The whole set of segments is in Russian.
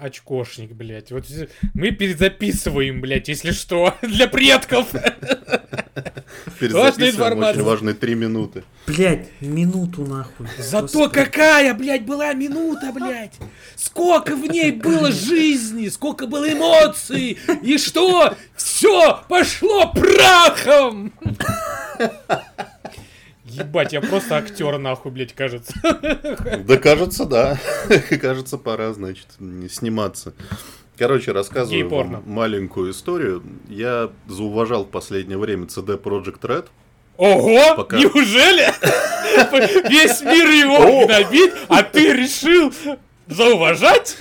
очкошник, блядь. Вот мы перезаписываем, блядь, если что, для предков. Важная информация. Очень важные 3 минуты. Блядь, минуту нахуй. Зато какая, блядь, была минута, блядь. Сколько в ней было жизни, сколько было эмоций. И что? Все пошло прахом. Ебать, я просто актер, нахуй, блядь, кажется. Да, кажется, да. Кажется, пора, значит, сниматься. Короче, рассказываю вам маленькую историю. Я зауважал в последнее время CD Projekt Red. Ого! Неужели? Весь мир его гнобит, а ты решил зауважать?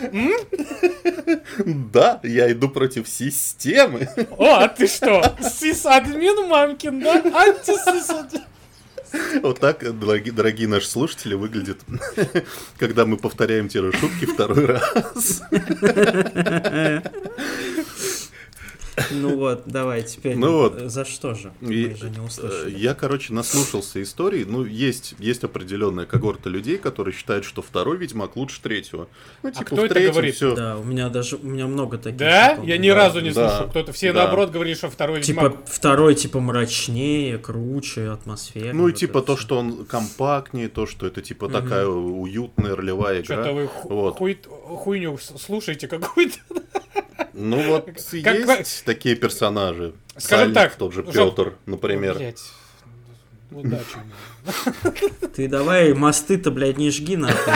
Да, я иду против системы. О, а ты что? Сисадмин мамкин, да? Антисисадмин. Вот так, дорогие наши слушатели, выглядит, когда мы повторяем те же шутки второй раз. Ну вот, давай теперь. Ну вот. За что же? Мы же не услышали. Я, короче, наслушался историй. Ну, есть определенная когорта людей, которые считают, что второй Ведьмак лучше третьего. Ну, типа, кто это говорит? Всё... Да, у меня много таких. Да? Я ни разу не слышал. Кто-то все наоборот говорит, что второй Ведьмак. Типа, второй, типа, мрачнее, круче, атмосфернее. Ну, и типа то, что он компактнее, то, что это, типа, такая уютная ролевая игра. Что-то вы хуйню слушаете какую-то. Ну вот, есть такие персонажи. Скажем так, тот же Пётр, например. Блять, удачи. Ты давай мосты-то, блядь, не жги нахуй.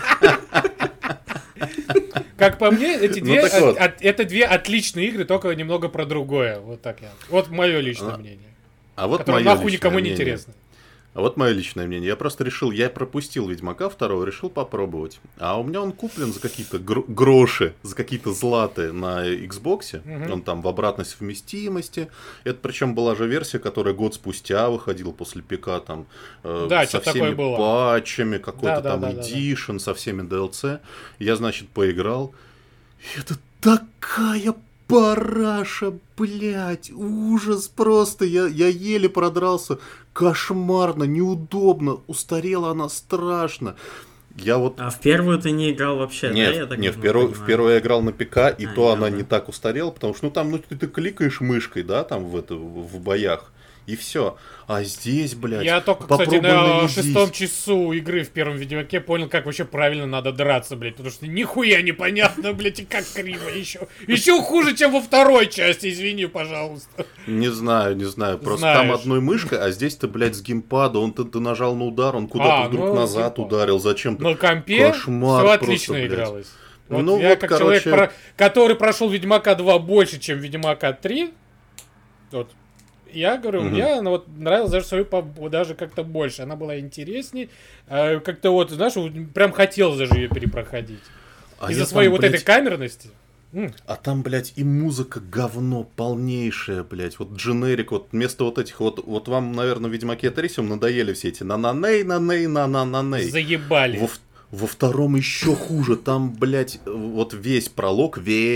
Как по мне, это две отличные игры, только немного про другое. Вот так я. Вот мое личное мнение. А вот которое нахуй никому не интересно. А вот мое личное мнение. Я просто решил, я пропустил Ведьмака 2, решил попробовать. А у меня он куплен за какие-то гроши, за какие-то златы на Xbox. Он там в обратной совместимости. Это причем была же версия, которая год спустя выходила после ПК, там, со всеми патчами, какой-то там эдишн, со всеми DLC. Я, значит, поиграл. И это такая параша, блядь, ужас просто, я еле продрался, кошмарно, неудобно, устарела она страшно. Я вот... А в первую ты не играл вообще, нет, да? Я так нет, в первую я играл на ПК, и то она не так устарела, потому что, ну, там, ну, ты кликаешь мышкой, да, там, в боях, и все. А здесь, блядь, я только, кстати, на 6 часу игры в первом Ведьмаке понял, как вообще правильно надо драться, блядь. Потому что нихуя непонятно, блядь, и как криво еще. Еще хуже, чем во второй части, извини, пожалуйста. Не знаю. Просто там одной мышкой, а здесь ты, блядь, с геймпада, ты нажал на удар, он куда-то вдруг назад ударил. Зачем-то. На компе все отлично игралось. Вот ну я вот, как человек, который прошел Ведьмака 2 больше, чем Ведьмака 3, вот. Я говорю, мне она вот нравилась даже свою даже как-то больше. Она была интереснее. Как-то вот, знаешь, прям хотелось даже ее перепроходить. Из-за своей там, вот этой камерности. А там, блядь, и музыка говно полнейшая, блядь. Вот дженерик, вот вместо вот этих вот вам, наверное, в Ведьмаке 3 надоели все эти на-на-ней, на-на-ней. Заебали. Во втором еще хуже, там, блядь, вот весь пролог,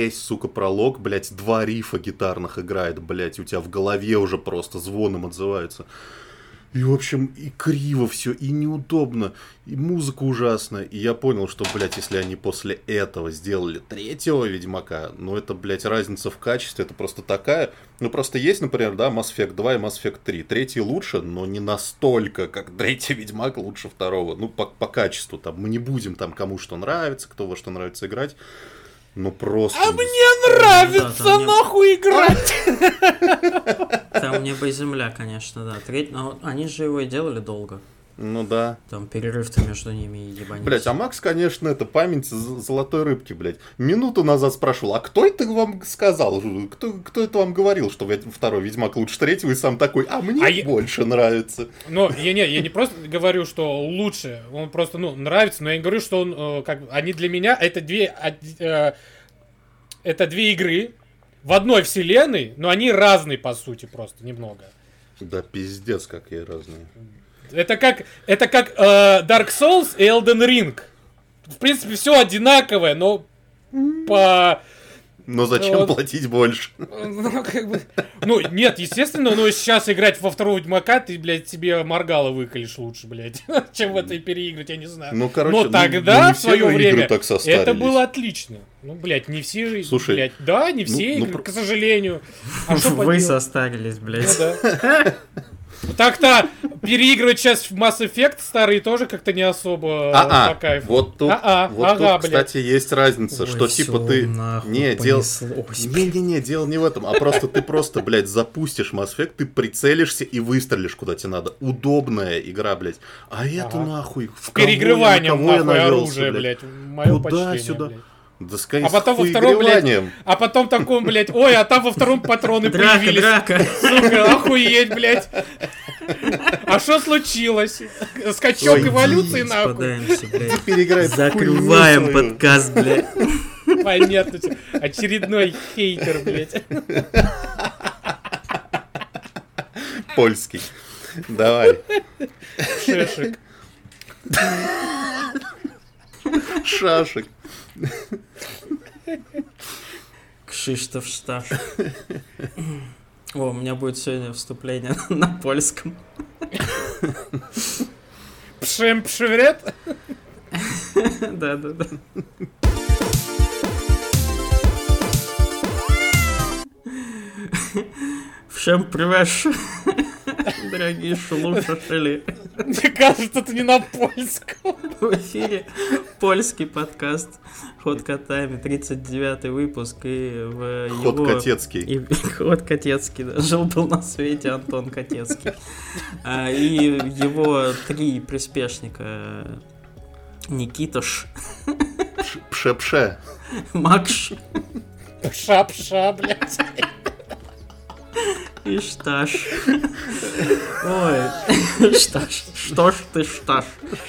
блядь, 2 рифа гитарных играет, блядь, у тебя в голове уже просто звоном отзываются. И, в общем, и криво все, и неудобно, и музыка ужасная. И я понял, что, блядь, если они после этого сделали 3-го Ведьмака, ну, это, блядь, разница в качестве, это просто такая... Ну, просто есть, например, да, Mass Effect 2 и Mass Effect 3. 3-й лучше, но не настолько, как 3-й Ведьмак лучше 2-го. Ну, по качеству, там, мы не будем там кому что нравится, кто во что нравится играть. Ну, просто... А мне нравится нахуй играть! Там небо и земля, конечно, да. Но они же его и делали долго. Ну да. Там перерыв-то между ними и ебанись. Блять, а Макс, конечно, это память золотой рыбки, блять. Минуту назад спрашивал, а кто это вам сказал? Кто это вам говорил, что второй Ведьмак лучше 3-го, и сам такой, а мне больше нравится. Ну, я не просто говорю, что лучше, он просто, нравится, но я не говорю, что он, они для меня, это две игры в одной вселенной, но они разные, по сути, просто, немного. Да пиздец, какие разные. Это как Dark Souls и Elden Ring. В принципе, все одинаковое, но по Но зачем платить больше? Ну, нет, естественно, но сейчас играть во второго Ведьмака, ты, блядь, себе моргало выколешь лучше, блядь, чем в это переиграть, я не знаю. Ну, короче, но тогда, в свое время, так это было отлично. Ну, блядь, не все... Слушай, блядь, да, не все игры, к сожалению. А что вы состарились, блядь. Ну, да. Так-то переигрывать сейчас в Mass Effect старые тоже как-то не особо по кайфу. Вот тут, кстати, есть разница, что типа ты... Не, дело не в этом, а просто ты просто, блядь, запустишь Mass Effect, ты прицелишься и выстрелишь куда тебе надо. Удобная игра, блядь. А эту нахуй... С перегреванием нахуй оружия, блядь. Мое почтение, блядь. Да а потом во втором, блядь, а потом таком, блядь, ой, а там во втором патроны появились. Драка. Сука, охуеть, блядь. А что случилось? Скачок эволюции, нахуй. Закрываем подкаст, блядь. Понятно. Очередной хейтер, блядь. Польский. Давай. Шешек. Шашек. Кшиштоф Шташ. О, у меня будет сегодня вступление на польском. Пшем пшеврет? Да. Всем привет, дорогие слушатели. Мне кажется, это не на польском. В эфире польский подкаст «Ход котами», 39-й выпуск. И в Ход его... Котецкий. Ход Котецкий, да. Жил-был на свете Антон Котецкий. И его 3 приспешника: Никитош, Пше-пше, Макш, Пша-пша, блядь. И Шташ. Ой, Шташ. Что ж ты, Шташ?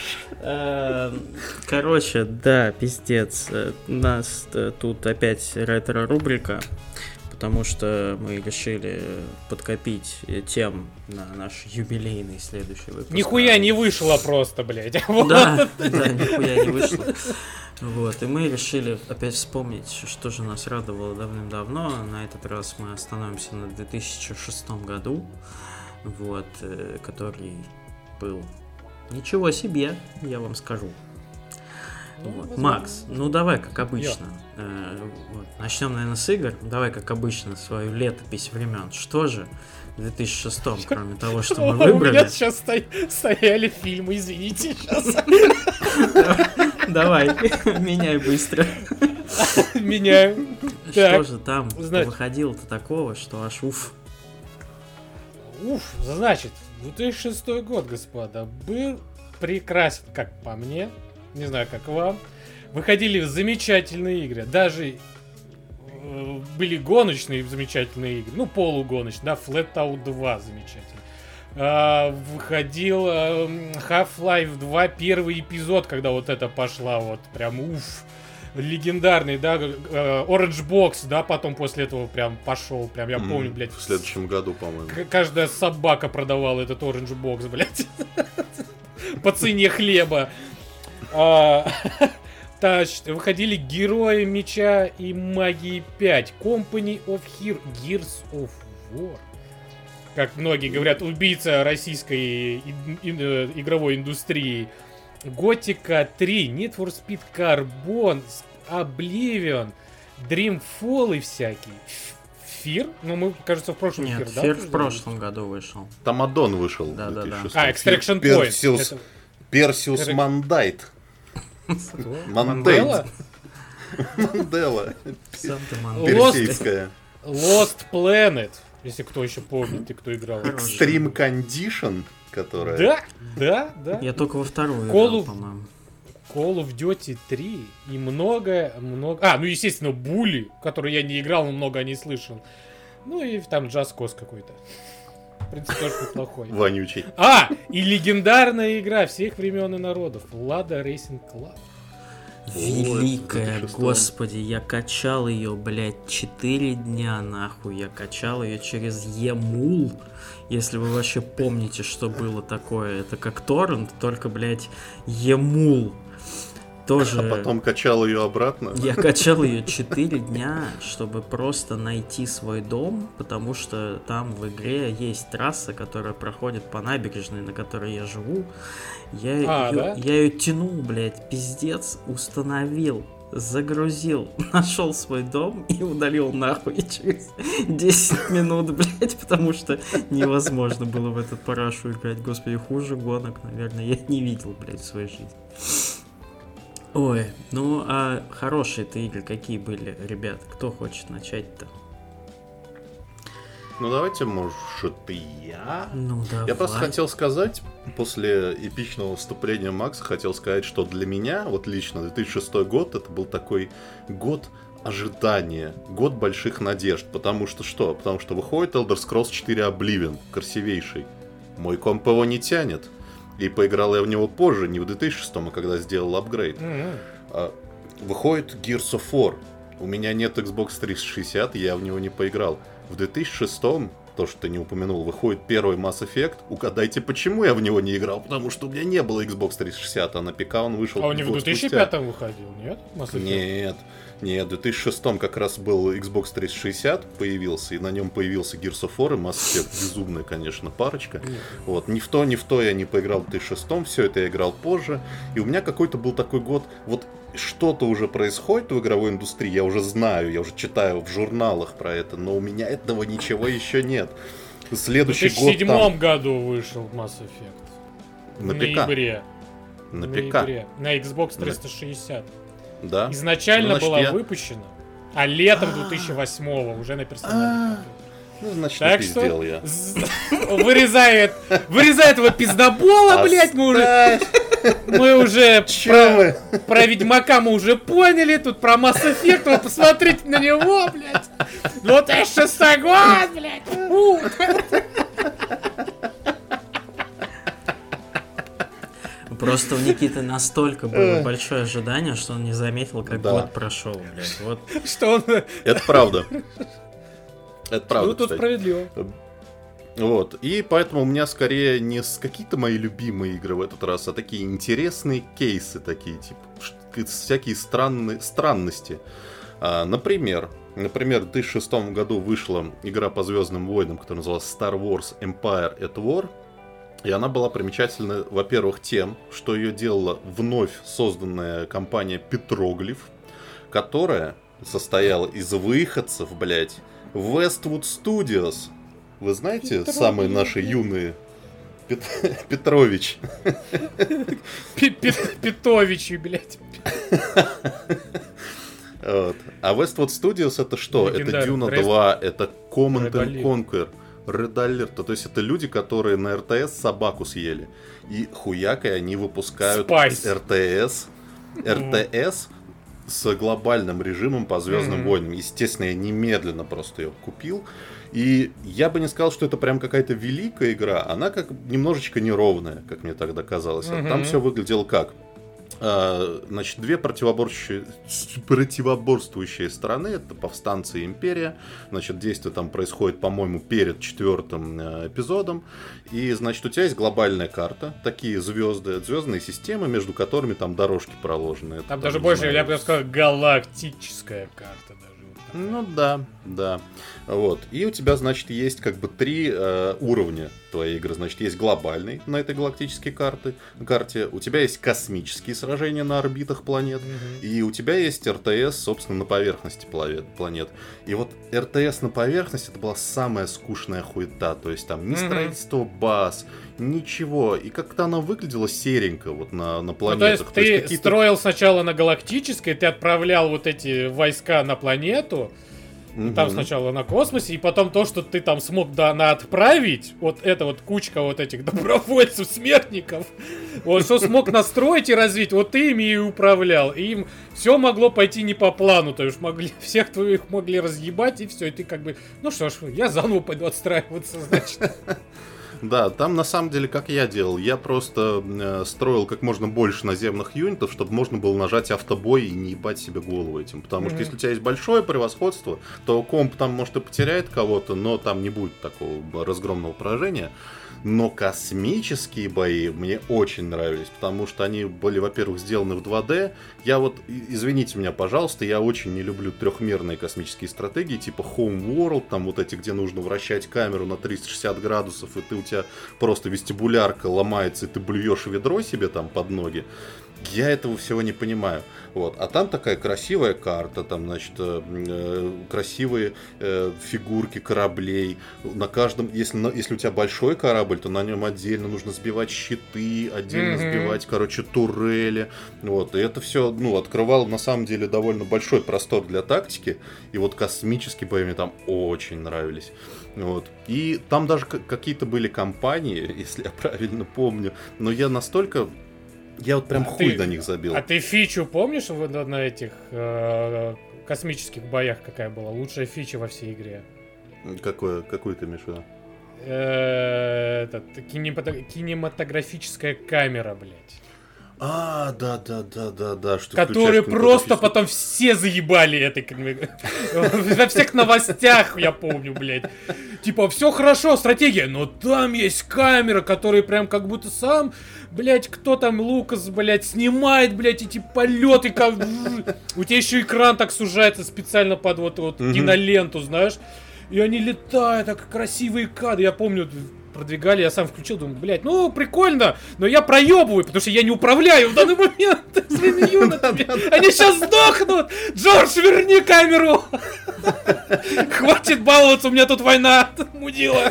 Короче, да, пиздец. У нас тут опять ретро-рубрика, потому что мы решили подкопить тем на наш юбилейный следующий выпуск. Нихуя не вышло просто, блядь. Да, нихуя не вышло. Вот, и мы решили опять вспомнить, что же нас радовало давным-давно. На этот раз мы остановимся на 2006 году, вот, который был ничего себе, я вам скажу. Вот. Макс, ну давай, как обычно, вот, начнем, наверное, с игр. Давай, как обычно, свою летопись времен. Что же в 2006, кроме того, что мы выбрали? У меня сейчас стояли фильмы, извините, сейчас. Давай, меняй быстро. Меняю. Что же там выходило-то такого, что аж уф. Уф, значит, 2006 год, господа, был прекрасен, как по мне. Не знаю, как вам. Выходили замечательные игры. Даже были гоночные замечательные игры. Ну, полугоночные, да, Flatout 2 замечательный. Выходил Half-Life 2 первый эпизод, когда вот это пошла вот прям уф. Легендарный, да, Orange Box, да, потом после этого прям пошел, прям я помню, блядь. В следующем году, по-моему. Каждая собака продавала этот Orange Box, блядь. По цене хлеба. Выходили Герои Меча и Магии 5, Company of Gears of War. Как многие говорят, убийца российской игровой индустрии. Готика 3, Need for Speed Carbon, Oblivion, Dreamfall и всякие. Фир? Ну, мы, кажется, в прошлом Нет, Фир, да? Фир в прошлом году вышел. Там аддон вышел. Да. Extraction Point. Perseus Mandate. Мандела. Персидская. Lost Planet, если кто еще помнит и кто играл. Extreme Condition, которая... Да. Я только во вторую играл, по-моему. Call of Duty 3 и много... ну, естественно, Bully, который я не играл, но много о ней слышал. Ну, и там Just Cause какой-то. В принципе, тоже неплохой. Вонючий. И легендарная игра всех времен и народов. Lada Racing Club. Великая, господи, я качал ее, блядь, 4 дня, нахуй. Я качал ее через Емул. Если вы вообще помните, что было такое. Это как торрент, только, блядь, Емул. тоже... А потом качал ее обратно? Я качал ее 4 дня, чтобы просто найти свой дом, потому что там в игре есть трасса, которая проходит по набережной, на которой я живу. Я ее тянул, блядь, пиздец, установил, загрузил, нашел свой дом и удалил нахуй через 10 минут, блядь, потому что невозможно было в этот парашу играть. Господи, хуже гонок, наверное, я не видел, блядь, в своей жизни. Ой, ну а хорошие-то игры какие были, ребят? Кто хочет начать-то? Ну давайте, может, я? Ну давай. Я просто хотел сказать, после эпичного вступления Макса, хотел сказать, что для меня, вот лично, 2006 год, это был такой год ожидания, год больших надежд. Потому что что? Потому что выходит Elder Scrolls 4 Oblivion, красивейший. Мой комп его не тянет. И поиграл я в него позже, не в 2006, а когда сделал апгрейд. Выходит Gears of War. У меня нет Xbox 360, я в него не поиграл. В 2006, то, что ты не упомянул, выходит первый Mass Effect. Угадайте, почему я в него не играл? Потому что у меня не было Xbox 360, а на ПК он вышел. А он не в 2005 выходил, нет? Mass Effect? Нет, в 2006 как раз был Xbox 360 появился, и на нем появился Gears of War и Mass Effect. Безумная, конечно, парочка. Вот, ни в то я не поиграл в 2006, все это я играл позже. И у меня какой-то был такой год, вот что-то уже происходит в игровой индустрии, я уже знаю, я уже читаю в журналах про это, но у меня этого ничего еще нет. Следующий год. В 2007 году вышел Mass Effect. На ПК. Ноябре. На ПК. На Xbox 360. Да. Изначально была выпущена, а летом 2008 уже на персональном компьютере. Ну, значит, так что я. Вырезает этого пиздобола, блядь, мы уже про Ведьмака мы уже поняли, тут про Mass Effect, вы посмотрите на него, блядь. 2006 год, блядь. Просто у Никиты настолько было большое ожидание, что он не заметил, как год прошел, блядь. Вот. Что он... Это правда. Это правда, ну, тут кстати. Справедливо. Вот. И поэтому у меня скорее не какие-то мои любимые игры в этот раз, а такие интересные кейсы, такие, типа, всякие странности. Например, в 2006 году вышла игра по Звездным войнам, которая называлась Star Wars Empire at War. И она была примечательна, во-первых, тем, что ее делала вновь созданная компания Petroglyph, которая состояла из выходцев, блядь, Westwood Studios. Вы знаете, Петрович. Самые наши юные Петрович. Петовичи, блядь. Вот. А Westwood Studios это что? Это Dune 2, это Command & Conquer, Red Alert. То есть это люди, которые на РТС собаку съели. И хуякой они выпускают РТС с глобальным режимом по Звездным войнам. Естественно, я немедленно просто ее купил. И я бы не сказал, что это прям какая-то великая игра. Она как немножечко неровная, как мне тогда казалось. Там все выглядело как? Значит, две противоборствующие стороны. Это повстанцы и империя. Значит, действие там происходит, по-моему, перед 4-м эпизодом. И, значит, у тебя есть глобальная карта. Такие звезды, звездные системы, между которыми там дорожки проложены. Там даже больше, я бы сказал, галактическая карта даже. Ну да. Вот. И у тебя, значит, есть как бы 3 уровня твоей игры. Значит, есть глобальный на этой галактической карте. У тебя есть космические сражения на орбитах планет. И у тебя есть РТС, собственно, на поверхности планет. И вот РТС на поверхности это была самая скучная хуета. То есть там ни строительство баз, ничего. И как-то она выглядела серенько вот на планетах. Ну, то есть ты строил сначала на галактической, ты отправлял вот эти войска на планету. Там сначала на космосе, и потом то, что ты там смог отправить, вот это вот кучка вот этих добровольцев, смертников, вот что смог настроить и развить, вот ты ими и управлял. И им все могло пойти не по плану, то есть всех твоих могли разъебать, и все, и ты как бы, ну что ж, я заново пойду отстраиваться, значит. Да, там на самом деле, как я делал, я просто строил как можно больше наземных юнитов, чтобы можно было нажать автобой и не ебать себе голову этим. Потому что если у тебя есть большое превосходство, то комп там, может, и потеряет кого-то, но там не будет такого разгромного поражения. Но космические бои мне очень нравились, потому что они были, во-первых, сделаны в 2D. Я вот, извините меня, пожалуйста, я очень не люблю трехмерные космические стратегии, типа Homeworld, там вот эти, где нужно вращать камеру на 360 градусов, и у тебя просто вестибулярка ломается, и ты блюешь ведро себе там под ноги. Я этого всего не понимаю. Вот. А там такая красивая карта, там, значит, красивые фигурки кораблей. На каждом, если у тебя большой корабль, то на нем отдельно нужно сбивать щиты, отдельно сбивать, короче, турели. Вот. И это все, открывало на самом деле довольно большой простор для тактики. И вот космические бои мне там очень нравились. Вот. И там даже какие-то были кампании, если я правильно помню. Но я настолько... Я вот прям хуй на них забил. А ты фичу помнишь на этих космических боях какая была? Лучшая фича во всей игре. Какую ты имеешь в виду? Кинематографическая камера, блядь. Да. Что которые просто потом все заебали этой... Во всех новостях, я помню, блядь. Типа, все хорошо, стратегия, но там есть камера, которая прям как будто сам, блядь, кто там, Лукас, блядь, снимает, блядь, эти полеты. Как... У тебя еще экран так сужается специально под вот киноленту, знаешь. И они летают, так красивые кадры. Я помню... Продвигали, я сам включил, думаю, блядь, прикольно, но я проебываю, потому что я не управляю в данный момент своими юнитами. Они сейчас сдохнут! Джордж, верни камеру! Хватит баловаться, у меня тут война, мудила.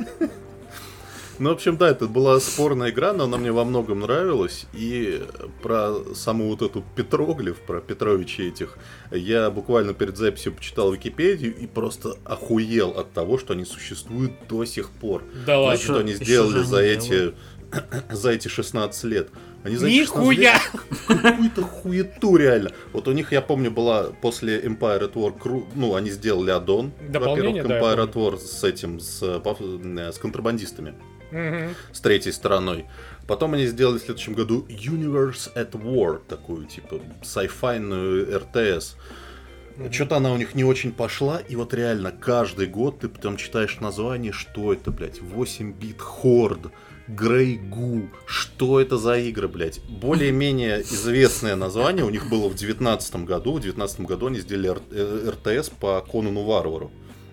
В общем, да, это была спорная игра, но она мне во многом нравилась. И про саму вот эту петроглиф, про Петровича этих, я буквально перед записью почитал Википедию и просто охуел от того, что они существуют до сих пор. Да ладно. Что они сделали за эти 16 лет. Они за Нихуя! Какую-то хуету реально. Вот у них, я помню, была после Empire at War, они сделали аддон, во-первых, Empire at War с контрабандистами. С третьей стороной. Потом они сделали в следующем году Universe at War, такую типа sci-fi-ную РТС. Что-то она у них не очень пошла, и вот реально каждый год ты потом читаешь название, что это, блядь, 8-бит Horde, Grey Goo, что это за игры, блядь. Более-менее известное название у них было в 2019 году. В 2019 году они сделали РТС по Конуну Варвару.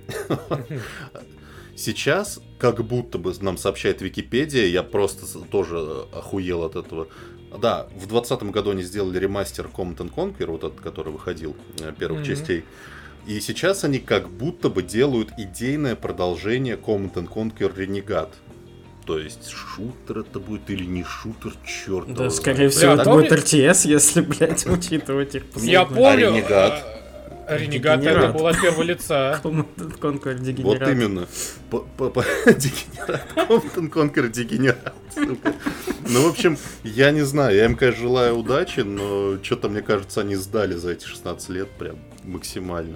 Сейчас, как будто бы нам сообщает Википедия, я просто тоже охуел от этого. Да, в 2020 году они сделали ремастер Command & Conquer, вот этот, который выходил, первых частей. И сейчас они как будто бы делают идейное продолжение Command & Conquer Renegade. То есть, шутер это будет или не шутер, черт. Да, скорее всего, это будет RTS, если, блядь, учитывать их последние. Я помню... Ренегат это был от первого лица. Conquer Дегенерат. Вот именно. Дегенерат. Conquer Дегенерат. В общем, я не знаю. Я им, конечно, желаю удачи, но что-то, мне кажется, они сдали за эти 16 лет прям максимально.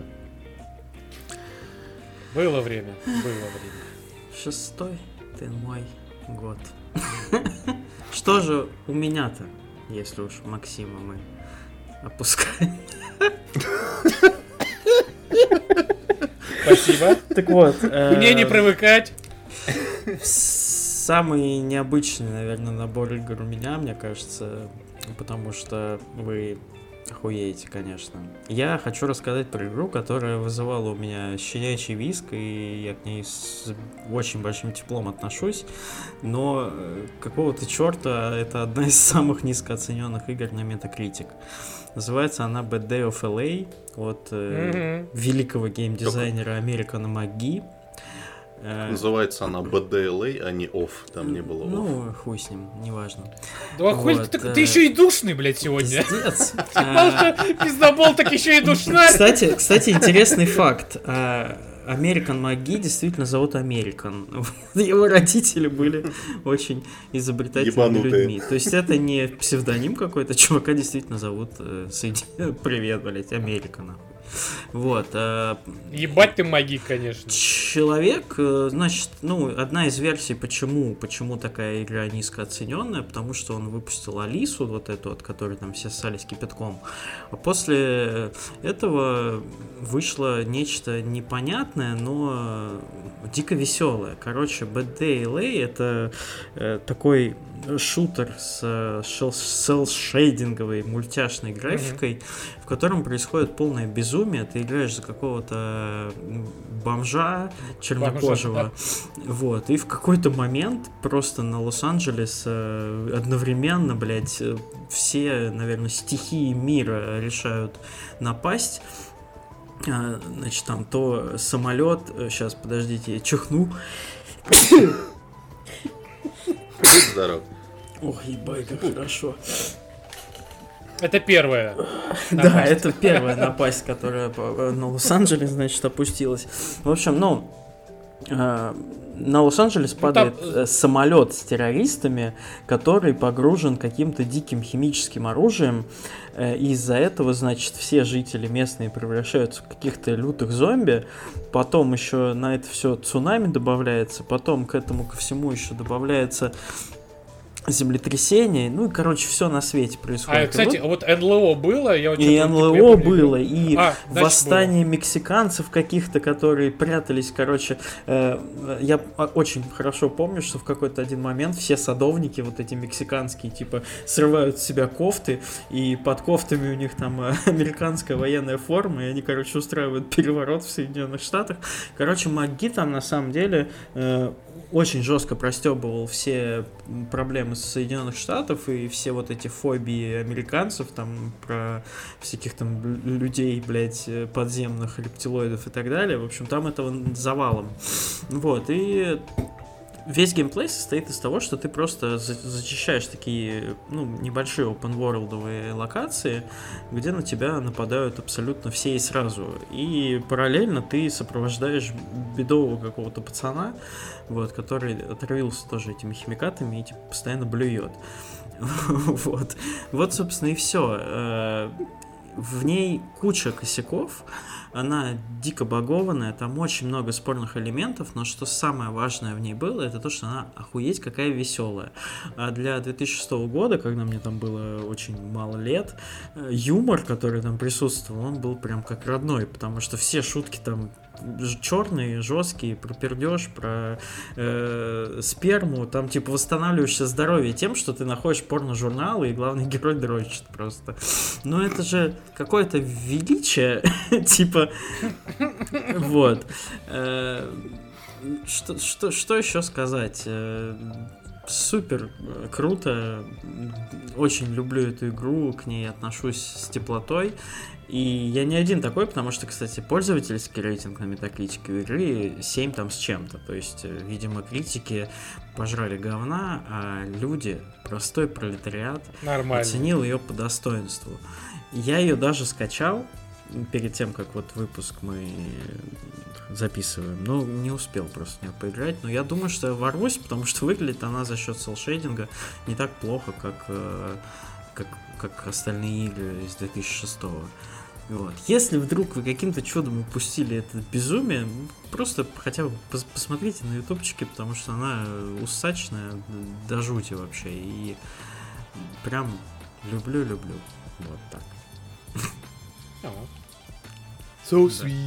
Было время. 6-й ты мой год. Что же у меня-то, если уж Максима мы опускаем? Спасибо. Так вот. Мне не привыкать. Самый необычный, наверное, набор игр у меня, мне кажется, потому что вы охуеете, конечно. Я хочу рассказать про игру, которая вызывала у меня щенячий визг, и я к ней с очень большим теплом отношусь, но какого-то черта это одна из самых низкооцененных игр на Metacritic. Называется она Bad Day of LA от великого геймдизайнера Американа МакГи. Называется она Bad Day LA, а не Off. Там не было Off. Ну, хуй с ним, неважно. Да охуй, ты еще и душный, блядь, сегодня. Пиздец. Пиздобол, так еще и душная. Кстати, интересный факт. Американ МакГи действительно зовут Американ. Его родители были очень изобретательными людьми. То есть это не псевдоним какой-то, чувака действительно зовут привет, блядь, Америка, нахуй. Вот. Ебать ты магик, конечно. Человек, значит, одна из версий, почему такая игра низкооцененная, потому что он выпустил Алису, вот эту, от которой там все ссались кипятком. А после этого вышло нечто непонятное, но дико веселое. Короче, Bad Day LA — это такой шутер с селс-шейдинговой мультяшной графикой, в котором происходит полное безумие. Ты играешь за какого-то бомжа чернокожего. Вот. И в какой-то момент просто на Лос-Анджелес одновременно, блядь, все, наверное, стихии мира решают напасть. Значит, там то самолет... Сейчас, подождите, я чихну. Будь здоров. Ох, ебать, как хорошо. Это первая напасть. Да, это первая напасть, которая на Лос-Анджелес, значит, опустилась. В общем, на Лос-Анджелес падает самолет с террористами, который погружен каким-то диким химическим оружием. И из-за этого, значит, все жители местные превращаются в каких-то лютых зомби. Потом еще на это все цунами добавляется. Потом к этому ко всему еще добавляется землетрясение, и, короче, все на свете происходит. Кстати, вот НЛО было, и НЛО было, и восстание мексиканцев каких-то, которые прятались, короче, я очень хорошо помню, что в какой-то один момент все садовники, вот эти мексиканские, типа, срывают с себя кофты, и под кофтами у них там американская военная форма, и они, короче, устраивают переворот в Соединенных Штатах. Короче, МакГи там, на самом деле, очень жестко простебывал все проблемы Соединенных Штатов и все вот эти фобии американцев, там, про всяких там людей, блядь, подземных рептилоидов и так далее. В общем, там этого завалом. Вот, и весь геймплей состоит из того, что ты просто зачищаешь такие, небольшие open-world'овые локации, где на тебя нападают абсолютно все и сразу. И параллельно ты сопровождаешь бедового какого-то пацана, вот, который отравился тоже этими химикатами и типа постоянно блюет. Вот, собственно, и все. В ней куча косяков, она дико багованная, там очень много спорных элементов, но что самое важное в ней было, это то, что она охуеть какая веселая. А для 2006 года, когда мне там было очень мало лет, юмор, который там присутствовал, он был прям как родной, потому что все шутки там черные, жесткие, про пердеж, про сперму, там типа восстанавливающее здоровье тем, что ты находишь порно-журналы, и главный герой дрочит просто. Но это же какое-то величие, типа, вот. Что еще сказать? Супер круто, очень люблю эту игру, к ней отношусь с теплотой. И я не один такой, потому что, кстати, пользовательский рейтинг на Metacritic у игры 7 там с чем-то. То есть, видимо, критики пожрали говна, а люди, простой пролетариат, оценил ее по достоинству. Я ее даже скачал перед тем, как вот выпуск мы записываем. Но не успел просто в нее поиграть. Но я думаю, что ворвусь, потому что выглядит она за счет селшейдинга не так плохо, как остальные игры из 2006-го. Вот. Если вдруг вы каким-то чудом упустили это безумие, просто хотя бы посмотрите на ютубчике, потому что она усачная до жути вообще. И прям люблю. Вот так. So sweet.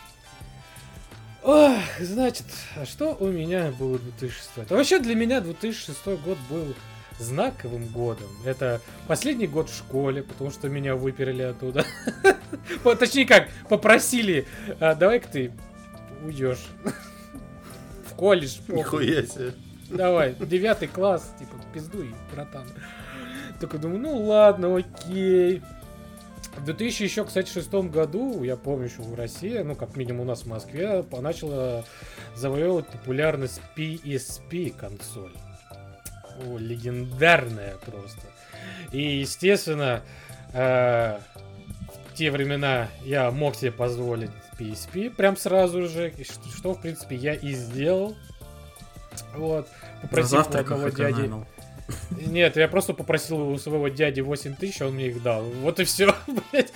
Ох, значит, а что у меня было 2006? Вообще для меня 2006 год был знаковым годом. Это последний год в школе, потому что меня выперли оттуда. Точнее как, попросили, давай-ка ты уйдешь в колледж. Нихуя себе. Давай, 9 класс, типа, пиздуй, братан. Только думаю, ладно, окей. В 2006 году, я помню, еще в России, как минимум у нас в Москве, начала завоевывать популярность PSP консоль. Легендарная просто. И, естественно, в те времена я мог себе позволить PSP прям сразу же, что, в принципе, я и сделал. Вот. Попросив у одного дяди... Нет, я просто попросил у своего дяди 8000, он мне их дал. Вот и все, блядь.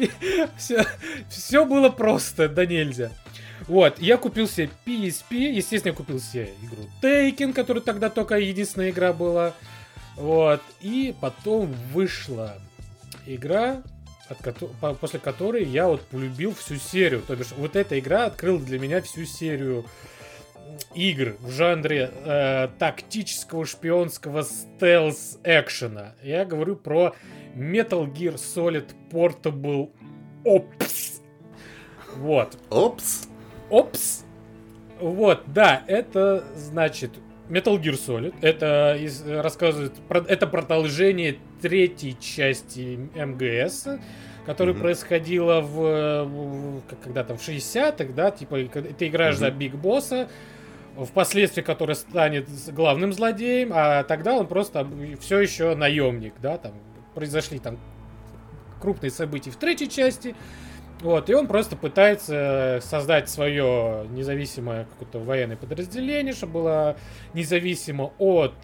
Все было просто, да нельзя. Вот, я купил себе PSP, естественно, я купил себе игру Taken, которая тогда только единственная игра была. Вот, и потом вышла игра, после которой я вот полюбил всю серию. То бишь, вот эта игра открыла для меня всю серию игр в жанре тактического шпионского стелс-экшена. Я говорю про Metal Gear Solid Portable Ops. Вот. Опс. Вот, да, это значит Metal Gear Solid. Это рассказывает, это продолжение третьей части МГС, которая происходила когда там в 60-х, да, типа ты играешь за Биг Босса, впоследствии который станет главным злодеем, а тогда он просто все еще наемник, да, там произошли там крупные события в третьей части. Вот, и он просто пытается создать свое независимое какое-то военное подразделение, чтобы было независимо от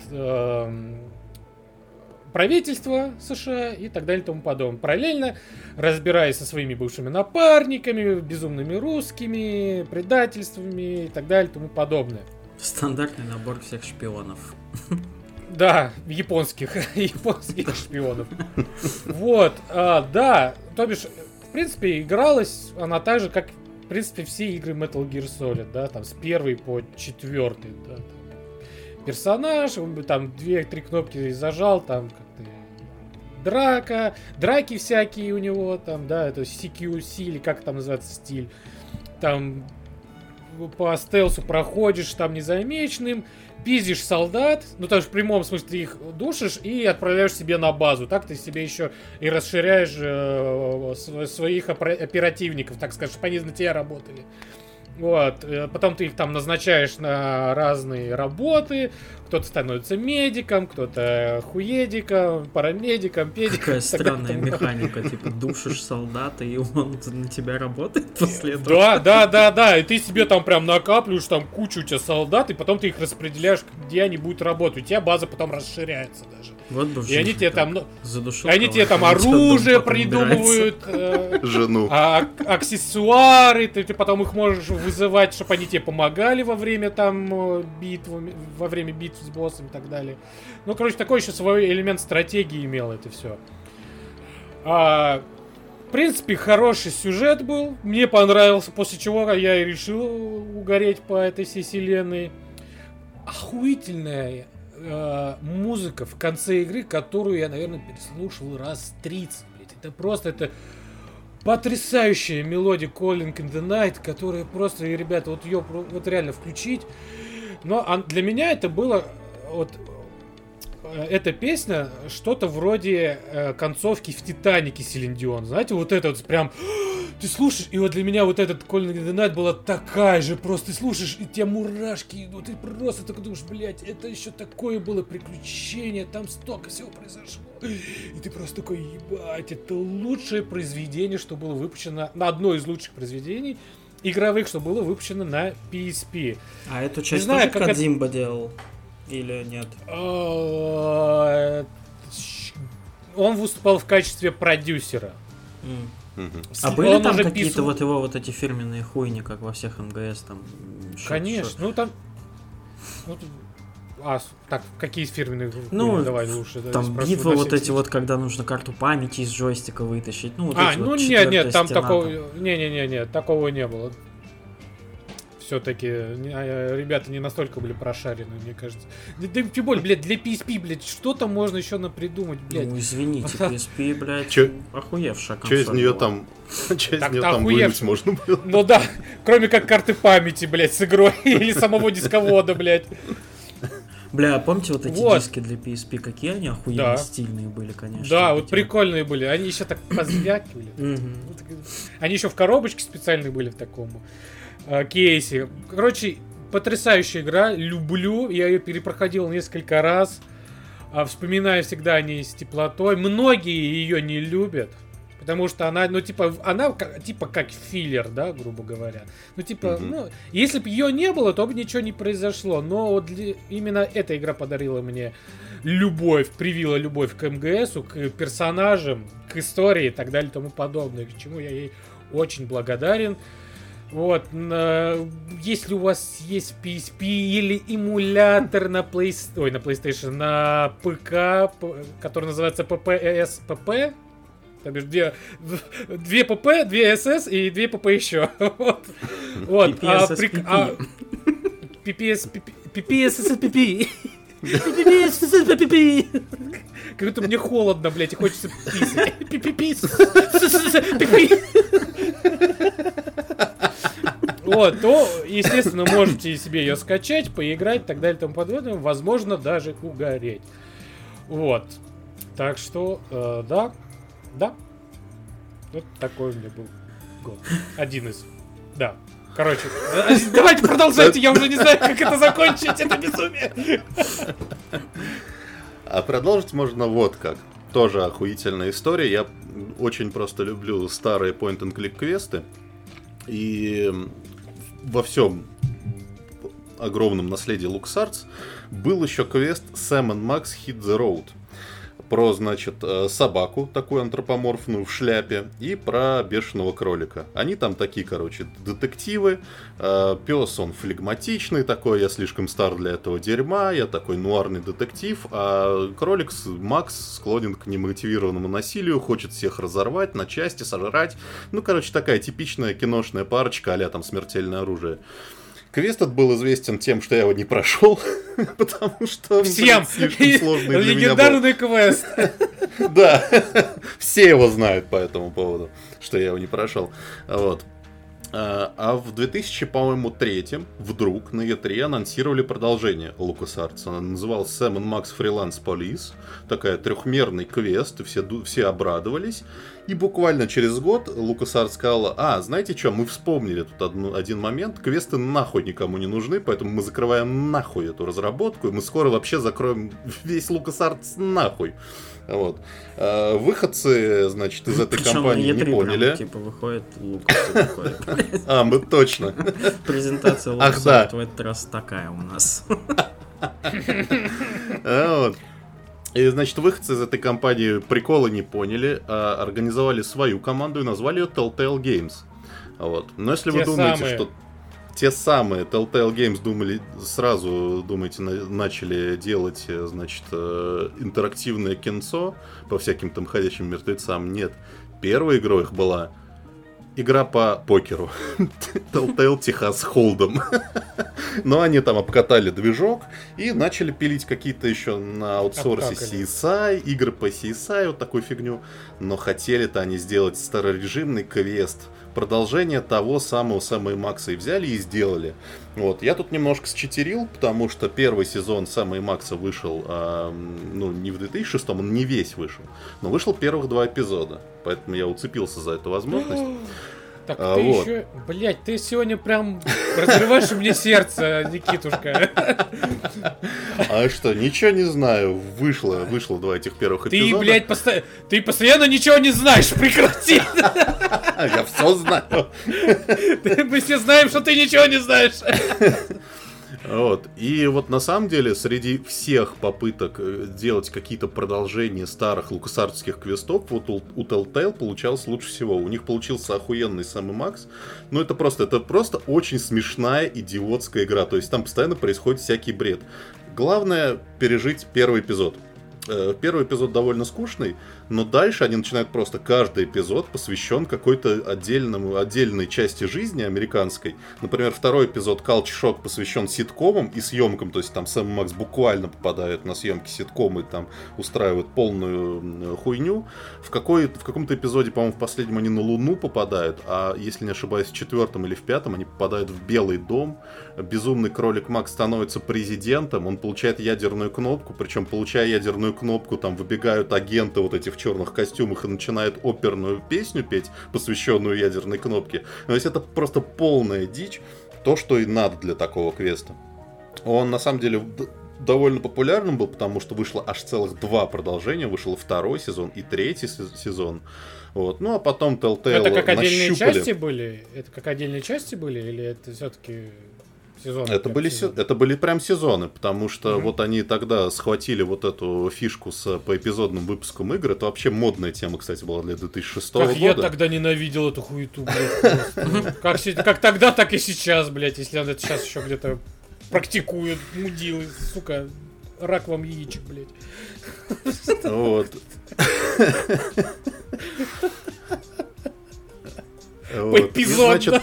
правительства США и так далее и тому подобное. Параллельно разбираясь со своими бывшими напарниками, безумными русскими, предательствами и так далее и тому подобное. Стандартный набор всех шпионов. Да, японских шпионов. Вот, да, то бишь... В принципе, игралась она так же, как, в принципе, все игры Metal Gear Solid, да, там, с 1 по 4, да, там, персонаж, там, 2-3 кнопки зажал, там, как-то драки всякие у него, там, да, это CQC, или как там называется стиль, там, по стелсу проходишь, там, незамеченным, пиздишь солдат, ну там в прямом смысле ты их душишь и отправляешь себе на базу. Так ты себе еще и расширяешь своих оперативников, так сказать, чтобы они на тебя работали. Вот. Потом ты их там назначаешь на разные работы. Кто-то становится медиком, кто-то хуедиком, парамедиком, педиком. Какая странная механика, типа душишь солдата, и он на тебя работает после этого. Да, и ты себе там прям накапливаешь там кучу у тебя солдат, и потом ты их распределяешь, где они будут работать. У тебя база потом расширяется даже. Вот бы и они тебе там, задушил, они тебе там оружие придумывают, жену, аксессуары, ты потом их можешь вызывать, чтобы они тебе помогали во время там битв с боссом и так далее. Ну, короче, такой еще свой элемент стратегии имел это все. В принципе, хороший сюжет был. Мне понравился, после чего я и решил угореть по этой всей вселенной. Охуительная музыка в конце игры, которую я, наверное, переслушал раз 30. Блядь. Это просто, это потрясающая мелодия Calling in the Night, которая просто, и, ребята, вот ее вот реально включить. Но для меня это было вот эта песня что-то вроде концовки в Титанике Селин Дион. Знаете, вот это вот прям ты слушаешь, и вот для меня вот этот Calling in the Night была такая же, просто ты слушаешь, и тебе мурашки идут, и просто так думаешь, блядь, это еще такое было приключение, там столько всего произошло. И ты просто такой, ебать, это лучшее произведение, что было выпущено, на одно из лучших произведений игровых, что было выпущено на PSP. А эту часть тоже Кодзимба делал? Или нет? Он выступал в качестве продюсера. А были там какие-то вот его вот эти фирменные хуйни, как во всех МГС там? Конечно, ну там... так, какие фирменные хуйни? Давай лучше. Там битвы вот эти вот, когда нужно карту памяти из джойстика вытащить. Ну, вот нет, там такого... Не, такого не было. Все-таки ребята не настолько были прошарены, мне кажется. Да, тем более, блядь, для PSP, блядь, что там можно еще напридумать, блядь? Ну, извините, PSP, блядь, охуевшая консоль. Что из нее там вынуть можно было? Ну да, кроме как карты памяти, блядь, с игрой или самого дисковода, блядь. Бля, помните вот эти диски для PSP, какие они охуенно стильные были, конечно. Да, вот прикольные были, они еще так позвякивали. Они еще в коробочке специальные были в таком кейсе. Короче, потрясающая игра, люблю, я ее перепроходил несколько раз, вспоминаю всегда о ней с теплотой. Многие ее не любят, Потому что она, ну, типа, она типа как филлер, да, грубо говоря. Ну, типа, ну, если бы ее не было, то бы ничего не произошло. Но вот именно эта игра подарила мне любовь, привила любовь к МГСу, к персонажам, к истории и так далее и тому подобное. К чему я ей очень благодарен. Вот, если у вас есть PSP или эмулятор на PlayStation, на ПК, который называется PPSPP, то бишь две ПП, 2 СС и 2 ПП еще. Вот. Как будто мне холодно, блядь, и хочется писать. Вот, то, естественно, можете себе ее скачать, поиграть и так далее и тому подобное. Возможно, даже угореть. Вот. Так что, да. Вот такой у меня был год. Один из. Да. Короче, давайте продолжайте, я уже не знаю, как это закончить, это безумие. А продолжить можно вот как. Тоже охуительная история. Я очень просто люблю старые point-and-click квесты. И во всем огромном наследии LucasArts был еще квест Sam & Max Hit the Road. Про, значит, собаку, такую антропоморфную в шляпе, и про бешеного кролика. Они там такие, короче, детективы. Пес, он флегматичный такой, я слишком стар для этого дерьма, я такой нуарный детектив, а кролик Макс склонен к немотивированному насилию, хочет всех разорвать, на части, сожрать. Ну, короче, такая типичная киношная парочка, а-ля там «Смертельное оружие». Квест этот был известен тем, что я его не прошел, потому что он всем слишком сложный для меня был. Легендарный квест. Да, все его знают по этому поводу, что я его не прошел. Вот. А в 2003 вдруг на E3 анонсировали продолжение LucasArts. Она называлась Sam & Max Freelance Police. Такая трехмерный квест, и все обрадовались. И буквально через год LucasArts сказала: знаете что, мы вспомнили тут один момент, квесты нахуй никому не нужны, поэтому мы закрываем нахуй эту разработку, и мы скоро вообще закроем весь LucasArts нахуй. Вот. Выходцы, значит, из этой компании не поняли. Прям, типа выходит Лукас такой. Мы точно. Презентация Лукаса в этот раз такая у нас. Вот. И, значит, выходцы из этой компании прикола не поняли, а организовали свою команду и назвали ее Telltale Games. Вот. Но если вы думаете, что те самые Telltale Games думаете, начали делать, значит, интерактивное кинцо по всяким там ходячим мертвецам, нет. Первой игрой их была игра по покеру. Telltale Texas Hold'em. Но они там обкатали движок и начали пилить какие-то еще на аутсорсе CSI, игры по CSI, вот такую фигню. Но хотели-то они сделать старорежимный квест, продолжение того самого Сэма и Макса, и взяли и сделали. Вот. Я тут немножко считерил, потому что первый сезон Сэма и Макса вышел, не в 2006, он не весь вышел, но вышел первых 2 эпизода, поэтому я уцепился за эту возможность. Так ты еще, блять, ты сегодня прям разрываешь мне сердце, Никитушка. А что, ничего не знаю, вышло 2 этих первых эпизода. Ты, блядь, ты постоянно ничего не знаешь, прекрати! Я все знаю. Мы все знаем, что ты ничего не знаешь. Вот. И вот на самом деле среди всех попыток делать какие-то продолжения старых лукасартских квестов, вот у Telltale получалось лучше всего. У них получился охуенный Сэм и Макс. Но это просто очень смешная, идиотская игра. То есть там постоянно происходит всякий бред. Главное пережить первый эпизод. Первый эпизод довольно скучный, но дальше они начинают просто каждый эпизод посвящен какой-то отдельной части жизни американской. Например, второй эпизод Culture Shock посвящен ситкомам и съемкам, то есть там Сэм и Макс буквально попадают на съемки ситкома и там устраивают полную хуйню. В каком-то эпизоде, по-моему, в последнем они на Луну попадают, а если не ошибаюсь, в 4-м или в 5-м они попадают в Белый дом. Безумный кролик Макс становится президентом, он получает ядерную кнопку, причем, получая ядерную кнопку, там выбегают агенты вот эти в черных костюмах и начинают оперную песню петь, посвященную ядерной кнопке. То есть это просто полная дичь, то, что и надо для такого квеста. Он на самом деле довольно популярным был, потому что вышло аж целых 2 продолжения. Вышел 2-й сезон и 3-й сезон. Вот. Ну, а потом Telltale Это как отдельные нащупали. части были? Это как отдельные части были? Или это все-таки сезоны? Это были прям сезоны, потому что вот они тогда схватили вот эту фишку с поэпизодным выпуском игр. Это вообще модная тема, кстати, была для 2006 года. Я тогда ненавидел эту хуету, блядь. Как тогда, так и сейчас, блядь. Если он это сейчас еще где-то практикует, мудилы, сука. Рак вам яичек, блядь. Вот. Поэпизодно.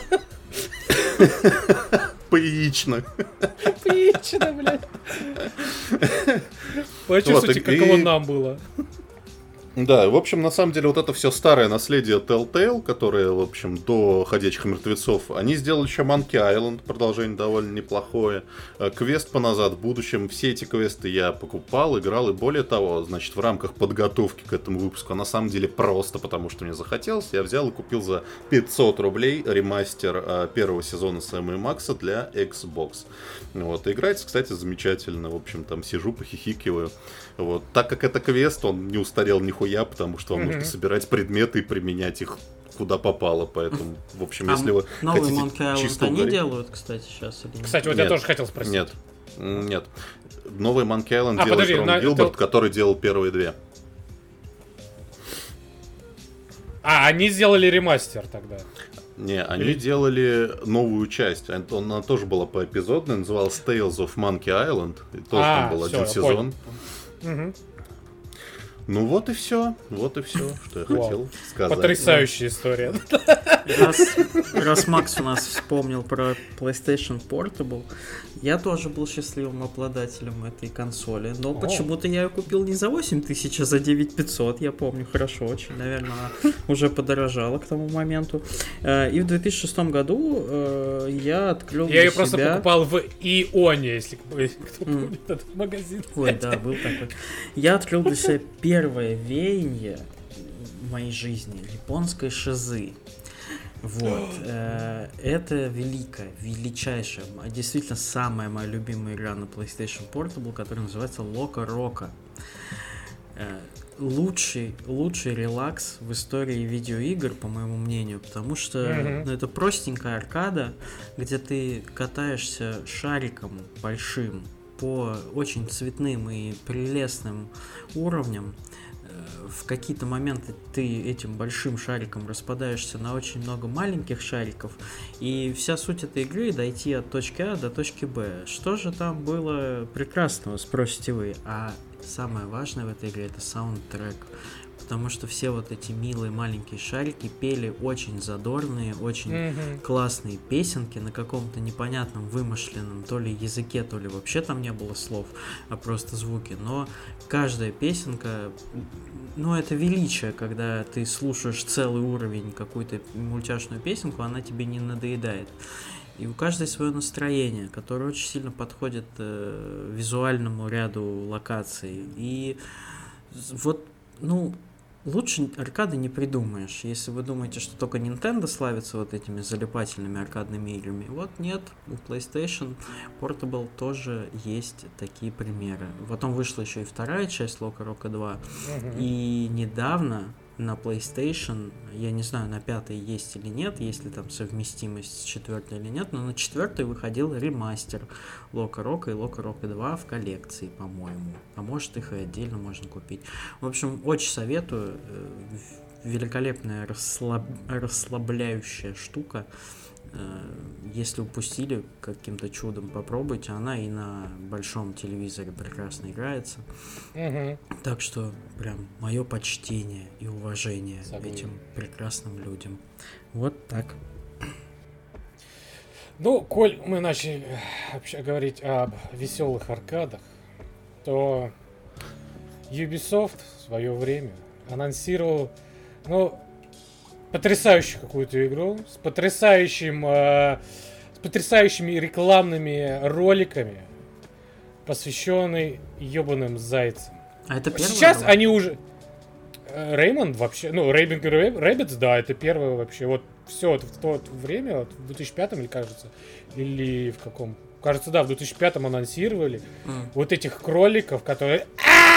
Пояично. Пояично, блядь. Почувствуйте, каково нам было. Да, в общем, на самом деле, вот это все старое наследие Telltale, которое, в общем, до «Ходячих мертвецов», они сделали еще Monkey Island, продолжение довольно неплохое, квест по «Назад в будущем». Все эти квесты я покупал, играл, и более того, значит, в рамках подготовки к этому выпуску, а на самом деле просто потому, что мне захотелось, я взял и купил за 500 рублей ремастер первого сезона Сэма и Макса для Xbox. Вот, и играется, кстати, замечательно, в общем, там сижу, похихикиваю. Вот. Так как это квест, он не устарел нихуя, потому что вам нужно собирать предметы и применять их куда попало, поэтому, в общем, если вы новый хотите Monkey Island чисто они угореть... делают, кстати, сейчас или нет? Кстати, вот я тоже хотел спросить. Нет. Новый Monkey Island делает Рон Гилберт, который делал первые 2. Они сделали ремастер тогда. Не, они делали новую часть. Она тоже была поэпизодная, называлась Tales of Monkey Island. И тоже там был один сезон. Ну вот и все, что я хотел сказать. Потрясающая история. Раз Макс у нас вспомнил про PlayStation Portable, я тоже был счастливым обладателем этой консоли, но почему-то я ее купил не за 8000, а за 9500, я помню хорошо очень, наверное, она уже подорожала к тому моменту. И в 2006 году я открыл Я ее просто покупал в Ионе, если кто помнит этот магазин. Ой, да, был такой. Я открыл для себя первое веяние в моей жизни японской шизы. Вот. Это величайшая, действительно самая моя любимая игра на PlayStation Portable, которая называется Loco Roco. Лучший релакс в истории видеоигр, по моему мнению, потому что это простенькая аркада, где ты катаешься шариком большим по очень цветным и прелестным уровням. В какие-то моменты ты этим большим шариком распадаешься на очень много маленьких шариков, и вся суть этой игры — дойти от точки А до точки Б. Что же там было прекрасного, спросите вы? А самое важное в этой игре — это саундтрек. Потому что все вот эти милые маленькие шарики пели очень задорные, очень классные песенки на каком-то непонятном вымышленном то ли языке, то ли вообще там не было слов, а просто звуки. Но каждая песенка, это величие, когда ты слушаешь целый уровень какую-то мультяшную песенку, она тебе не надоедает. И у каждой свое настроение, которое очень сильно подходит визуальному ряду локаций. И вот, лучше аркады не придумаешь. Если вы думаете, что только Nintendo славится вот этими залипательными аркадными играми, вот нет, у PlayStation Portable тоже есть такие примеры. Потом вышла еще и вторая часть Loco Roco 2, и недавно на PlayStation, я не знаю, на 5-й есть или нет, есть ли там совместимость с 4-й или нет, но на 4-й выходил ремастер Loco Roco и Loco Roco 2 в коллекции, по-моему. А может, их и отдельно можно купить. В общем, очень советую. Великолепная расслабляющая штука. Если упустили, каким-то чудом попробуйте. Она и на большом телевизоре прекрасно играется. Так что прям мое почтение и уважение этим прекрасным людям. Вот так. Коль мы начали вообще говорить об веселых аркадах, то Ubisoft в свое время анонсировал, потрясающую какую-то игру с потрясающими рекламными роликами, посвященный ебаным зайцам. А это первый? Сейчас они уже... Реймонд вообще... Raving Rabbids, да, это первое вообще. Вот все вот в то время, вот в 2005-м, или кажется, или в каком... Кажется, да, в 2005-м анонсировали вот этих кроликов, которые...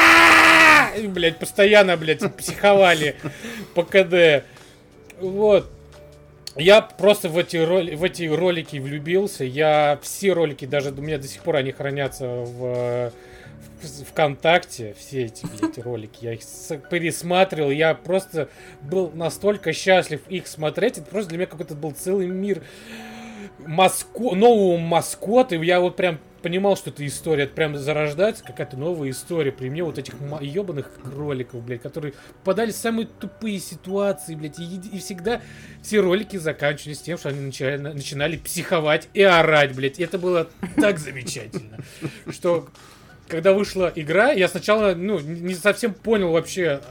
Блять, постоянно, блять, психовали по КД. Вот. Я просто в эти ролики влюбился. Я все ролики, даже у меня до сих пор они хранятся в ВКонтакте, все эти, блядь, ролики. Я их пересматривал. Я просто был настолько счастлив их смотреть. Это просто для меня какой-то был целый мир нового маскота. И я вот прям понимал, что эта история, это прям зарождается какая-то новая история при мне вот этих ебаных кроликов, блядь, которые попадали в самые тупые ситуации, блядь, и всегда все ролики заканчивались тем, что они начинали психовать и орать, блядь, и это было так замечательно, что когда вышла игра, я сначала, не совсем понял вообще,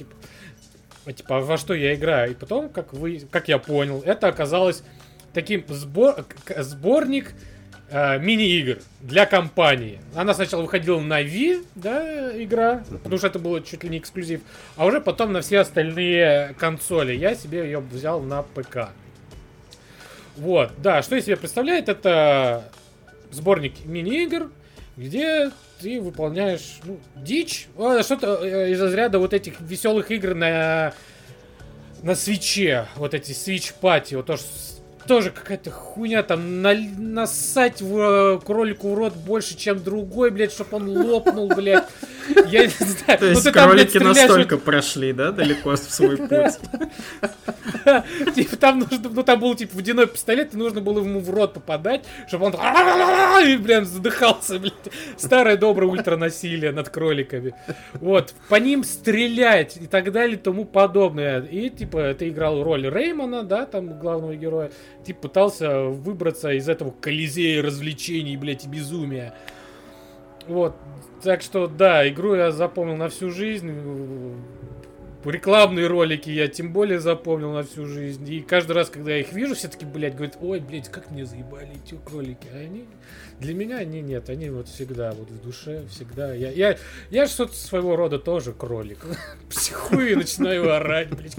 типа, во что я играю, и потом, как я понял, это оказалось таким сборник мини-игр для компании. Она сначала выходила на Wii, да, игра, потому что это было чуть ли не эксклюзив, а уже потом на все остальные консоли. Я себе ее взял на ПК. Вот, да, что из себя представляет, это сборник мини-игр, где ты выполняешь, дичь, что-то из разряда вот этих веселых игр на свитче, вот эти Switch Party, вот тоже какая-то хуйня, там нассать кролику в рот больше, чем другой, блядь, чтоб он лопнул, блядь. Я не знаю. То есть кролики настолько прошли, да, далеко в свой путь? Типа там нужно, там был типа водяной пистолет, и нужно было ему в рот попадать, чтобы он и, блин, задыхался, блядь. Старое доброе ультранасилие над кроликами. Вот, по ним стрелять и так далее, и тому подобное. И типа ты играл роль Реймона, да, там главного героя. Типа пытался выбраться из этого колизея развлечений, блядь, и безумия. Вот. Так что, да, игру я запомнил на всю жизнь. Рекламные ролики я тем более запомнил на всю жизнь. И каждый раз, когда я их вижу, все таки, блядь, говорят: ой, блядь, как мне заебали эти кролики. А они... Для меня они нет. Они вот всегда вот в душе, всегда. Я же что-то своего рода тоже кролик. Психую и начинаю орать, блядь.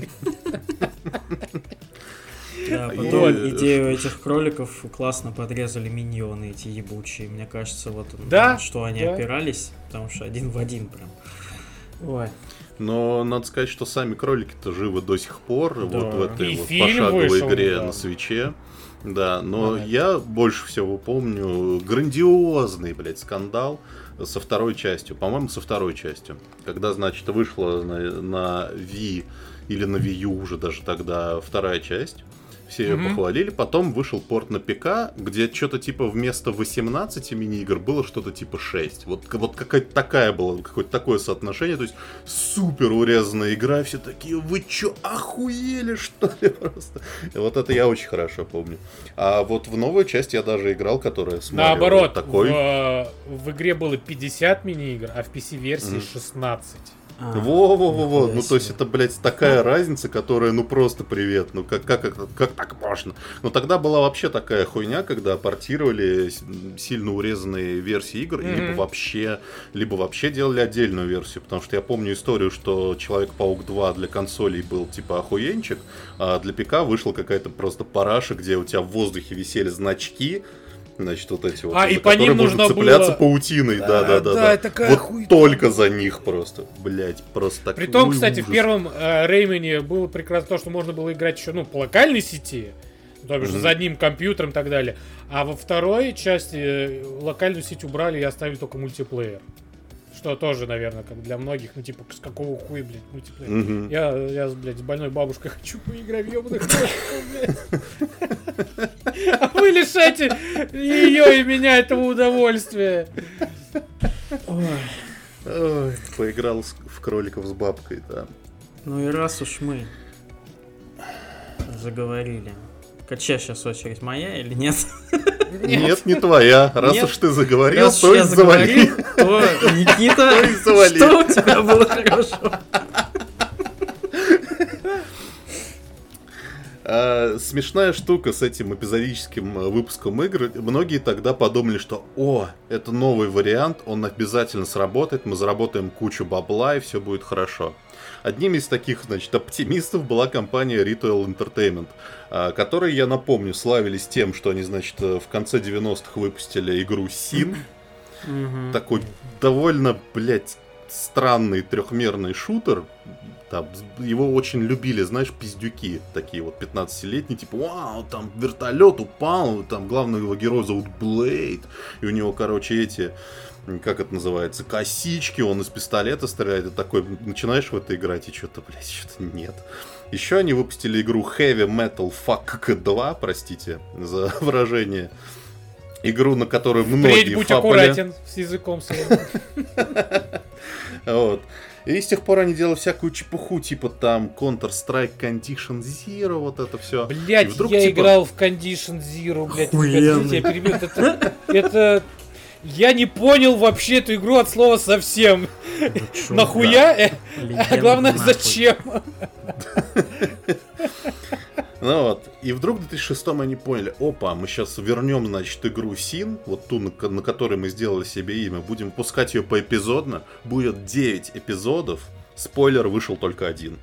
Да, потом идею этих кроликов классно подрезали миньоны эти ебучие. Мне кажется, вот да, что они опирались, потому что один в один прям. Ой. Но надо сказать, что сами кролики-то живы до сих пор, да. Вот в этой вот пошаговой игре на свитче. Да, но я больше всего помню грандиозный, блядь, скандал со второй частью. По-моему, со второй частью. Когда, значит, вышла на Wii или на Wii U уже даже тогда вторая часть. Все ее похвалили. Потом вышел порт на ПК, где что-то типа вместо 18 мини-игр было что-то типа 6. Вот какая-то такая была, какое-то такое соотношение. То есть супер урезанная игра. Все такие: вы чё, охуели, что ли, просто? И вот это я очень хорошо помню. А вот в новую часть я даже играл, которая с Марио. Наоборот, такой... в игре было 50 мини-игр, а в PC-версии 16. Во-во-во-во, ну то есть это, блядь, такая разница, которая, просто привет, как так можно? Но тогда была вообще такая хуйня, когда портировали сильно урезанные версии игр, либо вообще делали отдельную версию, потому что я помню историю, что Человек-паук 2 для консолей был типа охуенчик, а для ПК вышла какая-то просто параша, где у тебя в воздухе висели значки, значит, вот эти вот, и по ним нужно цепляться было... паутиной, да. Вот хуйня. Только за них просто, блять, просто так. Притом, кстати, ужас. В первом Реймоне было прекрасно то, что можно было играть еще, по локальной сети, то бишь за одним компьютером и так далее. А во второй части локальную сеть убрали и оставили только мультиплеер. Что тоже, наверное, как для многих, с какого хуя, блядь, мультиплеер. Я, блядь, с больной бабушкой хочу поиграть в ёбаных кроликов, блядь. А вы лишаете ее и меня этого удовольствия. Ой, поиграл в кроликов с бабкой, да. Ну и раз уж мы заговорили. Чья сейчас очередь, моя или нет? Нет, не твоя. Раз уж ты заговорил, то и завали. Никита, что у тебя было хорошо? Смешная штука с этим эпизодическим выпуском игр. Многие тогда подумали, что это новый вариант, он обязательно сработает, мы заработаем кучу бабла и все будет хорошо. Одним из таких, значит, оптимистов была компания Ritual Entertainment, которые, я напомню, славились тем, что они, значит, в конце 90-х выпустили игру Sin. Такой довольно, блядь, странный трехмерный шутер. Там, его очень любили, знаешь, пиздюки, такие вот 15-летние, типа, вау, там вертолет упал, там главного героя зовут Блейд, и у него, короче, эти, как это называется, косички, он из пистолета стреляет, и такой, начинаешь в это играть, и что-то, блядь, что-то нет. Еще они выпустили игру Heavy Metal Fuck 2, простите за выражение, игру, на которую многие Впредь будь аккуратен с языком своим. Вот. И с тех пор они делали всякую чепуху, типа там Counter-Strike Condition Zero, вот это все. Блять, вдруг, я играл в Condition Zero, блять, я перебил. Это... Я не понял вообще эту игру от слова совсем. Нахуя? А главное, зачем? Ну вот, и вдруг в 2006-м они поняли, опа, мы сейчас вернем, значит, игру Sin, вот ту, на которой мы сделали себе имя, будем пускать ее поэпизодно, будет 9 эпизодов, спойлер, вышел только один.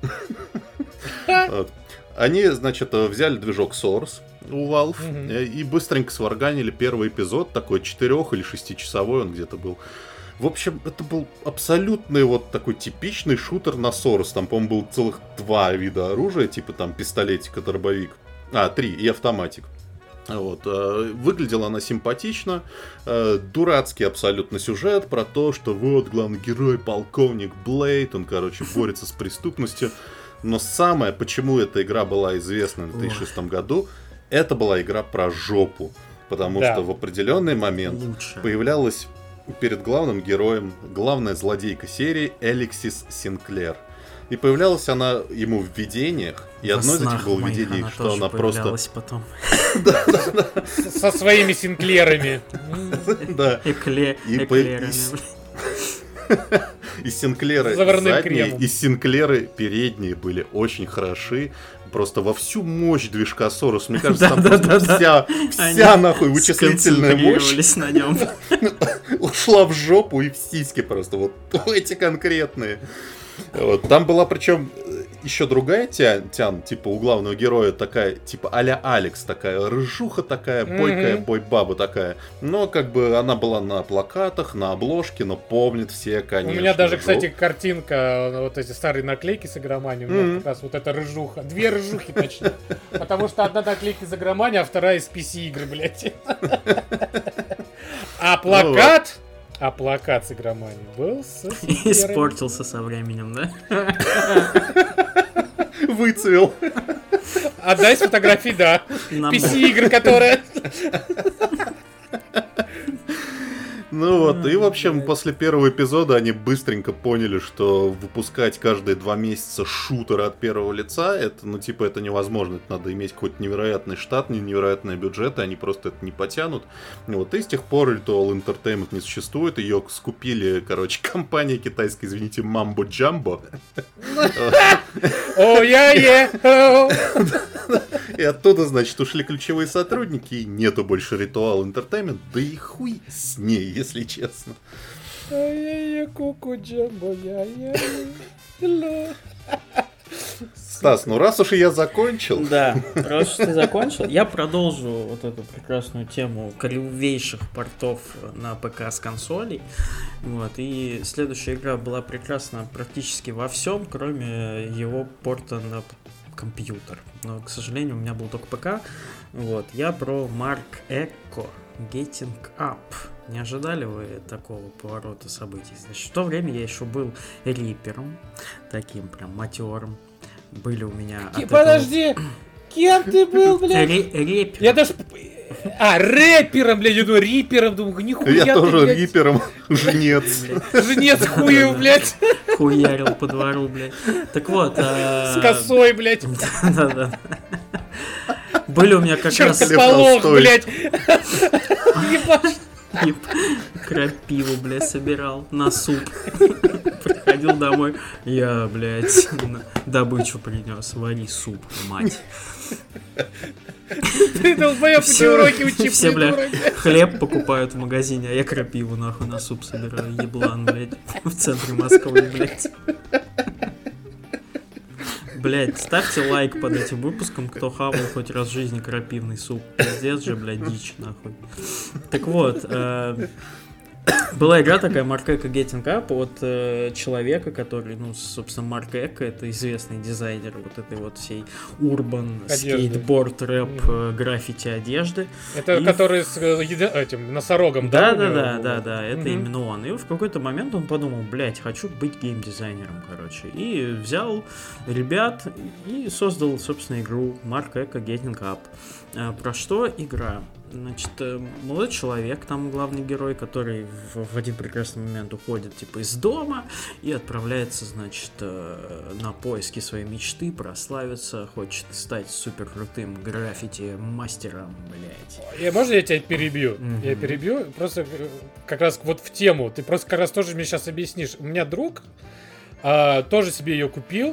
Они, значит, взяли движок Source у Valve и быстренько сварганили первый эпизод, такой 4 или 6-часовой он где-то был. В общем, это был абсолютный вот такой типичный шутер на Source. Там, по-моему, было целых 2 вида оружия, типа там пистолетик и дробовик. 3, и автоматик. Вот. Выглядела она симпатично. Дурацкий абсолютно сюжет про то, что вот главный герой, полковник Блейд, он, короче, борется с преступностью. Но самое, почему эта игра была известна в 2006 году, это была игра про жопу. Потому что в определенный момент появлялась перед главным героем главная злодейка серии Эликсис Синклер. И появлялась она ему в видениях. И одно из этих было видений, что она просто... потом. Со своими Синклерами. Да. Эклерами. И Синклеры задние, и Синклеры передние были очень хороши. Просто во всю мощь движка Source. Мне кажется, там просто вся нахуй вычислительная мощь на нем. Ушла в жопу и в сиськи просто. Вот эти конкретные. Вот. Там была причем еще другая тян, типа у главного героя такая, типа а-ля Алекс, такая рыжуха такая, бойкая, бой-баба такая. Но как бы она была на плакатах, на обложке, но помнит все, конечно. У меня даже, кстати, картинка, вот эти старые наклейки с игроманией, у меня как раз вот эта рыжуха. 2 рыжухи точнее. Потому что одна наклейка из игромании, а вторая из PC-игры, блядь. А плакат... А плакат с игроманией был с... Испортился со временем, да? Выцвел. Одна из фотографий, да. PC-игры, которая... Ну вот, и в общем, после первого эпизода они быстренько поняли, что выпускать каждые 2 месяца шутеры от первого лица, это, ну, типа, это невозможно. Это надо иметь какой-то невероятный штат, невероятные бюджеты, они просто это не потянут. Вот, и с тех пор Ritual Entertainment не существует, ее скупили, короче, компания китайская, извините, Mambo Jumbo. И оттуда, значит, ушли ключевые сотрудники, и нету больше Ritual Entertainment, да и хуй с ней, если честно. Стас, ну раз уж я закончил... Да, раз уж ты закончил, я продолжу вот эту прекрасную тему кривейших портов на ПК с консолей. Вот, и следующая игра была прекрасна практически во всем, кроме его порта на компьютер. Но, к сожалению, у меня был только ПК. Вот, я про Mark Echo Getting Up. Не ожидали вы такого поворота событий? Значит, в то время я еще был рипером, таким прям матерым. Были у меня... Подожди! Кем ты был, блядь? Рэпер. Я даже... рэпером, блядь, я думаю, рипером, думаю, нихуя я тоже рипером, жнец. Жнец хуев, блядь. Хуярил по двору, блядь. Так вот... С косой, блядь. Да-да. Были у меня как раз... Чертополох, блядь. Крапиву, блядь, собирал на суп. Приходил домой. Я, блядь, добычу принес. Вари суп, мать. Ты долбоёб, эти уроки учи. Все, блядь, хлеб покупают в магазине, а я крапиву, нахуй, на суп собираю. Еблан, блядь, в центре Москвы, блядь. Блять, ставьте лайк под этим выпуском, кто хавал хоть раз в жизни крапивный суп. Пиздец же, блядь, дичь, нахуй. Так вот, была игра такая, Mark Ecko Getting Up, от человека, который, ну, собственно, Марк Эко, это известный дизайнер вот этой вот всей урбан, скейтборд, рэп, граффити одежды. Это который с этим носорогом, да? Да, это именно он. И в какой-то момент он подумал, блять, хочу быть геймдизайнером, короче. И взял ребят и создал, собственно, игру Mark Ecko Getting Up. Про что игра? Значит, молодой человек, там главный герой, который в один прекрасный момент уходит типа из дома и отправляется, значит, на поиски своей мечты, прославиться, хочет стать супер крутым граффити-мастером, блять. Можно я тебя перебью? Я перебью, просто как раз вот в тему, ты просто как раз тоже мне сейчас объяснишь. У меня друг тоже себе ее купил,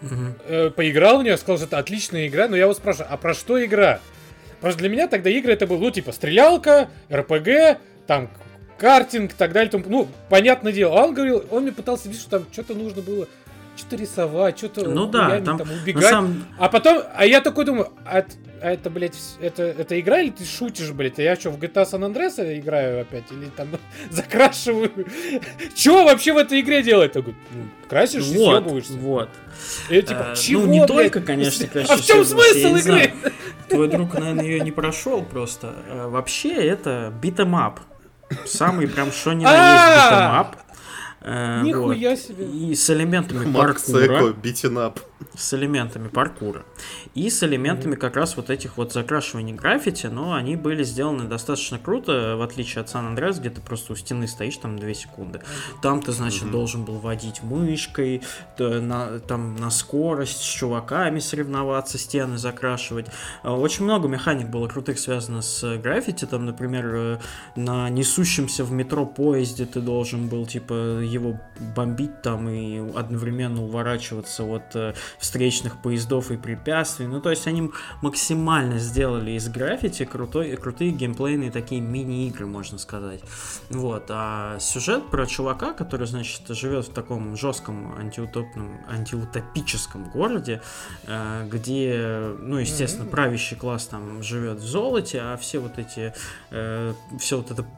поиграл в нее, сказал, что это отличная игра, но я его спрашиваю, а про что игра? Просто для меня тогда игры это было, ну, типа, стрелялка, РПГ, там, картинг и так далее. Там, ну, понятное дело. А он говорил, он мне пытался видеть, что там что-то нужно было, что-то рисовать, что-то там убегать. А потом, я такой думаю, это, блядь, это игра или ты шутишь, блядь? А я что, в GTA San Andreas играю опять? Или там закрашиваю? Что вообще в этой игре делать? Я говорю, красишь и съебываешься. Вот. И типа, чего, ну, не блядь? только, конечно, красишь. А в чем смысл игры? Твой друг, наверное, ее не прошел просто. Вообще, это beat'em up. Самый прям что ни на есть beat'em up. Нихуя себе. И с элементами паркура. Beaten С элементами паркура. И с элементами как раз вот этих вот закрашиваний граффити, но они были сделаны достаточно круто, в отличие от San Andreas, где ты просто у стены стоишь там 2 секунды. Там ты, значит, должен был водить мышкой, там на скорость, с чуваками соревноваться, стены закрашивать. Очень много механик было крутых связано с граффити. Там, например, на несущемся в метро поезде ты должен был, типа, его бомбить там и одновременно уворачиваться от встречных поездов и препятствий. Ну, то есть они максимально сделали из граффити крутые геймплейные такие мини-игры, можно сказать. Вот. А сюжет про чувака, который, значит, живет в таком жестком антиутопическом городе, где, ну, естественно, правящий класс там живет в золоте, а все вот эти, все вот это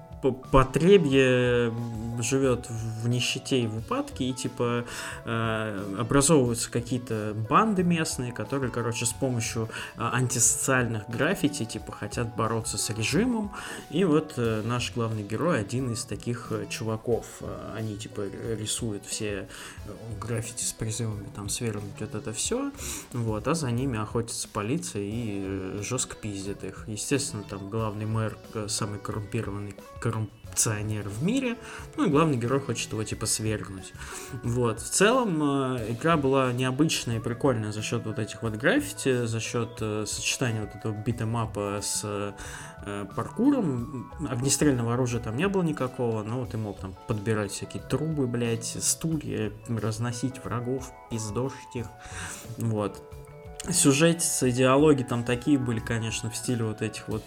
потребье живет в нищете и в упадке, и типа образовываются какие-то банды местные, которые, короче, с помощью антисоциальных граффити типа хотят бороться с режимом. И вот наш главный герой один из таких чуваков. Они типа рисуют все граффити с призывами там свергнуть вот это все, вот, а за ними охотится полиция и жестко пиздит их. Естественно, там главный мэр самый коррумпированный коррупционер в мире, ну и главный герой хочет его типа свергнуть. Вот. В целом игра была необычная и прикольная за счет вот этих вот граффити, за счет сочетания вот этого битэмапа с паркуром. Огнестрельного оружия там не было никакого, но ты мог там подбирать всякие трубы, блять, стулья, разносить врагов, пиздошить их. Вот. Сюжетицы, диалоги там такие были, конечно, в стиле вот этих вот,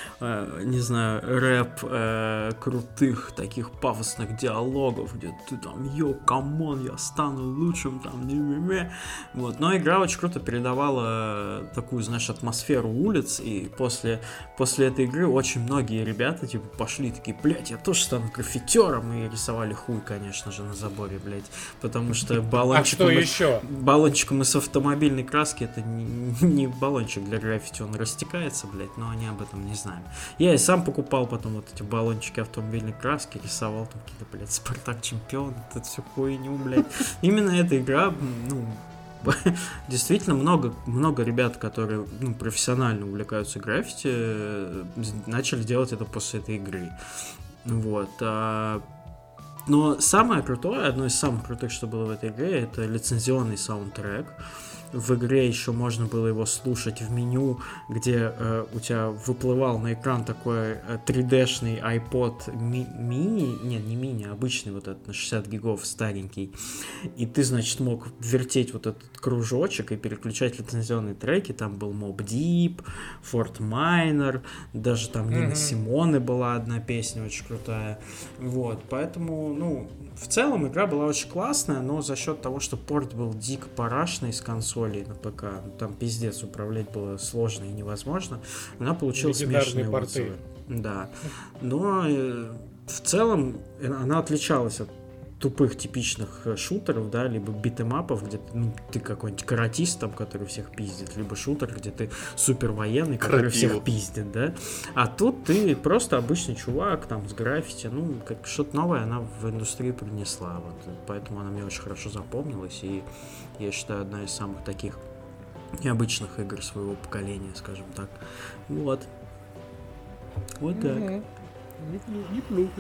не знаю, рэп, крутых таких пафосных диалогов, где ты там, камон, я стану лучшим, там, вот. Но игра очень круто передавала такую, знаешь, атмосферу улиц, и после этой игры очень многие ребята, типа, пошли такие, блядь, я тоже стану граффитером, и рисовали хуй, конечно же, на заборе, блядь, потому что баллончиком из автомобильной краски это не баллончик для граффити, он растекается, блядь, но они об этом не знают. Я и сам покупал потом вот эти баллончики автомобильной краски, рисовал там какие-то, блядь, Спартак Чемпион, это всю хуйню, блядь. Именно эта игра, ну, действительно много ребят, которые, ну, профессионально увлекаются граффити, начали делать это после этой игры. Вот. Но самое крутое, одно из самых крутых, что было в этой игре, это лицензионный саундтрек. В игре еще можно было его слушать в меню, где у тебя выплывал на экран такой 3D-шный iPod мини, нет, не мини, обычный вот этот на 60 гигов старенький. И ты, значит, мог вертеть вот этот кружочек и переключать лицензионные треки. Там был Mobb Deep, Fort Minor, даже там Нина Симоне была одна песня очень крутая. Вот, поэтому, ну, в целом игра была очень классная, но за счет того, что порт был дико парашный с консоли, консолей на ПК. Там пиздец, управлять было сложно и невозможно. Она получила смешанные отзывы. Да. Но в целом она отличалась от тупых типичных шутеров, да, либо битэмапов, где ты какой-нибудь каратист, там, который всех пиздит, либо шутер, где ты супер военный, который всех пиздит, да. А тут ты просто обычный чувак, там, с граффити, как что-то новое она в индустрию принесла, вот, поэтому она мне очень хорошо запомнилась, и я считаю, одна из самых таких необычных игр своего поколения, скажем так. Вот. Вот так. Неплохо.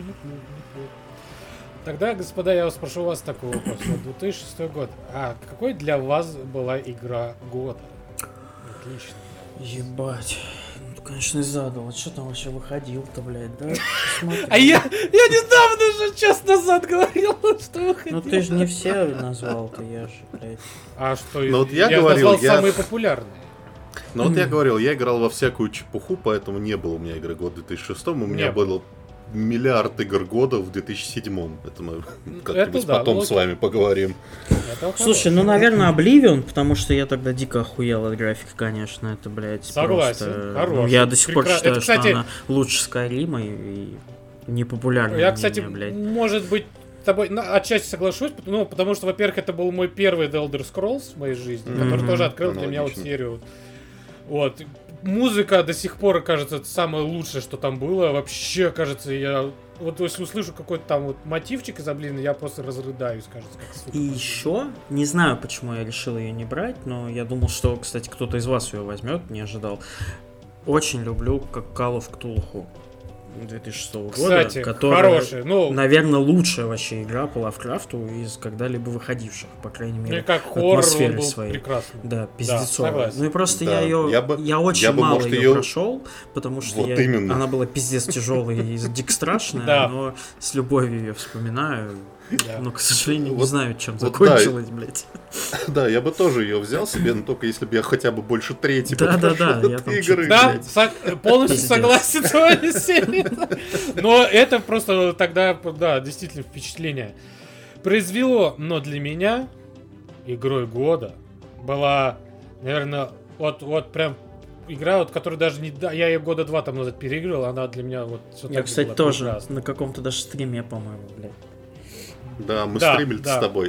Тогда, господа, я вас спрошу вас такой вопрос. 2006 год. А какой для вас была игра года? Отлично. Ебать. Ну, конечно, и задал. Что там вообще выходил-то, блядь, да? А я недавно же час назад говорил, что выходил. Ну ты же не все назвал-то, я же, блядь. А что? Вот я назвал самые популярные. Ну вот я говорил, я играл во всякую чепуху, поэтому не было у меня игры года в 2006, у меня было миллиард игр года в 2007. Это мы как-нибудь потом с вами поговорим. Слушай, наверное, Oblivion, потому что я тогда дико охуел от графики, конечно. Это, блядь, согласен, просто... Я до сих пор считаю, что она лучше Скайрима и непопулярная. Я, кстати, может быть, с тобой отчасти соглашусь, потому что, во-первых, это был мой первый The Elder Scrolls в моей жизни, который тоже открыл для меня вот серию. Вот. Музыка до сих пор, кажется, это самое лучшее, что там было. Вообще, кажется, я... Вот если услышу какой-то там вот мотивчик из Oblivion, я просто разрыдаюсь, кажется, как сука. И еще, не знаю, почему я решил ее не брать, но я думал, что, кстати, кто-то из вас ее возьмет, не ожидал. Очень люблю как Call of Cthulhu 2006 года, кстати, которая, хорошая, наверное, лучшая вообще игра по Лавкрафту из когда-либо выходивших, по крайней мере, как хоррор был своей. Прекрасный. Да, пиздецовая. Да, и просто я очень мало ее прошел, потому что она была пиздец тяжелая и дико страшная, но с любовью ее вспоминаю. Но, к сожалению, не знаю, чем закончилось, блядь. Да, я бы тоже ее взял себе, но только если бы я хотя бы больше трети прошел этой игры. Да, полностью согласен с вами. Но это просто тогда, да, действительно впечатление произвело. Но для меня игрой года была, наверное, вот прям игра, вот, которую даже не... Я ее года 2 там назад переигрывал, она для меня вот... Я, кстати, тоже прекрасна. На каком-то даже стриме, по-моему, блядь. Да, мы стримили с тобой.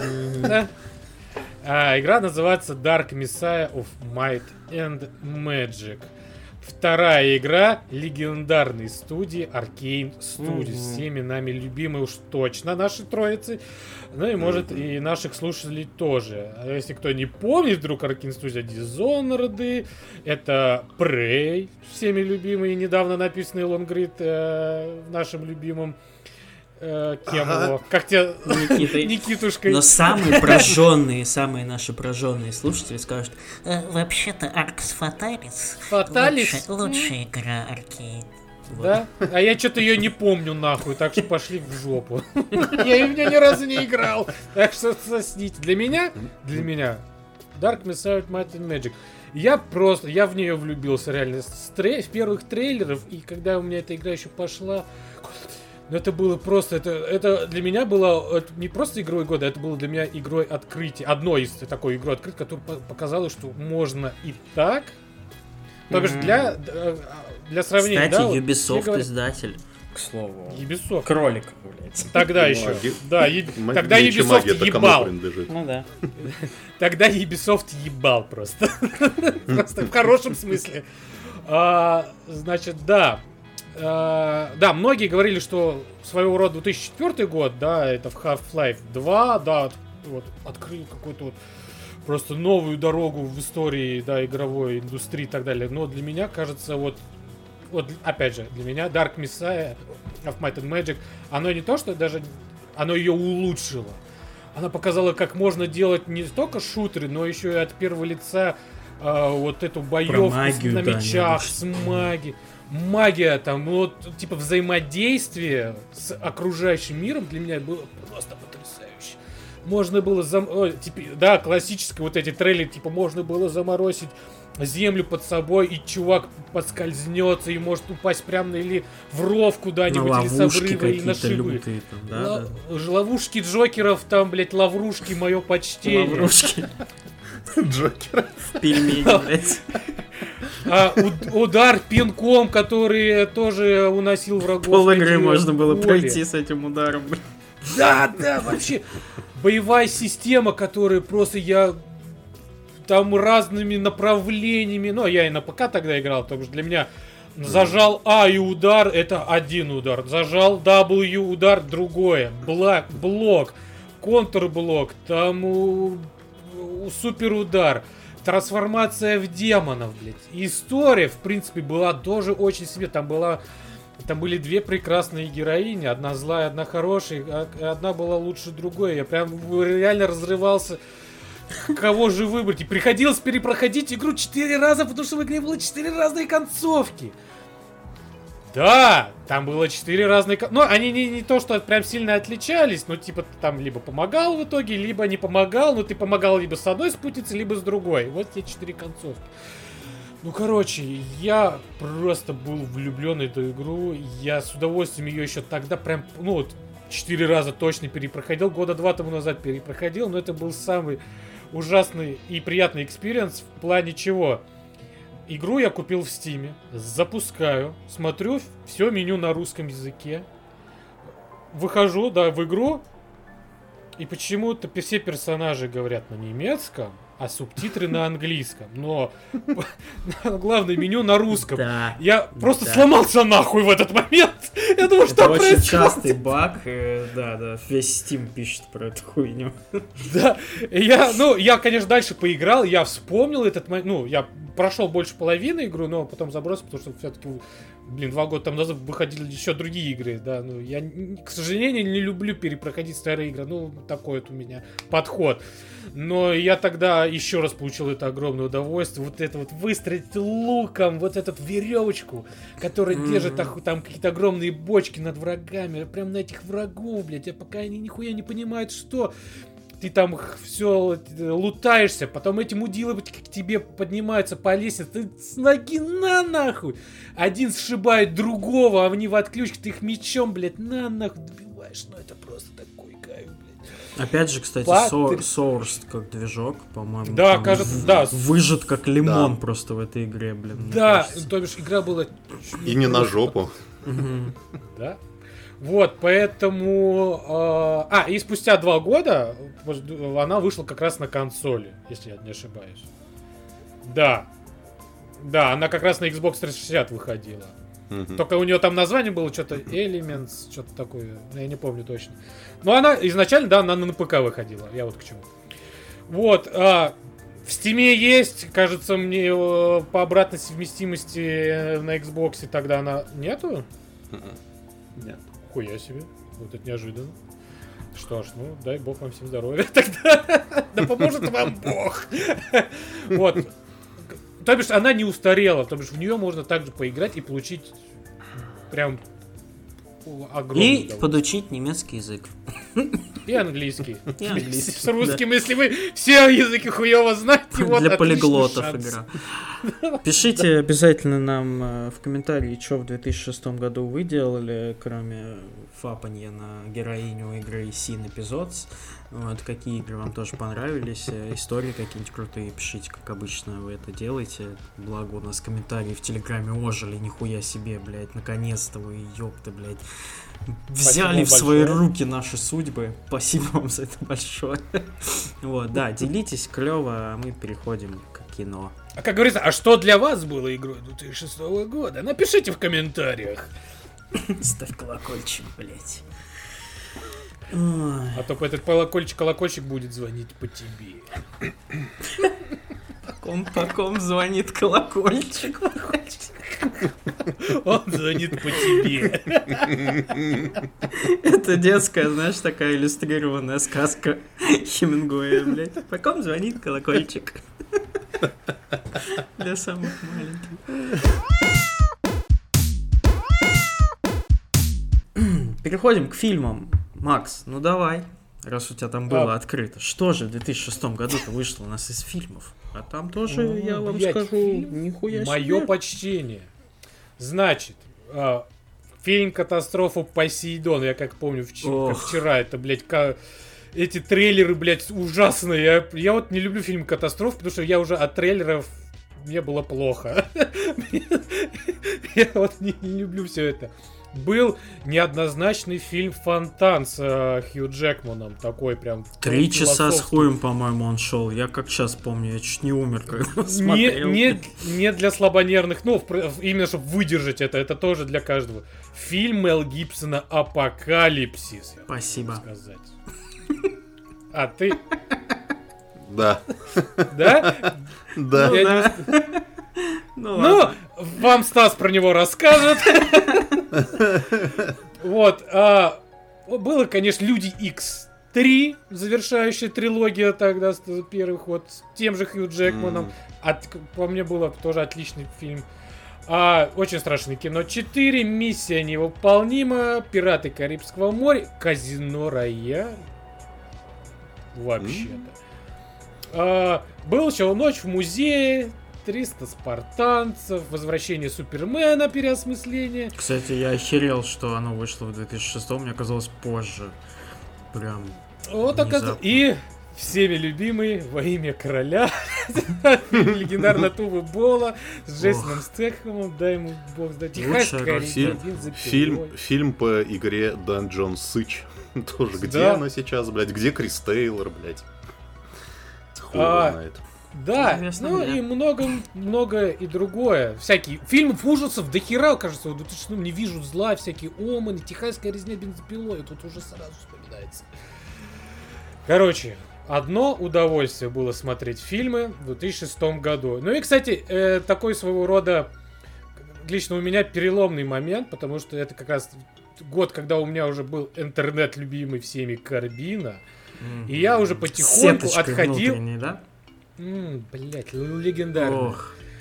Игра называется Dark Messiah of Might and Magic. Вторая игра легендарной студии Arcane Studios. Всеми нами любимой уж точно наши троицы. Ну и может и наших слушателей тоже. А если кто не помнит, вдруг Arcane Studios Dishonored, это Prey, всеми любимый и недавно написанный лонгрид нашим любимым кем его? Как тебе Никитушкой? Но самые наши прожженные слушатели скажут: вообще-то Arx Fatalis лучшая игра Arcane. Да? А я что-то ее не помню нахуй, так что пошли в жопу. Я в нее ни разу не играл. Так что сосните. Для меня Dark Messiah of Might and Magic. Я в нее влюбился реально с первых трейлеров, и когда у меня эта игра еще пошла, это было просто, это для меня было не просто игрой года, это было для меня игрой открытия, одной из такой игрой открытия, которая показала, что можно и так. Только что для сравнения, кстати, да, Ubisoft издатель, к слову. Ubisoft. Кролик, блядь. Тогда еще. Да, тогда Ubisoft ебал. Ну да. Тогда Ubisoft ебал просто. Просто в хорошем смысле. Значит, да. Да, многие говорили, что своего рода 2004 год, да, это в Half-Life 2, да, вот, открыл какую-то вот просто новую дорогу в истории, да, игровой индустрии и так далее. Но для меня, кажется, вот опять же, для меня Dark Messiah of Might and Magic, оно не то, что даже, оно ее улучшило. Она показала, как можно делать не только шутеры, но еще и от первого лица вот эту боевку на мечах, с магией. Магия, там, вот, типа, взаимодействие с окружающим миром для меня было просто потрясающе. Можно было, да, классические вот эти трейлеры, типа, можно было заморозить землю под собой, и чувак подскользнется и может упасть прямо или в ров куда-нибудь, или с обрыва, или на шибы. Да. Ловушки Джокеров, там, блядь, лаврушки, мое почтение. Лаврушки. Джокера. Пельмени, блядь. Удар пинком, который тоже уносил врагов. Пол игры можно было пройти с этим ударом. Да, вообще. Боевая система, которая просто там разными направлениями. Ну, я и на ПК тогда играл, потому что для меня зажал А и удар, это один удар. Зажал W, удар, другое. Блок, контрблок, там супер удар. Трансформация в демонов, блядь. История, в принципе, была тоже очень себе. Там были две прекрасные героини. Одна злая, одна хорошая. А одна была лучше другой. Я прям реально разрывался, кого же выбрать. И приходилось перепроходить игру 4 раза, потому что в игре было 4 разные концовки. Да, там было 4 разные... Ну, они не то, что прям сильно отличались, но типа ты там либо помогал в итоге, либо не помогал, но ты помогал либо с одной спутницей, либо с другой. Вот те 4 концовки. Ну, короче, я просто был влюблен в эту игру. Я с удовольствием ее еще тогда прям, 4 раза точно перепроходил. Года 2 тому назад перепроходил, но это был самый ужасный и приятный экспириенс в плане чего? Игру я купил в Стиме, запускаю, смотрю все меню на русском языке, выхожу, в игру, и почему-то все персонажи говорят на немецком, а субтитры на английском. Но главное меню на русском. Да, я просто сломался нахуй в этот момент. Я думаю, что происходит. Это очень частый баг. Да, весь Steam пишет про эту хуйню. Да, я, конечно, дальше поиграл, я вспомнил этот момент. Я прошел больше половины игру, но потом забросил, потому что все-таки, 2 года там назад выходили еще другие игры, да. Я, к сожалению, не люблю перепроходить старые игры. Такой вот у меня подход. Но я тогда еще раз получил это огромное удовольствие. Вот это вот выстрелить луком, вот эту веревочку, которая держит там какие-то огромные бочки над врагами. Прям на этих врагов, блядь. Пока они нихуя не понимают, что... Ты там все лутаешься, потом эти мудилы к тебе поднимаются по лестнице, ты с ноги нахуй. Один сшибает другого, а они в отключке, ты их мечом, блядь, нахуй добиваешь. Это просто такой кайф, блядь. Опять же, кстати, Sourced как движок, по-моему. Да, кажется, да. Выжат как лимон просто в этой игре, блин. Да, то бишь игра была... И не на жопу. Да. Вот, поэтому... и спустя 2 года она вышла как раз на консоли, если я не ошибаюсь. Да. Да, она как раз на Xbox 360 выходила. Только у нее там название было что-то Elements, что-то такое, я не помню точно. Но она изначально, да, она на ПК выходила, я вот к чему. Вот, в Steam есть, кажется, мне по обратной совместимости на Xbox тогда она нету? Нет. Хуя себе, вот это неожиданно. Что ж, дай бог вам всем здоровья тогда. Да поможет вам бог. Вот. То бишь, она не устарела, то бишь в нее можно также поиграть и получить прям огромный и подучить немецкий язык. И английский. С русским, если вы все языки хуёво знаете, вот для полиглотов игра. Пишите обязательно нам в комментарии, что в 2006 году вы делали, кроме фапанья на героиню игры Sin Episodes. Вот, какие игры вам тоже понравились, истории какие-нибудь крутые, пишите, как обычно вы это делаете. Благо у нас комментарии в Телеграме ожили, нихуя себе, блядь, наконец-то вы, ёпта, блядь, взяли в свои руки наши судьбы. Спасибо вам за это большое. Вот, да, делитесь, клево, а мы переходим к кино. А как говорится, а что для вас было игрой 2006 года? Напишите в комментариях. Ставь колокольчик, блядь. А то этот колокольчик будет звонить по тебе. По ком звонит колокольчик? Он звонит по тебе. Это детская, знаешь, такая иллюстрированная сказка Хемингуэя, блядь. По ком звонит колокольчик? Для самых маленьких. Переходим к фильмам. Макс, давай, раз у тебя там было открыто. Что же в 2006 году-то вышло у нас из фильмов? А там тоже, я вам скажу, нихуя себе. Мое почтение. Значит, фильм «Катастрофа Посейдон», я как помню вчера, это, блядь, эти трейлеры, блядь, ужасные. Я вот не люблю фильм «Катастроф», потому что я уже от трейлеров... Мне было плохо. Я вот не люблю все это. Был неоднозначный фильм «Фонтан» с Хью Джекманом. Такой прям... 3 часа с хуем, по-моему, он шел. Я как сейчас помню, я чуть не умер, когда смотрел. Не для слабонервных, ну, именно чтобы выдержать это тоже для каждого. Фильм Мел Гибсона «Апокалипсис». Спасибо. Сказать. А ты... Да. Да? Да. Ну, вам Стас про него расскажет. Вот. Было, конечно, Люди Икс 3, завершающая трилогия тогда, первый ход, с тем же Хью Джекманом. По мне, было тоже отличный фильм. Очень страшное кино 4, Миссия невыполнима, Пираты Карибского моря, Казино Рояль. Вообще-то. Был еще «Ночь в музее», 300 спартанцев, «Возвращение Супермена», переосмысление. Кстати, я охерел, что оно вышло в 2006, мне казалось позже. Прям вот оказывается. И всеми любимый «Во имя короля», легендарно Туве Болла с Джейсоном Стэтхэмом, дай ему бог знать. Техасская фильм по игре Dungeon Сыч. Тоже где она сейчас, блядь? Где Крис Тейлор, блядь? Хуй знает. Да, ну и много и другое. Всякие фильмы ужасов до хера, кажется, в 2006 «Не вижу зла», всякие «Оманы», «Техасская резня бензопилой», тут уже сразу вспоминается. Короче, одно удовольствие было смотреть фильмы в 2006 году. Ну и, кстати, такой своего рода, лично у меня переломный момент, потому что это как раз год, когда у меня уже был интернет, любимый всеми, Карбина, и я уже потихоньку отходил... Да? Блять, легендарно.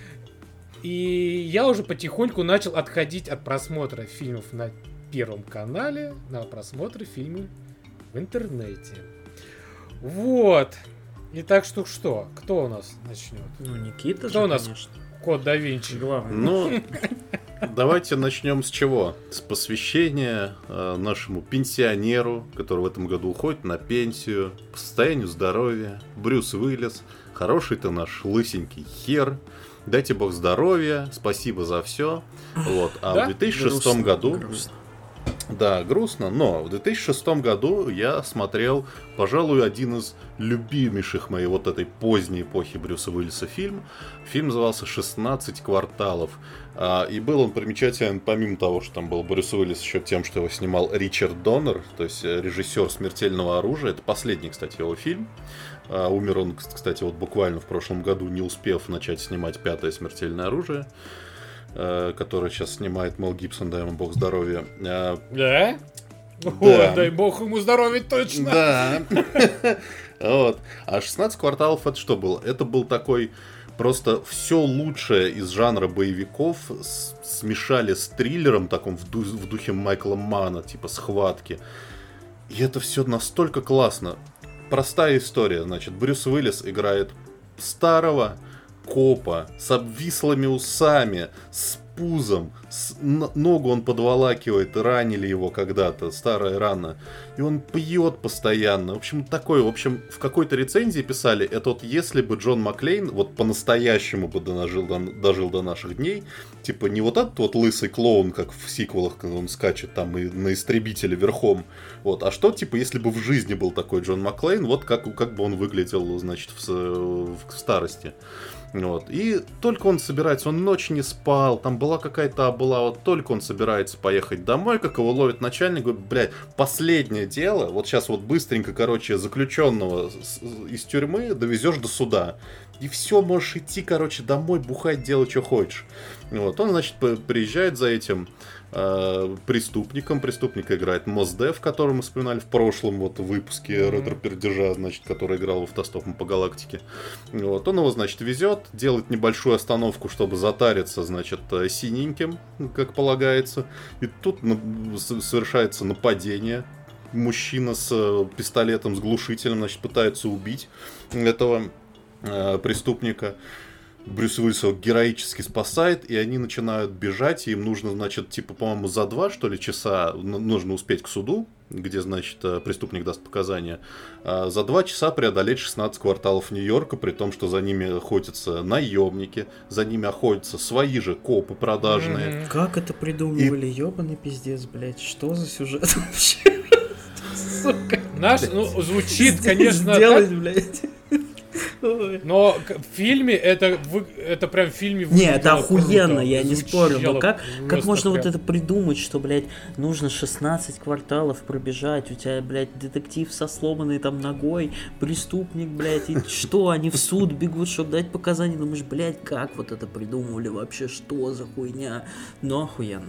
И я уже потихоньку начал отходить от просмотра фильмов на Первом канале на просмотр фильмов в интернете. Вот. Итак, что? Кто у нас начнет? Ну, Никита Кто же, у нас? конечно. Код да Винчи. Главный. Ну, давайте начнем с чего? С посвящения нашему пенсионеру, который в этом году уходит на пенсию, по состоянию здоровья. Брюс Уиллис. Хороший ты наш лысенький хер. Дайте бог здоровья. Спасибо за все. Вот. А да? в 2006 году... Грустно. Да, грустно, но в 2006 году я смотрел, пожалуй, один из любимейших моей вот этой поздней эпохи Брюса Уиллиса фильм. Фильм назывался «16 кварталов». И был он примечателен, помимо того, что там был Брюс Уиллис, еще тем, что его снимал Ричард Доннер, то есть режиссер «Смертельного оружия». Это последний, кстати, его фильм. Умер он, кстати, вот буквально в прошлом году, не успев начать снимать «Пятое смертельное оружие», который сейчас снимает Мел Гибсон, дай ему бог здоровья. Да? Да. О, дай бог ему здоровья, точно! Да. Вот. А 16 кварталов это что было? Это был такой просто все лучшее из жанра боевиков смешали с триллером таком в духе Майкла Манна, типа «Схватки». И это все настолько классно. Простая история, значит, Брюс Уиллис играет старого копа с обвислыми усами, с пузом, ногу он подволакивает, ранили его когда-то, старая рана, и он пьет постоянно. В общем, в какой-то рецензии писали, это вот если бы Джон Маклейн вот по-настоящему бы дожил до наших дней, типа не вот этот вот лысый клоун, как в сиквелах, когда он скачет там и на истребителе верхом, вот, а что, типа, если бы в жизни был такой Джон Маклейн, вот как бы он выглядел, значит, в старости. Вот. И только он собирается, он ночь не спал, там была какая-то облава, вот только он собирается поехать домой, как его ловит начальник, говорит, блядь, последнее дело, вот сейчас вот быстренько, короче, заключенного из тюрьмы довезешь до суда, и все, можешь идти, короче, домой, бухать, делать, что хочешь. Вот. Он, значит, приезжает за этим преступником. Преступника играет Мос Деф, которого мы вспоминали в прошлом вот выпуске ретро-пердежа, значит, который играл в «Автостопом по галактике». Вот. Он его, значит, везет, делает небольшую остановку, чтобы затариться, значит, синеньким, как полагается. И тут совершается нападение. Мужчина с пистолетом, с глушителем, значит, пытается убить этого преступника. Брюс Уиллис его героически спасает, и они начинают бежать, и им нужно, значит, типа, по-моему, за 2, что ли, часа нужно успеть к суду, где, значит, преступник даст показания, за 2 часа преодолеть 16 кварталов Нью-Йорка, при том, что за ними охотятся наемники, за ними охотятся свои же копы продажные. Как это придумывали? Ёбаный пиздец, блядь, что за сюжет вообще? Сука. Наш, звучит, конечно, сделать, блядь. Но в фильме это прям в фильме. Не, это охуенно, я не спорю. Но как можно вот это придумать, что, блядь, нужно 16 кварталов пробежать, у тебя, блядь, детектив со сломанной там ногой, преступник, блядь, и что, они в суд бегут, чтобы дать показания, думаешь, блядь, как вот это придумывали вообще, что за хуйня? Но охуенно.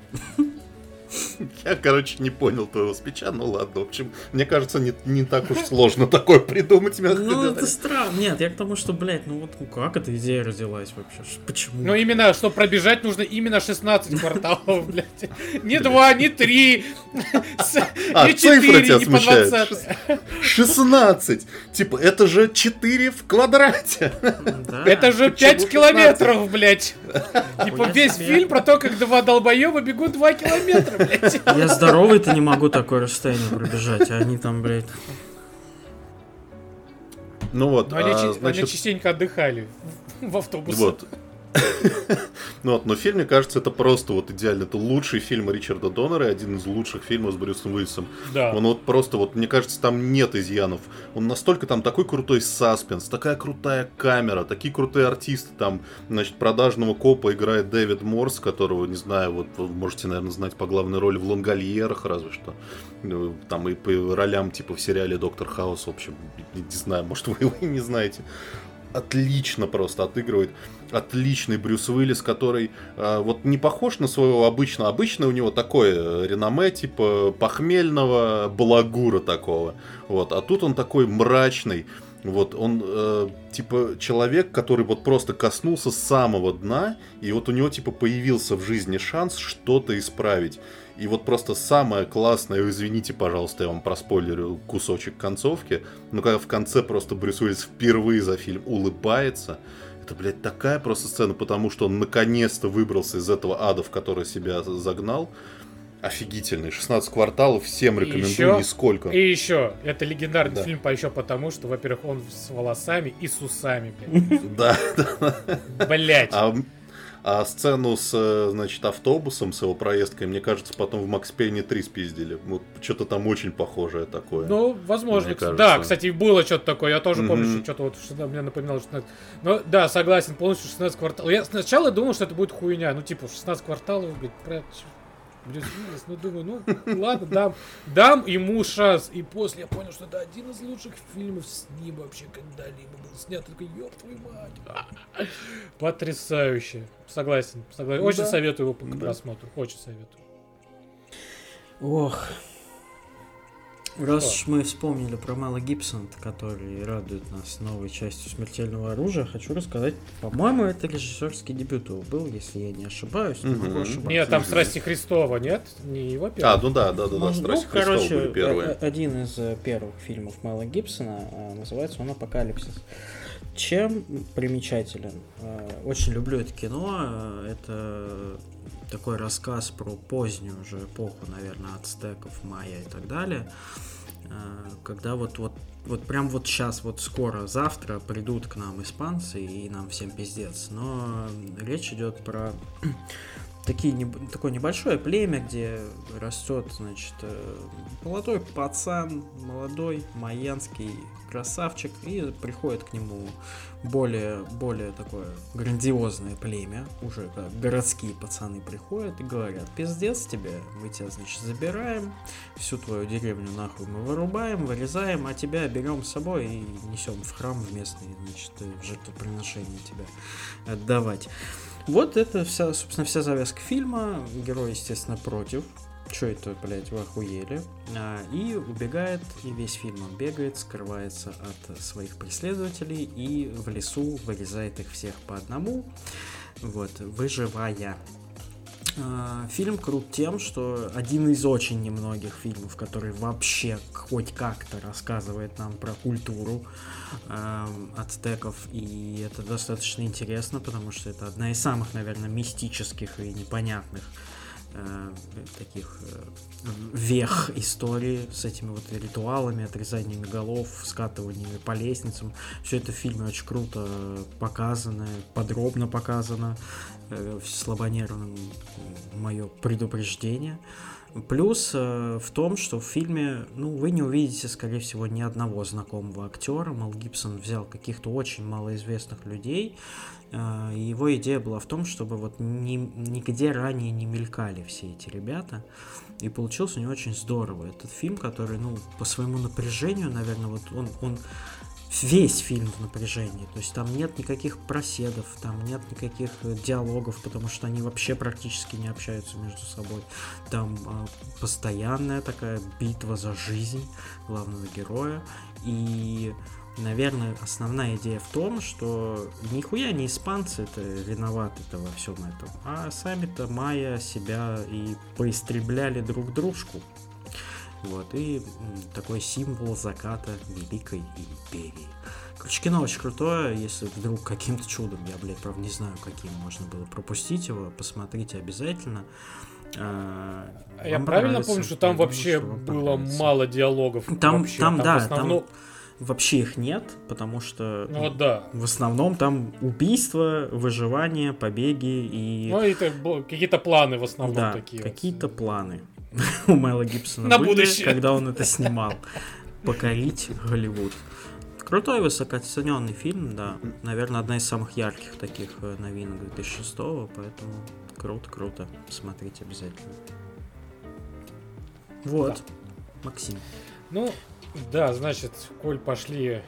Я, короче, не понял твоего спича, ну ладно, в общем, мне кажется, не так уж сложно такое придумать. Ну, это странно. Нет, я к тому, что, блядь, ну вот как эта идея родилась вообще? Почему? Ну, именно, что пробежать нужно именно 16 кварталов, блядь. Не 2, не 3, не 4, не по 20. 16! Типа, это же 4 в квадрате. Это же 5 километров, блядь. Типа, весь фильм про то, как 2 долбоеба бегут 2 километра, блядь. Я здоровый-то не могу такое расстояние пробежать, а они там, блядь... Ну вот, они частенько отдыхали в автобусах. Вот. Ну вот, но фильм, мне кажется, это просто вот идеально. Это лучший фильм Ричарда Доннера и один из лучших фильмов с Брюсом Уиллисом. Да. Он вот просто, вот, мне кажется, там нет изъянов. Он настолько там такой крутой саспенс, такая крутая камера, такие крутые артисты. Там, значит, продажного копа играет Дэвид Морс, которого, не знаю, вот вы можете, наверное, знать по главной роли в «Лонгольерах», разве что. Там и по ролям, типа, в сериале «Доктор Хаус», в общем, не знаю, может, вы его и не знаете. Отлично просто отыгрывает. Отличный Брюс Уиллис, который вот не похож на своего обычного. Обычно у него такое реноме, типа похмельного балагура такого. Вот. А тут он такой мрачный. Вот он типа человек, который вот просто коснулся самого дна, и вот у него типа появился в жизни шанс что-то исправить. И вот просто самое классное, извините, пожалуйста, я вам проспойлерю кусочек концовки, но когда в конце просто Брюс Уиллис впервые за фильм улыбается, это, блядь, такая просто сцена, потому что он наконец-то выбрался из этого ада, в который себя загнал. Офигительный. 16 кварталов, всем рекомендую, нисколько. И еще, это легендарный фильм еще потому, что, во-первых, он с волосами и с усами, блядь. Да. Блядь. А сцену с, значит, автобусом, с его проездкой, мне кажется, потом в Макс Пейне 3 спиздили. Вот что-то там очень похожее такое. Ну, возможно. Да, кстати, было что-то такое. Я тоже помню, что что-то вот мне напоминало 16. Но да, согласен, полностью 16 кварталов. Я сначала думал, что это будет хуйня. Ну, типа, 16 кварталов, блядь, Брюс Уиллис, ну думаю, ну ладно, дам ему шанс. И после я понял, что это один из лучших фильмов с ним вообще когда-либо был снят. Такой, ёб твою мать. Потрясающе. Согласен. Очень советую его к просмотру. Очень советую. Ох. Раз уж мы вспомнили про Мела Гибсона, который радует нас новой частью «Смертельного оружия», хочу рассказать, по-моему, это режиссерский дебют его был, если я не ошибаюсь, не могу ошибаться. Нет, там «Страсти Христова», нет? Не его первый? Ну да, «Страсти Христова» были первые. Один из первых фильмов Мела Гибсона, называется он «Апокалипсис». Чем примечателен? Очень люблю это кино, это такой рассказ про позднюю уже эпоху, наверное, ацтеков, майя и так далее, когда вот прям вот сейчас, вот скоро, завтра придут к нам испанцы и нам всем пиздец, но речь идет про такое небольшое племя, где растет, значит, молодой пацан, молодой майянский красавчик, и приходит к нему более такое грандиозное племя, уже как городские пацаны приходят и говорят: пиздец тебе, мы тебя, значит, забираем, всю твою деревню нахуй мы вырубаем, вырезаем, а тебя берем с собой и несем в храм в местный, значит, в жертвоприношение тебя отдавать. Вот это собственно, вся завязка фильма. Герой, естественно, против. Чё это, блядь, вы охуели? И убегает, и весь фильм он бегает, скрывается от своих преследователей и в лесу вырезает их всех по одному, вот, выживая. Фильм крут тем, что один из очень немногих фильмов, который вообще хоть как-то рассказывает нам про культуру ацтеков, и это достаточно интересно, потому что это одна из самых, наверное, мистических и непонятных таких вех истории с этими вот ритуалами, отрезаниями голов, скатываниями по лестницам. Все это в фильме очень круто показано, подробно показано. Слабонервным мое предупреждение. Плюс в том, что в фильме, вы не увидите, скорее всего, ни одного знакомого актера. Мел Гибсон взял каких-то очень малоизвестных людей, и его идея была в том, чтобы вот нигде ранее не мелькали все эти ребята, и получился у него очень здорово. Этот фильм, который, по своему напряжению, наверное, вот он весь фильм в напряжении, то есть там нет никаких проседов, там нет никаких диалогов, потому что они вообще практически не общаются между собой. Там постоянная такая битва за жизнь главного героя, и, наверное, основная идея в том, что нихуя не испанцы-то виноваты-то во всем этом, а сами-то майя себя и поистребляли друг дружку. Вот, и такой символ заката Великой Империи. Короче, кино очень крутое, если вдруг каким-то чудом, я, правда, не знаю, каким можно было пропустить его, посмотрите обязательно. Я правильно помню, что там вообще было мало диалогов? Там вообще их нет, потому что в основном там убийства, выживание, побеги и... это какие-то планы в основном такие. Какие-то планы у Мела Гибсона на были, будущее, когда он это снимал. Покорить Голливуд. Крутой, высокооцененный фильм, да. Наверное, одна из самых ярких таких новинок 2006-го, поэтому круто. Смотрите обязательно. Вот. Да. Максим. Значит, коль пошли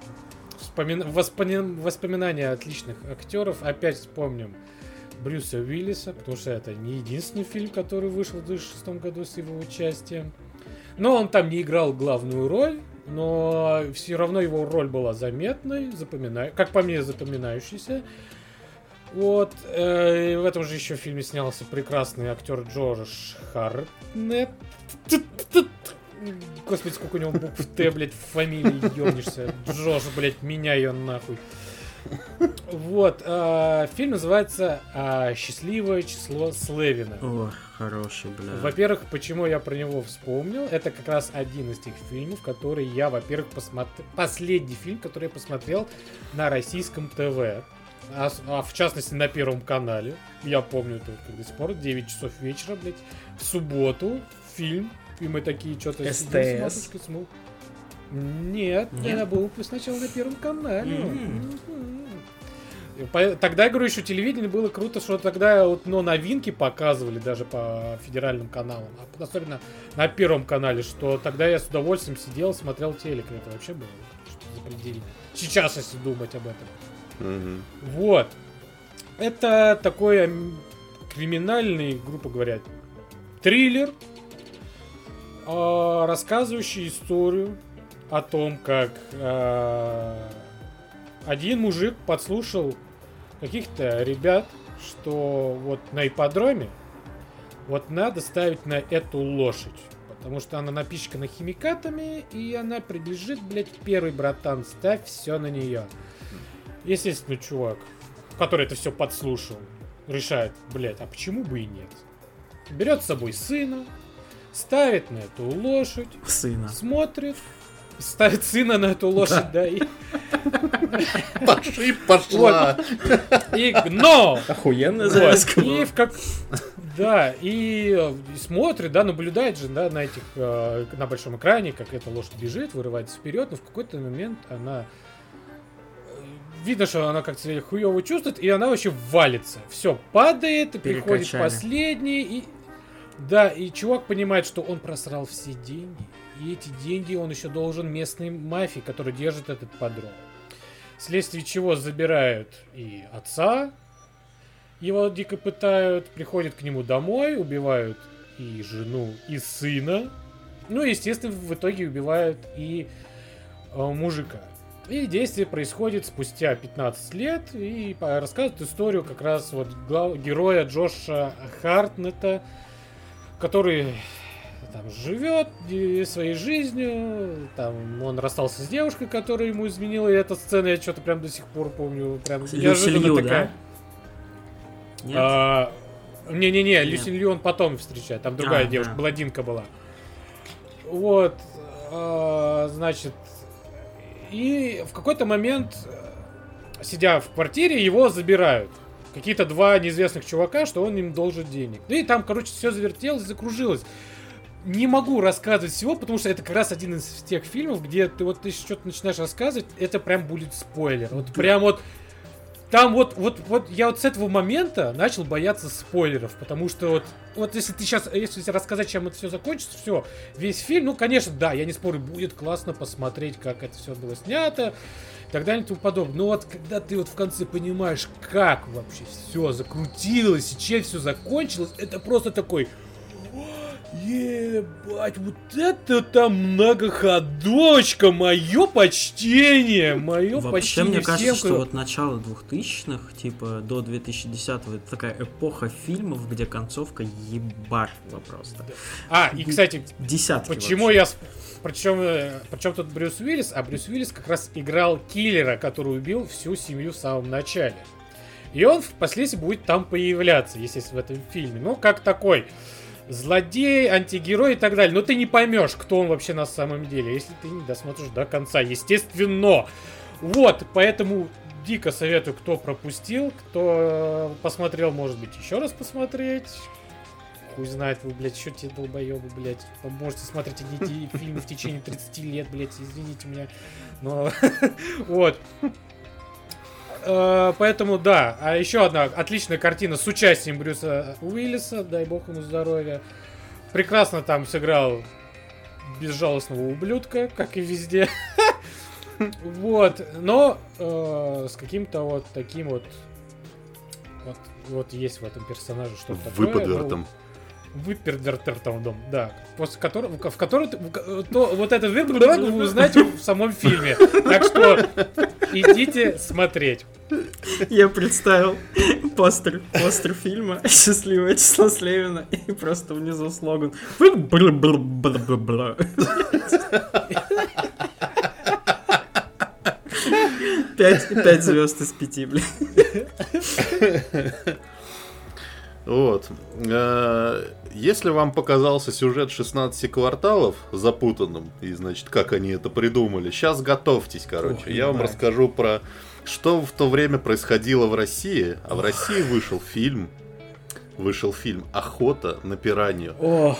воспоминания отличных актеров, опять вспомним Брюса Уиллиса, потому что это не единственный фильм, который вышел в 2006 году с его участием. Но он там не играл главную роль, но все равно его роль была заметной, как по мне, запоминающейся. Вот. И в этом же еще фильме снялся прекрасный актер Джош Хартнетт. Господи, сколько у него букв Т, блядь, в фамилии ёбнешься. Джош, блядь, меняй её нахуй. Вот, фильм называется «Счастливое число Слевина». О, хороший, бля. Во-первых, почему я про него вспомнил, это как раз один из тех фильмов, который я, во-первых, последний фильм, который я посмотрел на российском ТВ, в частности на Первом канале. Я помню это до сих пор, 9 часов вечера, блядь, в субботу, фильм, и мы такие что-то... СТС? Нет, я был сначала на Первом канале. Тогда, я говорю, еще телевидение было круто, что тогда новинки показывали даже по федеральным каналам, особенно на Первом канале, что тогда я с удовольствием сидел, смотрел телек, это вообще было что-то запредельное. Сейчас, если думать об этом. Вот. Это такой криминальный, грубо говоря, триллер, рассказывающий историю о том, как один мужик подслушал каких-то ребят, что вот на ипподроме вот надо ставить на эту лошадь, потому что она напичкана химикатами, и она принадлежит, блядь, первый братан, ставь все на нее. Естественно, чувак, который это все подслушал, решает, блядь, а почему бы и нет? Берет с собой сына, ставит на эту лошадь, смотрит, ставит сына на эту лошадь, да, и... Пошла! И гно! Охуенно завязка. И да, и смотрит, да, наблюдает же, да, на этих, на большом экране, как эта лошадь бежит, вырывается вперед, но в какой-то момент она... Видно, что она как-то себя хуёво чувствует, и она вообще валится. Все, падает, и приходит последний, и... Да, и чувак понимает, что он просрал все деньги. И эти деньги он еще должен местной мафии, которая держит этот подром. Вследствие чего забирают и отца, его дико пытают, приходят к нему домой, убивают и жену, и сына. Ну, естественно, в итоге убивают и мужика. И действие происходит спустя 15 лет и рассказывает историю как раз вот героя Джоша Хартнетта, который там живет своей жизнью, там он расстался с девушкой, которая ему изменила, и эта сцена я что-то прям до сих пор помню, прям неожиданно такая. Да? Не-не-не, Люсин Лью он потом встречает, там другая девушка, блондинка была. Вот, значит, и в какой-то момент, сидя в квартире, его забирают. Какие-то два неизвестных чувака, что он им должен денег. Ну и там, короче, все завертелось, закружилось. Не могу рассказывать всего, потому что это как раз один из тех фильмов, где ты что-то начинаешь рассказывать, это прям будет спойлер. Вот прям вот там вот я вот с этого момента начал бояться спойлеров, потому что вот если рассказать, чем это все закончится, все, весь фильм, ну, конечно, да, я не спорю, будет классно посмотреть, как это все было снято, и так далее и тому подобное. Но вот когда ты вот в конце понимаешь, как вообще все закрутилось и чем все закончилось, это просто такой... Ебать, вот это там многоходочка, мое почтение, мое вообще, почтение. Мне кажется, что вот начало 2000-х, типа до 2010-го, это такая эпоха фильмов, где концовка ебашила просто. И, кстати, десятки почему вообще. Причем тут Брюс Уиллис, а Брюс Уиллис как раз играл киллера, который убил всю семью в самом начале. И он впоследствии будет там появляться, естественно, в этом фильме. Ну, как такой... злодей, антигерой и так далее. Но ты не поймешь, кто он вообще на самом деле, если ты не досмотришь до конца, естественно. Вот, поэтому дико советую, кто пропустил, кто посмотрел, может быть, еще раз посмотреть. Хуй знает, вы, блядь, еще те долбоебы, блядь. Вы можете смотреть одни фильмы в течение 30 лет, блядь, извините меня. Но, вот. Поэтому да, а еще одна отличная картина с участием Брюса Уиллиса, дай бог ему здоровья. Прекрасно там сыграл безжалостного ублюдка, как и везде. Вот, но с каким-то вот таким вот есть в этом персонаже что-то такое. Выпадвертом. Выпадвертом, да. После которого, в котором вот этот выпадверт вы узнаете в самом фильме. Так что идите смотреть. Я представил постер фильма «Счастливое число Слевина» и просто внизу слоган. 5 звезд из 5, блин. Вот. Если вам показался сюжет 16 кварталов запутанным, и, значит, как они это придумали, сейчас готовьтесь, короче. Я вам расскажу про, что в то время происходило в России. А в России вышел фильм «Охота на пиранью» по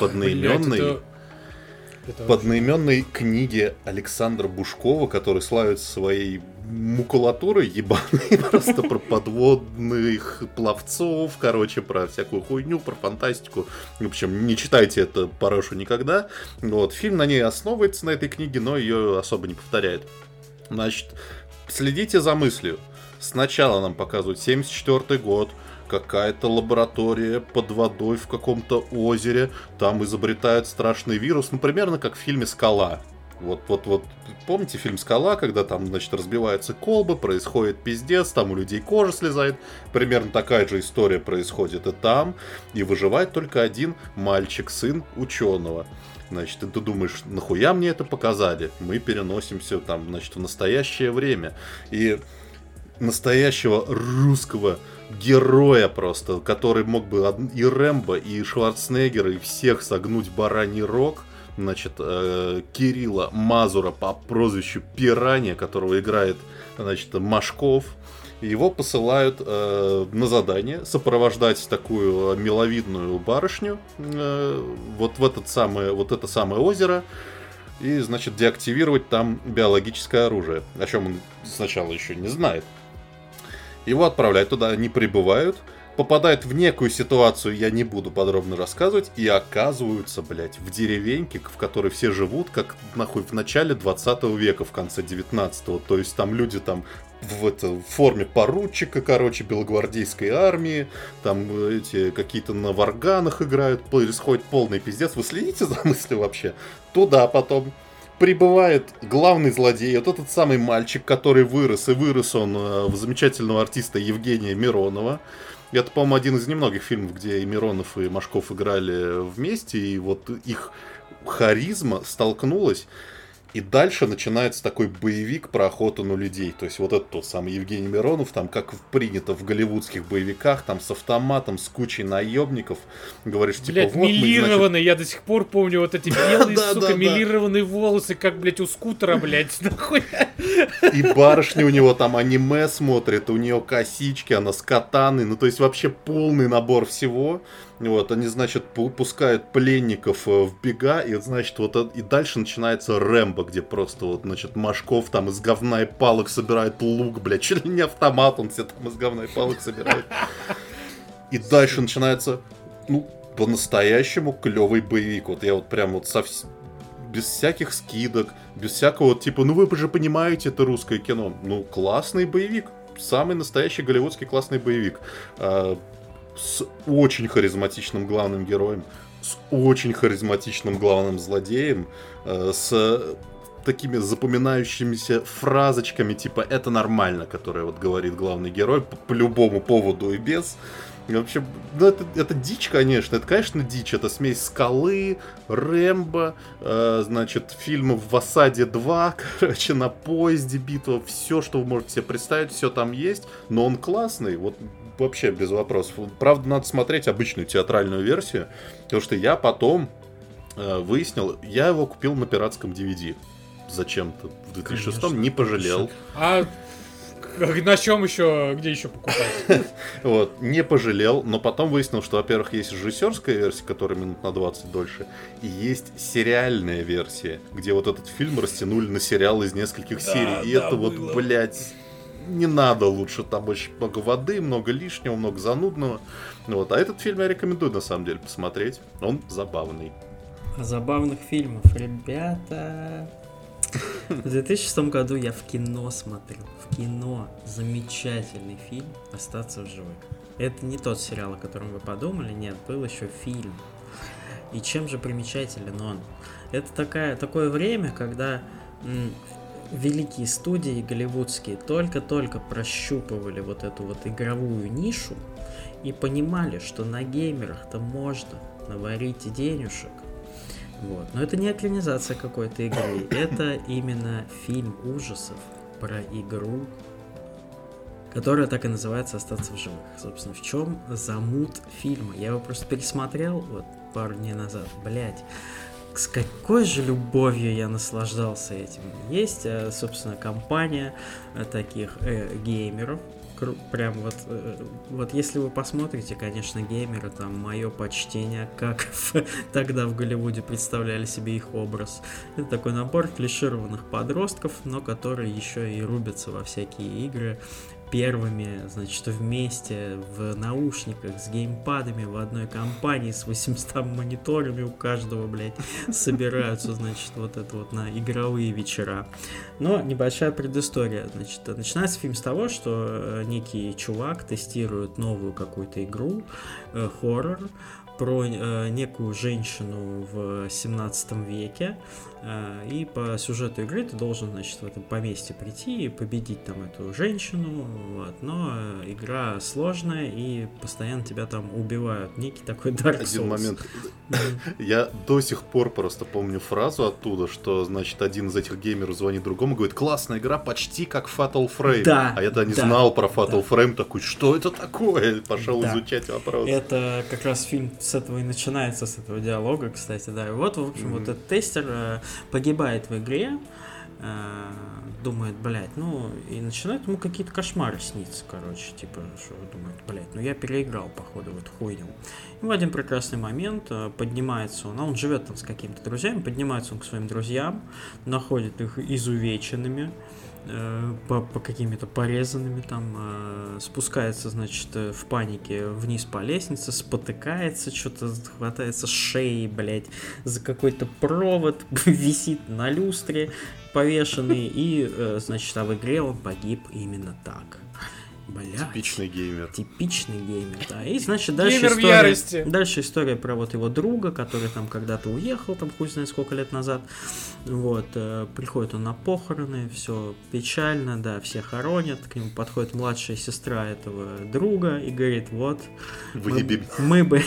одноименной книге Александра Бушкова, который славится своей макулатурой ебаной, просто про подводных пловцов, короче, про всякую хуйню, про фантастику. В общем, не читайте это Парашу никогда. Вот, фильм на ней основывается, на этой книге, но ее особо не повторяет. Значит, следите за мыслью. Сначала нам показывают 1974 год, какая-то лаборатория под водой в каком-то озере, там изобретают страшный вирус, ну, примерно как в фильме «Скала». Вот, помните фильм «Скала», когда там, значит, разбиваются колбы, происходит пиздец, там у людей кожа слезает. Примерно такая же история происходит и там, и выживает только один мальчик, сын ученого. Значит, и ты думаешь, нахуя мне это показали? Мы переносимся там, значит, в настоящее время. И настоящего русского героя просто, который мог бы и Рэмбо, и Шварценеггера, и всех согнуть бараний рог, значит, Кирилла Мазура по прозвищу Пиранья, которого играет, значит, Машков. Его посылают на задание сопровождать такую миловидную барышню вот в это самое озеро и, значит, деактивировать там биологическое оружие, о чем он сначала еще не знает. Его отправляют туда, они прибывают, попадают в некую ситуацию, я не буду подробно рассказывать, и оказываются, блядь, в деревеньке, в которой все живут, как, нахуй, в начале 20 века, в конце 19-го. То есть там люди там в форме поручика, короче, белогвардейской армии, там эти какие-то на варганах играют, происходит полный пиздец. Вы следите за мыслью вообще? Туда потом прибывает главный злодей, вот этот самый мальчик, который вырос, и вырос он в замечательного артиста Евгения Миронова. Это, по-моему, один из немногих фильмов, где и Миронов, и Машков играли вместе, и вот их харизма столкнулась. И дальше начинается такой боевик про охоту на людей. То есть вот этот тот самый Евгений Миронов, там как принято в голливудских боевиках, там с автоматом, с кучей наемников. Говоришь, типа, блядь, вот милированные, мы, значит... я до сих пор помню вот эти белые, сука, милированные волосы, как, блядь, у скутера, блядь, нахуй. И барышня у него там аниме смотрит, у нее косички, она с катаной, ну то есть вообще полный набор всего. Вот, они, значит, пускают пленников в бега, и, значит, вот и дальше начинается Рэмбо, где просто, вот, значит, Машков там из говна и палок собирает лук, блядь, чуть ли не автомат, он все там из говна и палок собирает. И дальше начинается, ну, по-настоящему клевый боевик. Вот я вот прям вот без всяких скидок, без всякого, типа, ну вы же понимаете, это русское кино. Ну, классный боевик, самый настоящий голливудский классный боевик. С очень харизматичным главным героем, с очень харизматичным главным злодеем, с такими запоминающимися фразочками, типа «это нормально», которые вот говорит главный герой по любому поводу и без. И вообще, ну это дичь, конечно, это, конечно, дичь, это смесь «Скалы», «Рэмбо», значит, фильмов «В осаде 2», короче, «На поезде битва», все, что вы можете себе представить, все там есть, но он классный, вот вообще без вопросов. Правда, надо смотреть обычную театральную версию, потому что я потом выяснил, я его купил на пиратском DVD зачем-то в 2006, конечно, не пожалел. А на чем еще, где еще покупать? Вот, не пожалел, но потом выяснил, что, во-первых, есть режиссерская версия, которая минут на 20 дольше, и есть сериальная версия, где вот этот фильм растянули на сериал из нескольких серий, и это было. Вот, блядь, не надо лучше, там очень много воды, много лишнего, много занудного. Вот, а этот фильм я рекомендую, на самом деле, посмотреть, он забавный. Забавных фильмов, ребята... В 2006 году я в кино смотрел. В кино замечательный фильм «Остаться в живых». Это не тот сериал, о котором вы подумали, нет, был еще фильм. И чем же примечателен он? Это такое время, когда великие студии голливудские только-только прощупывали вот эту вот игровую нишу и понимали, что на геймерах-то можно наварить денежек. Вот. Но это не экранизация какой-то игры, это именно фильм ужасов про игру, которая так и называется «Остаться в живых». Собственно, в чем замут фильма? Я его просто пересмотрел вот пару дней назад. Блять, с какой же любовью я наслаждался этим. Есть, собственно, компания таких геймеров. Прям вот если вы посмотрите, конечно, геймеры, там, мое почтение, как тогда в Голливуде представляли себе их образ. Это такой набор клишированных подростков, но которые еще и рубятся во всякие игры первыми, значит, вместе в наушниках с геймпадами в одной компании с 800 мониторами у каждого, блядь, собираются, значит, вот это вот на игровые вечера. Но небольшая предыстория, значит, начинается фильм с того, что некий чувак тестирует новую какую-то игру, хоррор, про некую женщину в 17 веке, и по сюжету игры ты должен, значит, в этом поместье прийти и победить там эту женщину, вот. Но игра сложная и постоянно тебя там убивают, некий такой Dark Souls. Один момент, я до сих пор просто помню фразу оттуда, что, значит, один из этих геймеров звонит другому, говорит: классная игра, почти как Fatal Frame. Да, а я-то не знал про Fatal Frame, такой, что это такое? Пошел изучать вопрос. Это как раз фильм с этого и начинается, с этого диалога, кстати, да. И вот, в общем, вот этот тестер погибает в игре, думает, блядь, ну, и начинает ему какие-то кошмары сниться, короче, типа, что думает, блядь, ну я переиграл, походу, в эту хуйню. И в один прекрасный момент поднимается он, а он живет там с какими-то друзьями, поднимается он к своим друзьям, находит их изувеченными, по какими-то порезанными там, спускается, значит, в панике вниз по лестнице, спотыкается, что-то хватается шеи, блядь, за какой-то провод, висит на люстре повешенный, и, значит, а в игре он погиб именно так. Блядь. Типичный геймер. Типичный геймер, да. И, значит, дальше геймер история, в ярости. Дальше история про вот его друга, который там когда-то уехал, там хуй знает сколько лет назад. Вот, приходит он на похороны, все печально, да, все хоронят. К нему подходит младшая сестра этого друга и говорит, вот, мы бы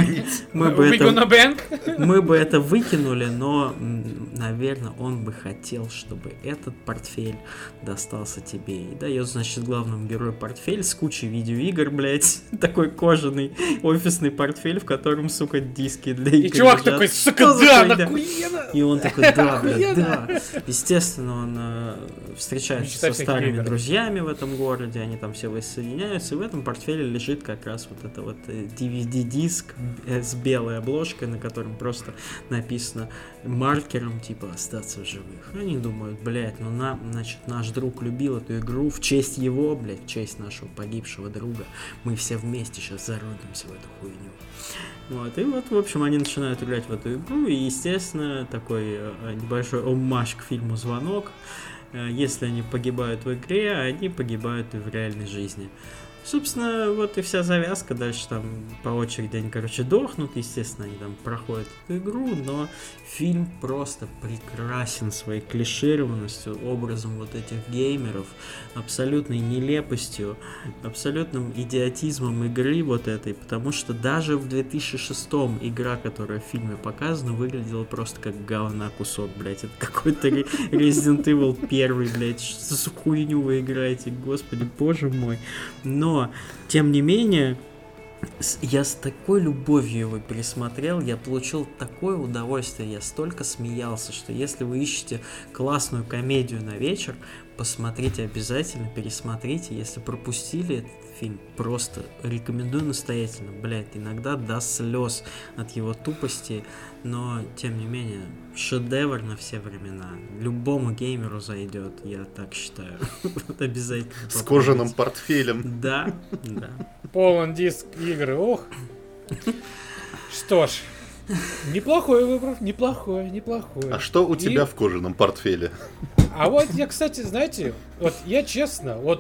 это выкинули, но, наверное, он бы хотел, чтобы этот портфель достался тебе. И дает, значит, главному герою портфель с кучей видеоигр, блять, такой кожаный офисный портфель, в котором, сука, диски для игр. И чувак такой, сука, да, нахуенно! И он такой, да, блядь, да. Естественно, он встречается со старыми друзьями в этом городе, они там все воссоединяются, и в этом портфеле лежит как раз вот это вот DVD-диск с белой обложкой, на котором просто написано маркером, типа, остаться в живых. Они думают, блядь, ну значит, наш друг любил эту игру в честь его, блядь, в честь нашего погибшего друга. Мы все вместе сейчас зарубимся в эту хуйню. Вот, и вот, в общем, они начинают играть в эту игру, и, естественно, такой небольшой оммаж к фильму «Звонок». Если они погибают в игре, они погибают и в реальной жизни. Собственно, вот и вся завязка. Дальше там по очереди они, короче, дохнут. Естественно, они там проходят эту игру, но фильм просто прекрасен своей клишированностью, образом вот этих геймеров, абсолютной нелепостью, абсолютным идиотизмом игры вот этой, потому что даже в 2006-м игра, которая в фильме показана, выглядела просто как говна кусок, блять. Это какой-то Resident Evil 1, блять. Что за хуйню вы играете, господи, боже мой. Но, тем не менее, я с такой любовью его пересмотрел, я получил такое удовольствие, я столько смеялся, что если вы ищете классную комедию на вечер, посмотрите обязательно, пересмотрите, если пропустили этот фильм, просто рекомендую настоятельно, блядь, иногда до слез от его тупости, но, тем не менее, шедевр на все времена, любому геймеру зайдет, я так считаю, вот обязательно. С кожаным портфелем. Да, да. Полон диск игры, ох. Что ж, неплохой выбор, неплохой. А что у тебя в кожаном портфеле? А вот я, кстати, знаете, вот я честно, вот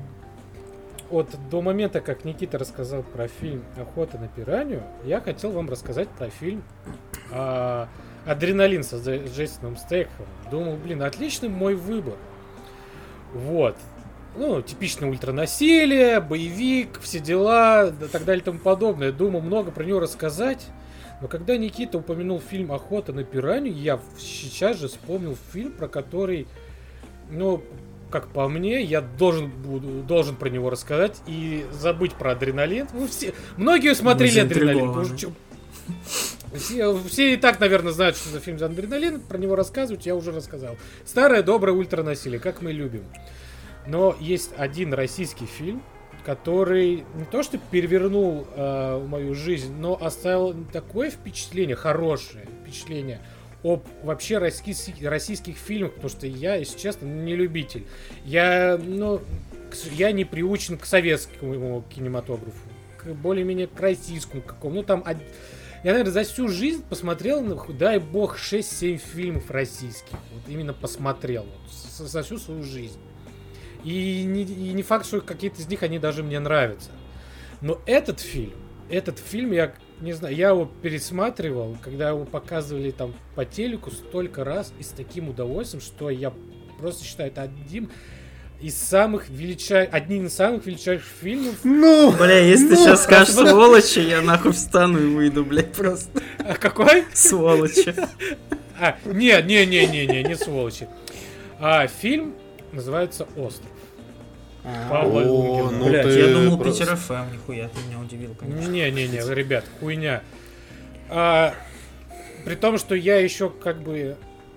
до момента, как Никита рассказал про фильм «Охота на пиранью», я хотел вам рассказать про фильм «Адреналин» с Джейсоном Стэтхэмом. Думал, блин, отличный мой выбор. Вот. Ну, типичное ультранасилие, боевик, все дела, и так далее и тому подобное. Думал много про него рассказать. Но когда Никита упомянул фильм «Охота на пиранью», я сейчас же вспомнил фильм, про который, ну, как по мне, я должен про него рассказать и забыть про «Адреналин». Ну, многие смотрели «Адреналин». Все и так, наверное, знают, что за фильм за «Адреналин». Про него рассказывать я уже рассказал. Старое доброе ультранасилие, как мы любим. Но есть один российский фильм, который не то что перевернул мою жизнь, но оставил такое впечатление, хорошее впечатление об вообще российских фильмах, потому что я, если честно, не любитель. Я не приучен к советскому кинематографу, более-менее к российскому какому. Ну, там, я, наверное, за всю жизнь посмотрел, дай бог, 6-7 фильмов российских. Вот именно посмотрел за всю свою жизнь. И не факт, что какие-то из них они даже мне нравятся. Но этот фильм, я не знаю, я его пересматривал, когда его показывали там по телеку столько раз и с таким удовольствием, что я просто считаю, это одним из самых величайших фильмов. Ну, бля, если ты сейчас скажешь сволочи, я нахуй встану и выйду, блядь, просто. А какой? Сволочи. Не сволочи. Фильм называется «Остров». Павла Лунгина. Блядь, я думал Питер ФМ, нихуя, ты меня удивил, конечно. Не, ребят, хуйня. При том, что я еще как бы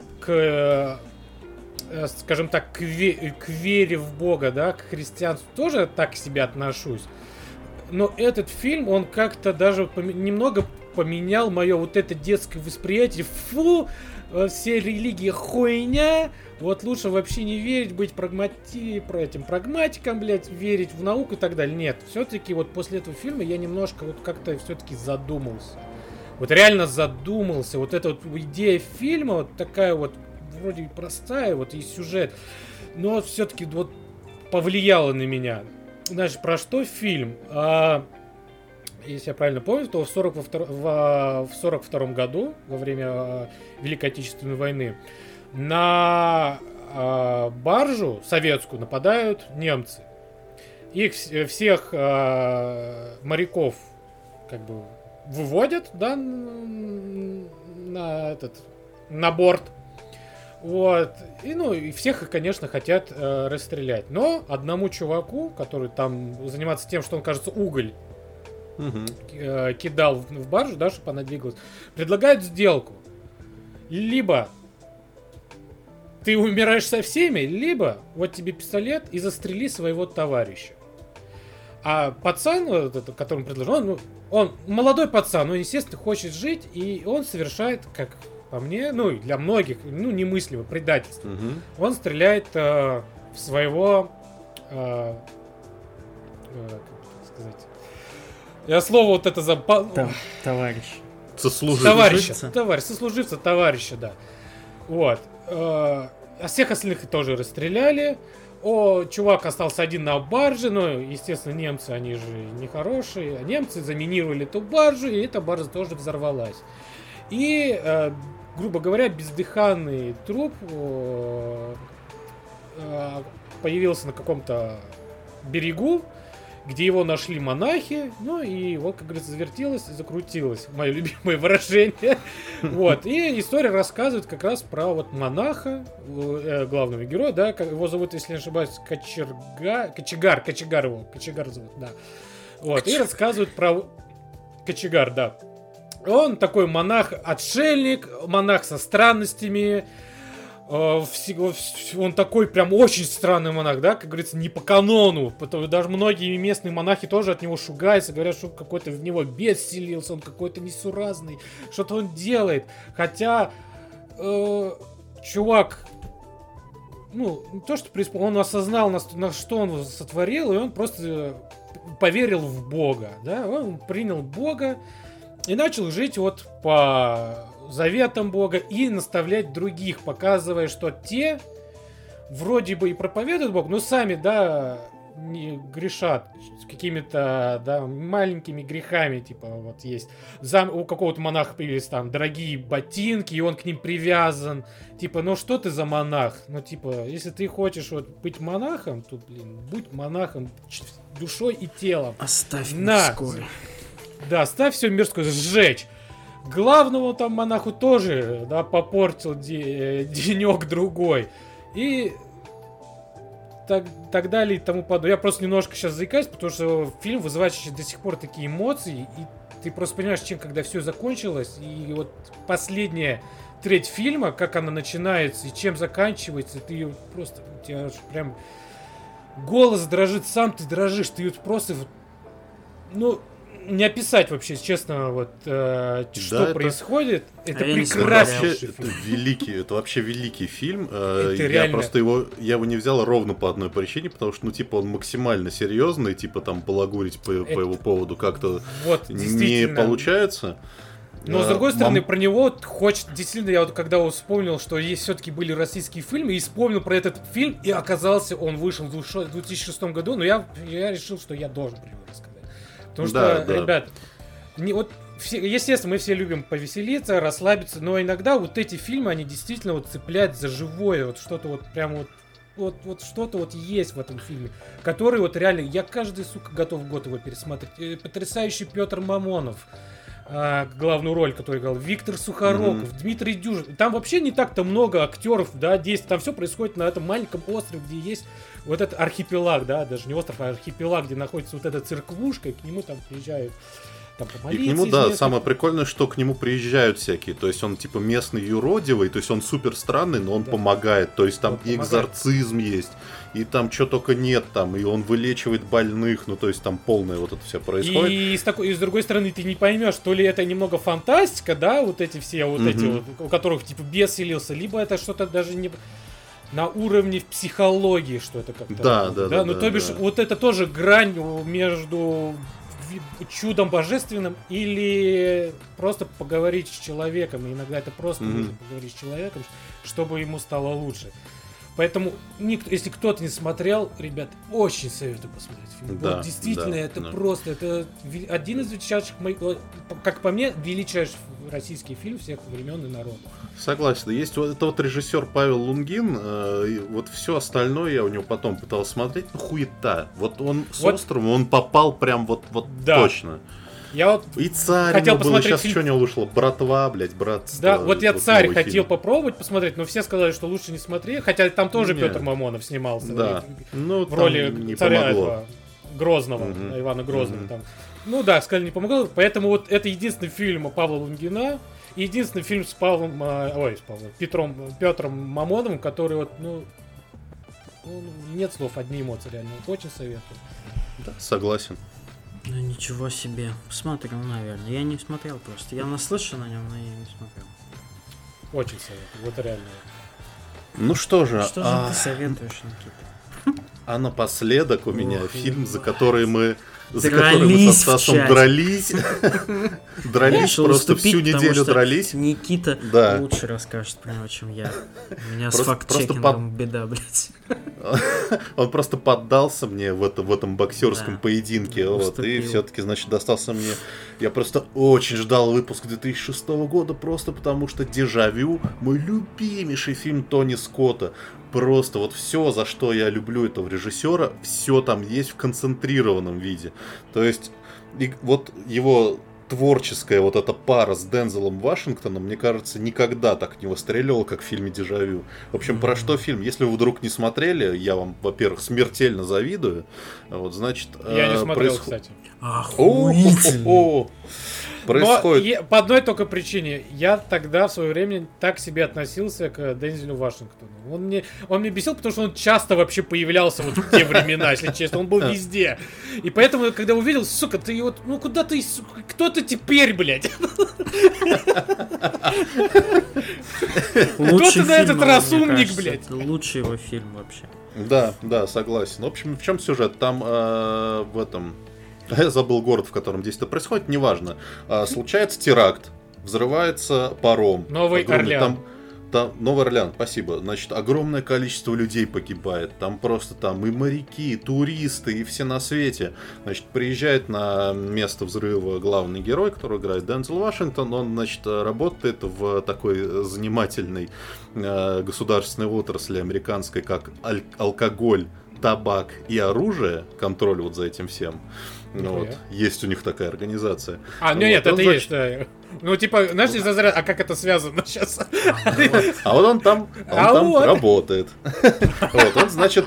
скажем так, к вере в Бога, да, к христианству тоже так к себе отношусь. Но этот фильм, он как-то даже немного поменял мое вот это детское восприятие. Фу, все религии хуйня. Вот лучше вообще не верить, быть прагматиком, блядь, верить в науку и так далее. Нет, все-таки вот после этого фильма я немножко вот как-то все-таки задумался. Вот реально задумался. Вот эта вот идея фильма, вот такая вот вроде простая, вот и сюжет, но все-таки вот повлияла на меня. Значит, про что фильм? Если я правильно помню, то в 1942 году, во время Великой Отечественной войны, на баржу советскую нападают немцы. Их всех моряков как бы выводят, да, на борт. Вот. И всех их, конечно, хотят расстрелять. Но одному чуваку, который там занимается тем, что он, кажется, уголь кидал в баржу, да, чтобы она двигалась, предлагают сделку. Либо ты умираешь со всеми, либо вот тебе пистолет и застрели своего товарища. А пацан, которому предложил, он молодой пацан, он, естественно, хочет жить, и он совершает, как по мне, и для многих, немыслимое предательство. Он стреляет в своего, как сказать, я слово вот это забыл. Товарищ. Сослуживца, товарища, да. Вот. А всех остальных тоже расстреляли. Чувак остался один на барже, естественно, немцы, они же нехорошие. Немцы заминировали эту баржу, и эта баржа тоже взорвалась. И, грубо говоря, бездыханный труп появился на каком-то берегу, где его нашли монахи, и его, как говорится, завертелось и закрутилось. Мое любимое выражение. Вот. И история рассказывает как раз про вот монаха, главного героя, да, его зовут, если не ошибаюсь, Кочегар зовут, да. Вот. И рассказывают про Кочегар, да. Он такой монах-отшельник, монах со странностями. Он такой прям очень странный монах, да, как говорится, не по канону. Потому даже многие местные монахи тоже от него шугаются, говорят, что какой-то в него бес селился, он какой-то несуразный, что-то он делает. Хотя чувак, не то что он осознал, на что он сотворил, и он просто поверил в Бога, да, он принял Бога и начал жить вот по заветам Бога и наставлять других, показывая, что те вроде бы и проповедуют Бог, но сами, да, не грешат какими-то, да, маленькими грехами, типа вот есть у какого-то монаха появились там дорогие ботинки, и он к ним привязан, типа, что ты за монах? Если ты хочешь вот быть монахом, то, будь монахом душой и телом. Оставь мирское. Да, оставь все мирское, сжечь. Главному там монаху тоже, да, попортил денек-другой. И так далее и тому подобное. Я просто немножко сейчас заикаюсь, потому что фильм вызывает до сих пор такие эмоции. И ты просто понимаешь, когда все закончилось. И вот последняя треть фильма, как она начинается и чем заканчивается, ты ее просто... У тебя прям голос дрожит, сам ты дрожишь. Ты вот просто... не описать вообще, честно, вот что происходит. Это прекрасно. Это вообще великий фильм. Я просто его не взял ровно по одной причине, потому что, он максимально серьезный, там балагурить по его поводу как-то не получается. Но, с другой стороны, про него хочет... Действительно, я вот когда вспомнил, что есть все-таки были российские фильмы, и вспомнил про этот фильм, и оказался, он вышел в 2006 году, но я решил, что я должен про него рассказать. Потому что, ребят, естественно, мы все любим повеселиться, расслабиться, но иногда вот эти фильмы, они действительно вот цепляют за живое, вот что-то вот прям вот что-то вот есть в этом фильме, который вот реально, я каждый, готов год его пересмотреть. Потрясающий Петр Мамонов, главную роль, который играл, Виктор Сухоруков, Дмитрий Дюжин. Там вообще не так-то много актеров, да, действий. Там все происходит на этом маленьком острове, где есть вот этот архипелаг, да, даже не остров, а архипелаг, где находится вот эта церквушка, и к нему там приезжают там помолиться. И к нему, да, самое прикольное, что к нему приезжают всякие, то есть он типа местный юродивый, то есть он супер странный, но он помогает, то есть там и экзорцизм есть, и там что только нет там, и он вылечивает больных, то есть там полное вот это все происходит. И с другой стороны ты не поймешь, то ли это немного фантастика, да, вот эти все, вот эти вот, у которых типа бес селился, либо это что-то даже не... на уровне психологии, что это как-то... Да. То бишь, вот это тоже грань между чудом божественным или просто поговорить с человеком. И иногда это просто нужно поговорить с человеком, чтобы ему стало лучше. Поэтому, если кто-то не смотрел, ребят, очень советую посмотреть фильм. Да, вот действительно, да, это да. просто, это один из величайших, как по мне, величайший российский фильм всех времен и народов. Согласен. Есть это вот режиссер Павел Лунгин, и вот все остальное я у него потом пытался смотреть, ну хуета. Вот он с островом, он попал прям вот да. Точно. Я вот и «Царь» хотел было, сейчас фильм... что у него вышло? «Братва», блядь, «Братство». Да, вот я «Царь» хотел фильм. Попробовать посмотреть, но все сказали, что лучше не смотри, хотя там тоже Петр Мамонов снимался. Да. В роли царя этого, Грозного, Ивана Грозного. Там. Ну да, сказали, не помогло, поэтому вот это единственный фильм Павла Лунгина, единственный фильм с Петром Мамоновым, который вот, нет слов, одни эмоции реально, очень советую. Да, согласен. Ну ничего себе. Посмотрел, наверное. Я не смотрел просто. Я наслышан о нем, но я не смотрел. Очень советую, вот реально. Ну что же. Что же ты советуешь, Никита? А напоследок у меня фильм, за который мы дрались со Стасом дрались. Дрались, просто всю неделю дрались. Никита лучше расскажет про него, чем я. У меня с факт-чекингом беда, блядь. Он просто поддался мне в этом боксерском поединке, и все-таки, значит, достался мне. Я просто очень ждал выпуск 2006 года, просто потому что «Дежавю» — мой любимейший фильм Тони Скотта. Просто вот все, за что я люблю этого режиссера, все там есть в концентрированном виде. То есть, вот его творческая вот эта пара с Дензелом Вашингтоном, мне кажется, никогда так не выстреливала, как в фильме «Дежавю». В общем, про что фильм? Если вы вдруг не смотрели, я вам, во-первых, смертельно завидую. Вот, значит, я не смотрел, кстати. Охуительно. Происходит... Но по одной только причине. Я тогда в свое время так себе относился к Дензелу Вашингтону. Он мне бесил, потому что он часто вообще появлялся вот в те времена, если честно. Он был везде. И поэтому, когда увидел, сука, ты вот, куда ты, сука, кто ты теперь, блядь? Кто ты на этот раз умник, блядь? Это лучший его фильм вообще. Да, согласен. В общем, в чем сюжет? Там в этом... Я забыл город, в котором действие происходит, неважно. Случается теракт, взрывается паром. Новый Орлеан. Новый Орлеан, спасибо. Значит, огромное количество людей погибает. Там просто и моряки, и туристы, и все на свете. Значит, приезжает на место взрыва главный герой, который играет Дензел Вашингтон. Он, значит, работает в такой занимательной государственной отрасли американской, как алкоголь, табак и оружие. Контроль вот за этим всем. Есть у них такая организация. Нет, это есть, да. Знаешь, из-за заряда, а как это связано сейчас? А вот он там работает. Он, значит,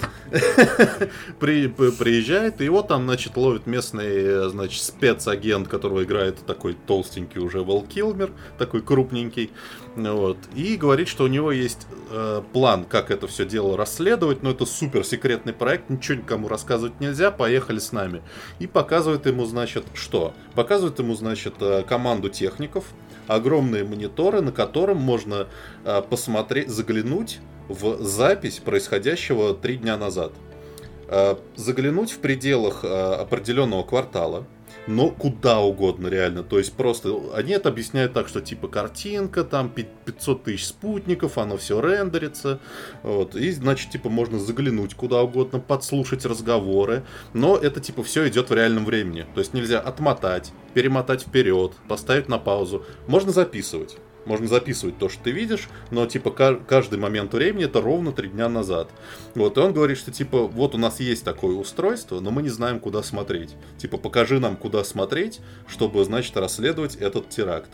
приезжает, и его там, значит, ловит местный, значит, спецагент, которого играет такой толстенький уже Вал Килмер, такой крупненький. И говорит, что у него есть план, как это все дело расследовать, но это супер секретный проект, ничего никому рассказывать нельзя, поехали с нами. И показывает ему, значит, что? Показывает ему, значит, команду техников, огромные мониторы, на котором можно посмотреть, заглянуть в запись происходящего 3 дня назад. Заглянуть в пределах определенного квартала, но куда угодно реально. То есть просто они это объясняют так, что типа картинка, там 500 тысяч спутников, оно все рендерится. И значит, типа можно заглянуть куда угодно, подслушать разговоры. Но это типа все идет в реальном времени. То есть нельзя отмотать, перемотать вперед, поставить на паузу. Можно записывать. Можно записывать то, что ты видишь, но типа каждый момент времени это ровно 3 дня назад. И он говорит, что типа вот у нас есть такое устройство, но мы не знаем, куда смотреть. Типа покажи нам, куда смотреть, чтобы, значит, расследовать этот теракт.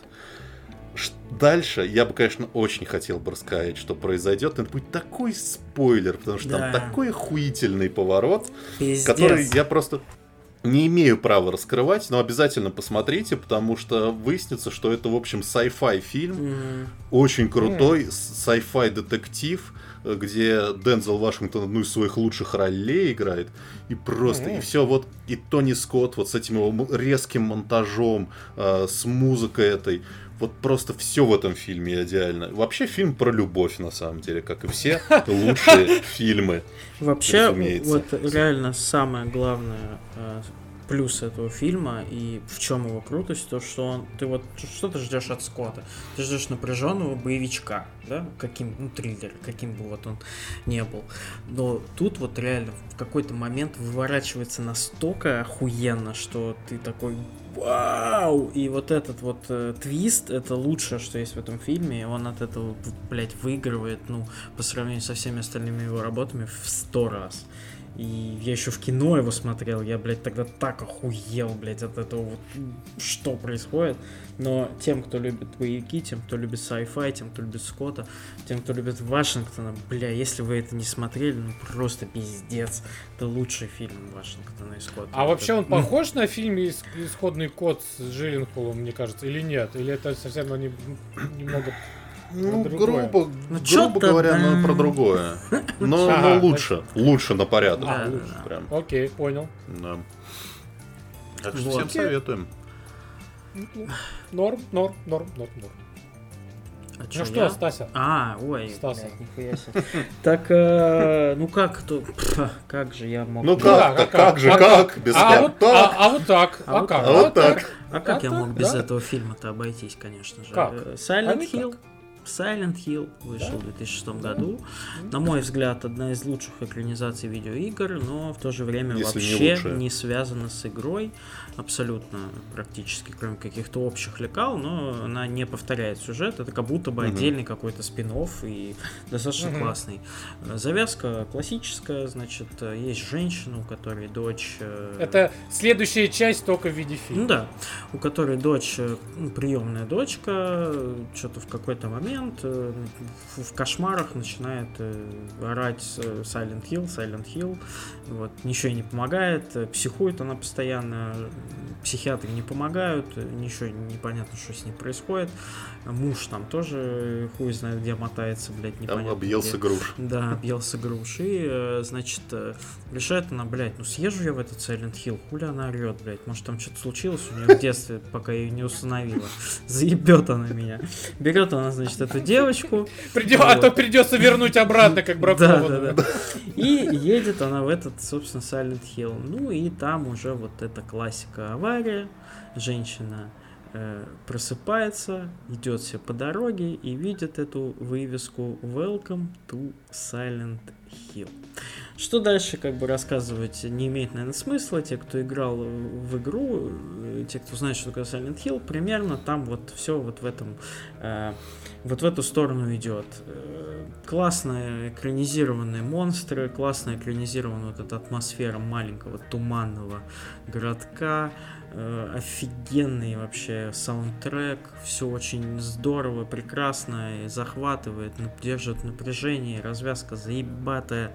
Дальше я бы, конечно, очень хотел бы рассказать, что произойдет. Это будет такой спойлер, потому что там такой охуительный поворот, который я просто... не имею права раскрывать, но обязательно посмотрите, потому что выяснится, что это, в общем, sci-fi фильм, очень крутой sci-fi детектив, где Дензел Вашингтон одну из своих лучших ролей играет, и просто, и все вот, и Тони Скотт вот с этим его резким монтажом, с музыкой этой, вот просто все в этом фильме идеально. Вообще фильм про любовь, на самом деле, как и все лучшие фильмы. Вообще, вот реально самое главное плюс этого фильма и в чем его крутость, то что что ты ждешь от Скотта? Ты ждешь напряженного боевичка, да, триллер, каким бы вот он не был. Но тут вот реально в какой-то момент выворачивается настолько охуенно, что ты такой вау! И вот этот вот твист, это лучшее, что есть в этом фильме, и он от этого, блядь, выигрывает, по сравнению со всеми остальными его работами в 100 раз. И я еще в кино его смотрел, я, блядь, тогда так охуел, блядь, от этого вот, что происходит. Но тем, кто любит боевики, тем, кто любит sci-fi, тем, кто любит Скотта, тем, кто любит Вашингтона, бля, если вы это не смотрели, просто пиздец. Это лучший фильм Вашингтона и Скотта. А вообще он похож на фильм «Исходный код» с Джилленхолом, мне кажется, или нет? Или это совсем немного... грубо говоря, но про другое. Но лучше на порядок. Прям. Окей, понял. Да. Так что всем советуем. Норм. А что, Стася? Стаса. Блядь, нихуя себе. Так, как же я мог... как? Без вот так. А как я мог без этого фильма-то обойтись, конечно же? Silent Hill вышел в 2006 году. На мой взгляд, одна из лучших экранизаций видеоигр, но в то же время вообще не связана с игрой. Абсолютно, практически, кроме каких-то общих лекал, но она не повторяет сюжет. Это как будто бы отдельный какой-то спин-офф и достаточно классный. Завязка классическая, значит, есть женщина, у которой дочь... Это следующая часть только в виде фильма. Да, у которой дочь, приемная дочка, что-то в какой-то момент в кошмарах начинает орать Silent Hill, вот, ничего не помогает, психует она постоянно, психиатры не помогают, ничего непонятно, что с ней происходит, муж там тоже хуй знает где мотается, блядь, непонятно. Там объелся груш. Да, объелся груш, и, значит, решает она, блядь, съезжу я в этот Silent Hill, хули она орет, блядь, может там что-то случилось у нее в детстве, пока я ее не установила, заебет она меня. Берет она, значит, эту девочку. А то придется вернуть обратно, как бракованную. Да. И едет она в этот, собственно, Silent Hill. И там уже вот эта классика авария. Женщина просыпается, идет себе по дороге и видит эту вывеску «Welcome to Silent Hill». Что дальше рассказывать не имеет, наверное, смысла. Те, кто играл в игру, те, кто знает, что такое Silent Hill, примерно там вот все вот в этом, вот в эту сторону идет. Классно экранизированные монстры, классно экранизирована вот эта атмосфера маленького туманного городка, офигенный вообще саундтрек, все очень здорово, прекрасно, и захватывает, держит напряжение, развязка заебатая,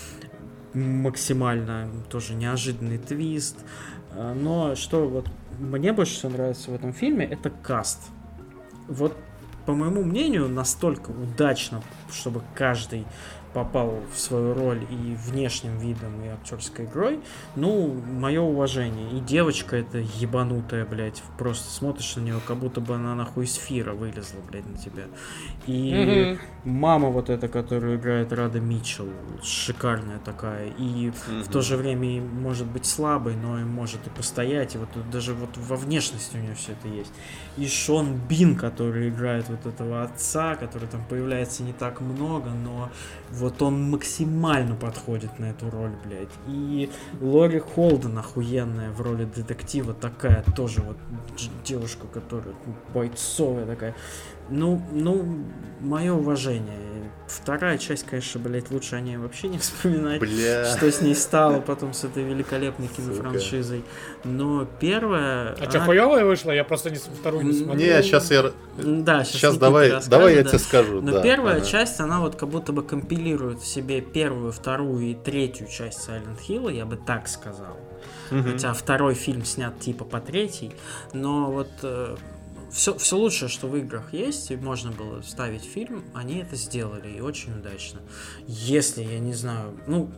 максимально тоже неожиданный твист. Но что вот мне больше всего нравится в этом фильме, это каст. Вот, по моему мнению, настолько удачно, чтобы каждый попал в свою роль и внешним видом, и актерской игрой, мое уважение. И девочка эта ебанутая, блядь, просто смотришь на нее, как будто бы она нахуй из эфира вылезла, блядь, на тебя. И мама вот эта, которую играет Рада Митчелл, шикарная такая, и в то же время может быть слабой, но и может и постоять, и вот даже вот во внешности у нее все это есть. И Шон Бин, который играет вот этого отца, который там появляется не так много, но вот он максимально подходит на эту роль, блядь. И Лори Холден охуенная в роли детектива, такая тоже вот девушка, которая бойцовая такая. Мое уважение. Вторая часть, конечно, блядь, лучше о ней вообще не вспоминать, что с ней стало потом с этой великолепной кинофраншизой. Но первая... что, хуёвая вышла? Я просто вторую не смотрел. Не, сейчас я... Да, сейчас давай я тебе скажу. Но первая часть, она вот как будто бы компилирует в себе первую, вторую и третью часть Silent Hill, я бы так сказал. Хотя второй фильм снят типа по третьей, но вот... Все лучшее, что в играх есть, и можно было вставить в фильм, они это сделали, и очень удачно. Если, я не знаю,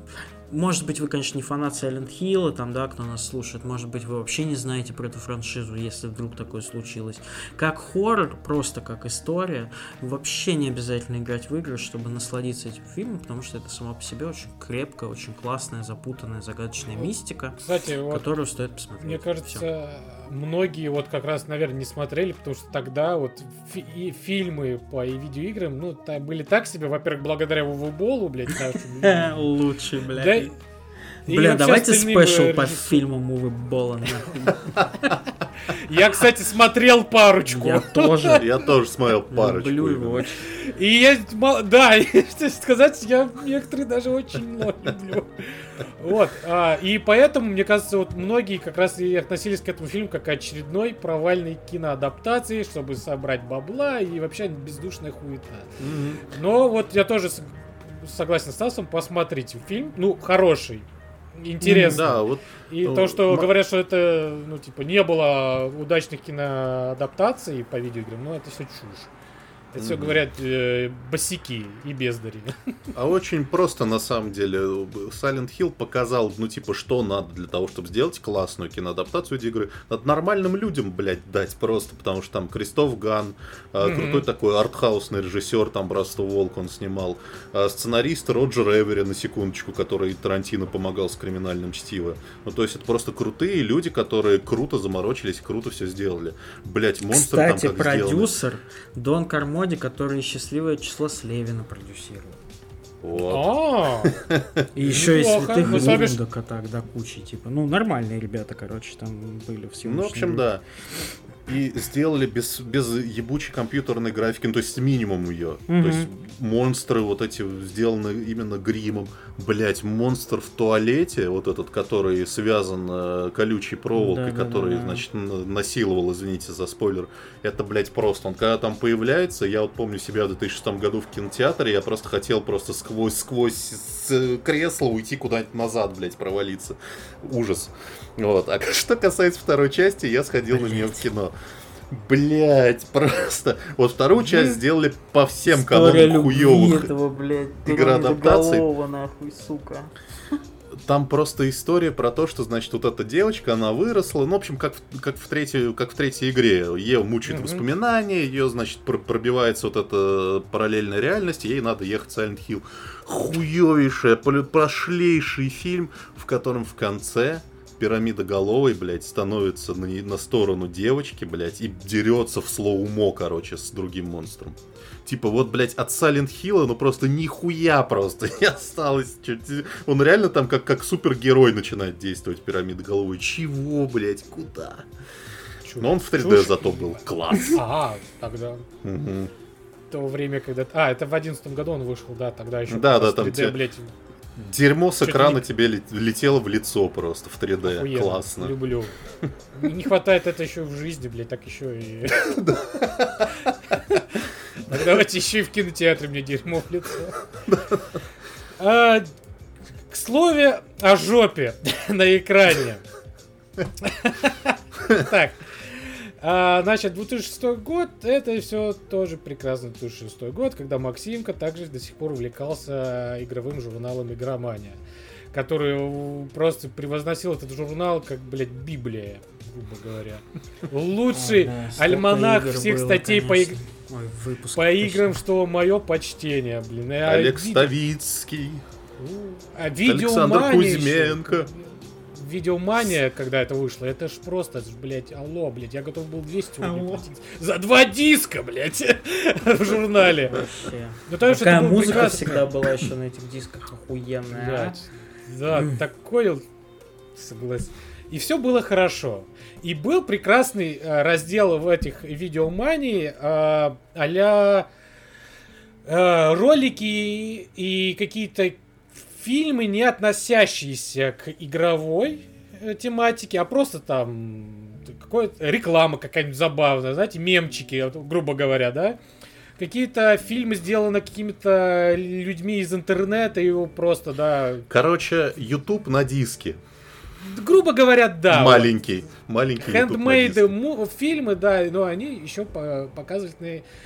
может быть, вы, конечно, не фанат Silent Hill, там, да, кто нас слушает, может быть, вы вообще не знаете про эту франшизу, если вдруг такое случилось. Как хоррор, просто как история, вообще не обязательно играть в игры, чтобы насладиться этим фильмом, потому что это само по себе очень крепкая, очень классная, запутанная, загадочная мистика, кстати, которую стоит посмотреть. Мне кажется, многие вот как раз, наверное, не смотрели, потому что тогда вот и фильмы по видеоиграм, ну, были так себе, во-первых, благодаря Вову, блядь, лучший, блядь. Да, бля, давайте спешл по фильму Мувы Бола, нахуй. Я, кстати, смотрел парочку. Я тоже. Я тоже смотрел парочку. Люблю его очень. И я, да, что сказать, я некоторые даже очень люблю. Вот, и поэтому, мне кажется, вот многие как раз и относились к этому фильму как к очередной провальной киноадаптации, чтобы собрать бабла и вообще бездушная хуета. Но вот я тоже согласен с Стасом, посмотрите фильм, ну, хороший. Интересно. Да, вот, и то, что говорят, что это, ну, типа, не было удачных киноадаптаций по видеоиграм, ну, это все чушь. Это все говорят босяки и бездари. А очень просто, на самом деле. Silent Hill показал, ну, типа, что надо для того, чтобы сделать классную киноадаптацию игры. Надо нормальным людям, блядь, дать просто, потому что там Кристоф Ган, крутой такой артхаусный режиссер, там «Братство Волк» он снимал, сценарист Роджер Эвери, на секундочку, который Тарантино помогал с «Криминальным чтиво». Ну, то есть, это просто крутые люди, которые круто заморочились, круто все сделали. Блядь, монстры кстати, там как продюсер Дон Кармоди, который «Счастливое число» Слевина продюсировал. Вот. И еще и «Святых Лундока» так до кучи, типа. Ну, нормальные ребята, короче, там были все. Ну, в общем, да. И сделали без ебучей компьютерной графики, ну, то есть с минимумом ее. То есть монстры вот эти сделаны именно гримом. Блять, монстр в туалете, вот этот, который связан колючей проволокой, который, значит, насиловал, извините за спойлер. Это, блять, просто. Он когда там появляется, я вот помню себя в 2006 году в кинотеатре, я просто хотел просто сквозь кресло уйти куда-нибудь назад, блять, провалиться. Ужас. Вот. А что касается второй части, я сходил на нее в кино. Блять, просто. Вот вторую часть сделали по всем канонам хуёвых игроадаптаций. Нахуй, сука. Там просто история про то, что, значит, вот эта девочка, она выросла, ну, в общем, как в третьей игре. Ее мучают воспоминания, ее, значит, пробивается вот эта параллельная реальность, ей надо ехать в Silent Hill. Хуёвейший, пошлейший фильм, в котором в конце пирамидоголовый, блядь, становится на сторону девочки, блядь, и дерется в слоумо, короче, с другим монстром. Типа, вот, блядь, от Silent Hill, ну просто нихуя просто не осталось. Он реально там как супергерой начинает действовать, пирамидоголовый. Чего, блядь, куда? Но он в 3D зато был. Класс. Ага, тогда. То время, когда... это в 2011 году он вышел, да, тогда еще... Да, там 3D, блядь. Дерьмо с экрана тебе летело в лицо просто в 3D. Охуенно. Классно. Люблю. Не хватает это еще в жизни, блядь, так еще и... Так давайте еще и в кинотеатре мне дерьмо в лицо. К слову о жопе на экране. Так. Значит, 2006 год, это все тоже прекрасный 2006 год, когда Максимка также до сих пор увлекался игровым журналом «Игромания», который просто превозносил этот журнал как, блядь, Библия, грубо говоря. Лучший альманах всех статей по играм, что мое почтение, блин. Олег Ставицкий, Александр Кузьменко. Видеомания, когда это вышло, это ж просто, блядь, алло, блядь, я готов был 200 рублей платить за 2 диска, блядь, в журнале. Вообще. Такая музыка всегда была еще на этих дисках охуенная. Да, такой, согласен. И все было хорошо. И был прекрасный раздел в этих видеомании а-ля ролики и какие-то фильмы, не относящиеся к игровой тематике, а просто там какая-то реклама какая-нибудь забавная, знаете, мемчики, грубо говоря, да? Какие-то фильмы сделаны какими-то людьми из интернета, и его просто, да... Короче, YouTube на диске. Грубо говоря, да. Маленький YouTube на диске. Хендмейд фильмы, да, но они еще показывают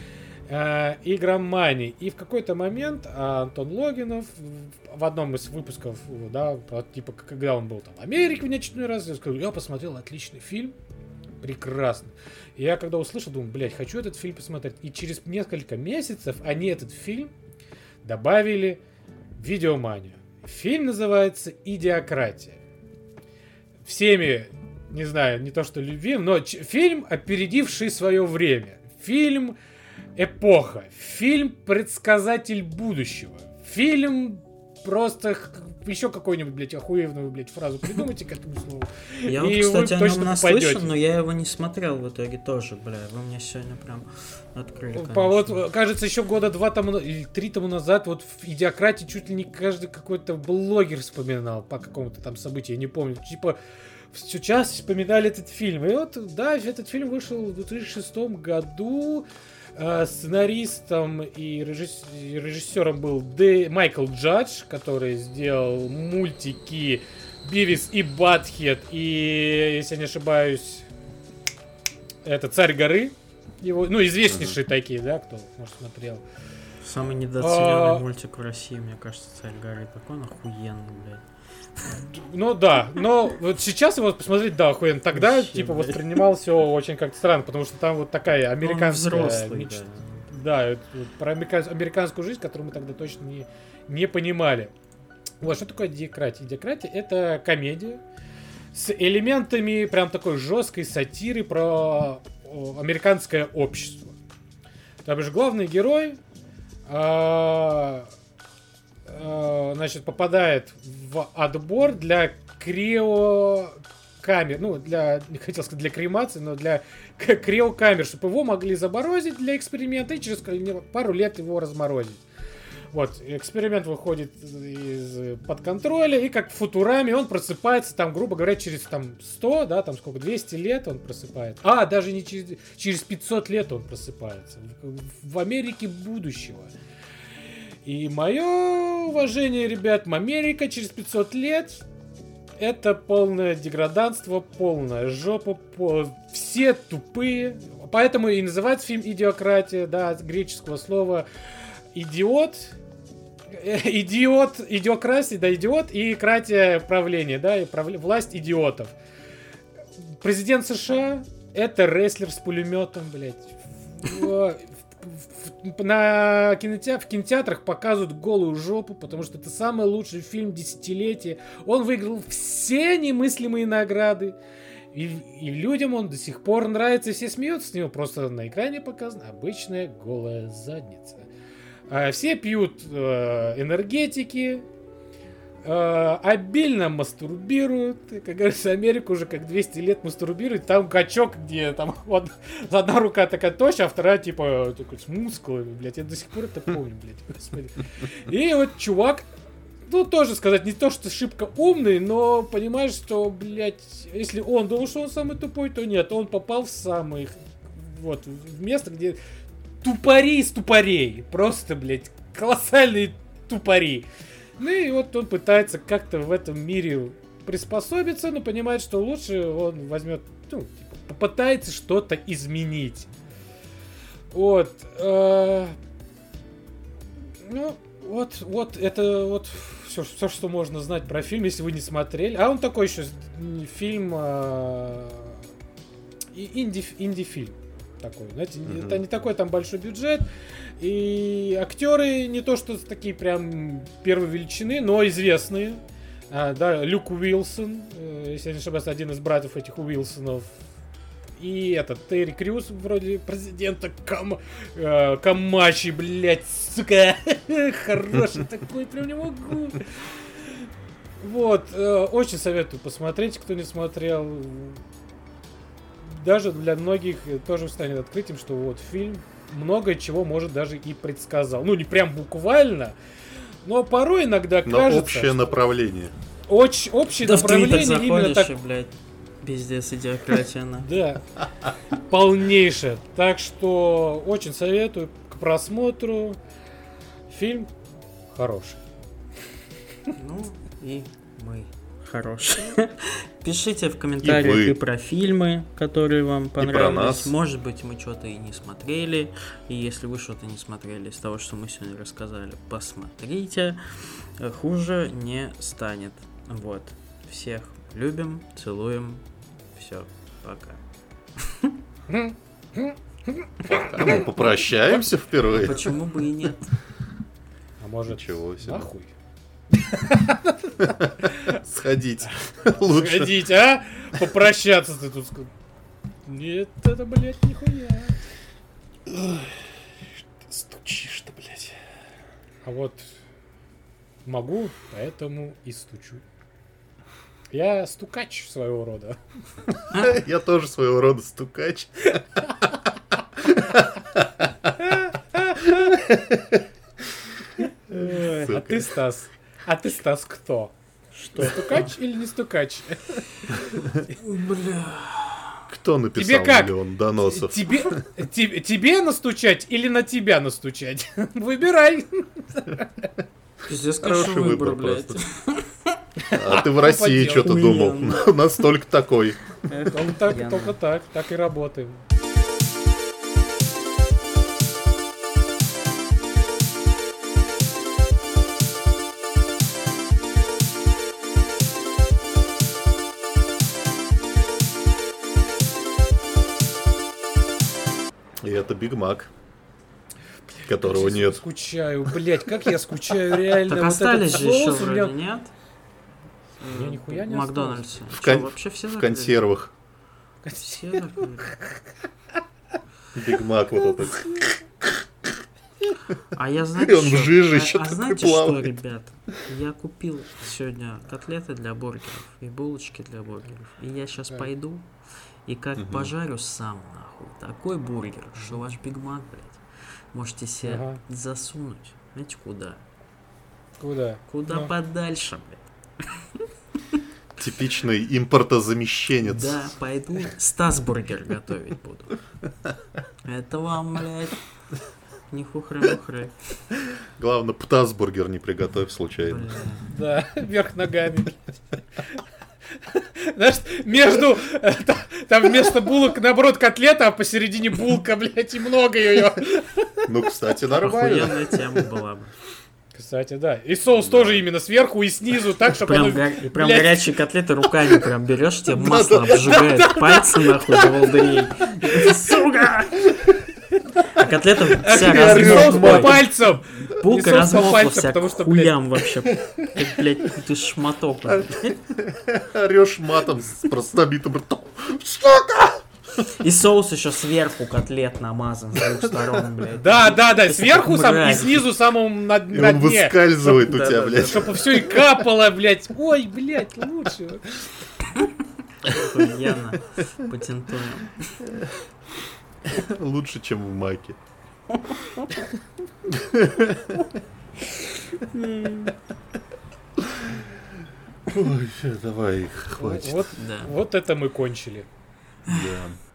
игромании. И в какой-то момент Антон Логинов в одном из выпусков, да, типа, когда он был там в Америке в очередной раз, я сказал, я посмотрел отличный фильм, прекрасно. И я когда услышал, думаю, блядь, хочу этот фильм посмотреть. И через несколько месяцев они этот фильм добавили в видеоманию. Фильм называется «Идиократия». Всеми, не знаю, не то что любим, но фильм, опередивший свое время. Фильм эпоха. Фильм предсказатель будущего. Фильм просто еще какую-нибудь, блядь, охуенную, блядь, фразу придумайте к этому слову. Я вот, кстати, о нем наслышан, но я его не смотрел в итоге тоже, бля. Вы мне сегодня прям открыли, конечно. Вот, кажется, еще года 2 тому или 3 тому назад вот в «Идиократии» чуть ли не каждый какой-то блогер вспоминал по какому-то там событию, я не помню. Типа, сейчас вспоминали этот фильм. И вот, да, этот фильм вышел в 2006 году. Сценаристом и режиссером был Майкл Джадж, который сделал мультики Бивис и Батхед и, если я не ошибаюсь, это «Царь горы». Его, ну, известнейшие такие, да, кто, может, смотрел. Самый недооцененный мультик в России, мне кажется, «Царь горы». Такой он охуенный, блядь. Ну да, но вот сейчас его посмотреть, да, охуенно. Тогда, вообще, типа, блядь, воспринимал все очень как-то странно, потому что там вот такая американская взрослый, мечта. Да, про американскую жизнь, которую мы тогда точно не понимали. Вот, что такое «Идиократия»? «Идиократия» — это комедия с элементами прям такой жесткой сатиры про американское общество. Там же главный герой значит, попадает в отбор для криокамер. Ну, не хотел сказать для кремации, но для криокамер, чтобы его могли заморозить для эксперимента и через пару лет его разморозить. Вот, эксперимент выходит из-под контроля, и как в Футураме он просыпается, там, грубо говоря, через там 100, да, там сколько, 200 лет он просыпается. Даже не через 500 лет он просыпается. В Америке будущего. И мое уважение, ребят, Америка через 500 лет это полное деграданство, полная жопа, все тупые. Поэтому и называется фильм «Идиократия», да, от греческого слова «идиот», идиокрасия, да, идиот, и кратия правление, да, и власть идиотов. Президент США это рестлер с пулеметом, блядь. В кинотеатрах показывают голую жопу, потому что это самый лучший фильм десятилетия. Он выиграл все немыслимые награды. И людям он до сих пор нравится, все смеются с него. Просто на экране показана обычная голая задница. Все пьют энергетики, обильно мастурбируют. Как говорится, Америка уже как 200 лет мастурбирует. Там качок, где там вот, одна рука такая тощая, а вторая типа такой, с мускулами, блядь. Я до сих пор это помню, блядь. Господи. И вот чувак, ну тоже сказать, не то что шибко умный, но понимаешь, что, блядь, если он думал, что он самый тупой, то нет. Он попал в самый, вот, в место, где тупари из тупорей. Просто, блядь, колоссальные тупари. Ну и вот он пытается как-то в этом мире приспособиться, но понимает, что лучше он возьмет, ну, типа, попытается что-то изменить. Вот. Ну, вот это вот все, что можно знать про фильм, если вы не смотрели. А он такой еще фильм инди-фильм. Такой, знаете, это не такой там большой бюджет, и актеры не то что такие прям первой величины, но известные. Да, Люк Уилсон, если я не ошибаюсь, один из братьев этих Уилсонов. И этот Терри Крюс, вроде президента Камачи, блять, сука, хороший такой, прям не могу. Вот, очень советую посмотреть, кто не смотрел. Даже для многих тоже станет открытием, что вот фильм много чего, может, даже и предсказал. Ну, не прям буквально, но порой иногда кажется... Но общее направление. Общее направление именно так... блядь, пиздец, идиократия, она. Да, полнейшее. Так что очень советую к просмотру. Фильм хороший. Ну, и мы хорошие. Пишите в комментариях и про фильмы, которые вам понравились. Может быть, мы что-то и не смотрели. И если вы что-то не смотрели из того, что мы сегодня рассказали, посмотрите. Хуже не станет. Вот. Всех любим, целуем. Все, пока. Пока мы попрощаемся впервые. Почему бы и нет? А может, чего себе? Нахуй. Сходить. Лучше. Сходить, а? Попрощаться ты тут. Нет, это, блядь, нихуя. Стучишь-то, блядь. А вот могу, поэтому и стучу. Я стукач своего рода. Я тоже своего рода стукач. А ты, Стас? А ты, Стас, кто? Что, стукач или не стукач? Бля. Кто написал миллион доносов? Тебе настучать или на тебя настучать? Выбирай. Пиздец, Хороший выбор, блядь. А ты в России что-то думал? У нас только такой. Только так и работаем. И это Биг Мак, которого нет. Скучаю, блять, как я скучаю реально. Так остались же еще вроде, нет? Я нихуя не Макдональдсе. В консервах. Все Биг Мак вот этот. А я, знаете, он в жиже еще такой знаете плавает. что, ребят? Я купил сегодня котлеты для бургеров и булочки для бургеров. И я сейчас пойду и как пожарю сам, нахуй. Такой бургер, что ваш Биг Мак, блядь, можете себе засунуть. Знаете, куда? Куда? Куда подальше, блядь. Типичный импортозамещенец. Да, пойду Стасбургер готовить буду. Это вам, блядь, не хухры-мухры. Главное, птасбургер не приготовь случайно. Бля. Да, вверх ногами. Знаешь, между... Там вместо булок, наоборот, котлета, а посередине булка, блядь, и много ее. Ну, кстати, нормально. Охуенная тема была бы. Кстати, да. И соус тоже именно сверху и снизу, так, чтобы Прям, оно... и прям горячие котлеты руками прям берешь, тебе масло обжигает пальцы нахуй до волдырей. Сука! А котлета вся Соус по размокла. пальцам! Булка соус по размокла пальцам, вся потому к что, хуям вообще. Как, блядь, какой-то шматок. Орешь матом с просто набитым ртом. Сука! И соус еще сверху котлет намазан с двух сторон, блядь. Да, сверху сам и мразь. снизу самому на И он дне. выскальзывает у тебя, да, блядь. Чтобы все и капало, блядь. Ой, блядь, лучше. Охуенно. Патентуем. Лучше, чем в Маке. Ой, давай, хватит. Вот это мы кончили. Да.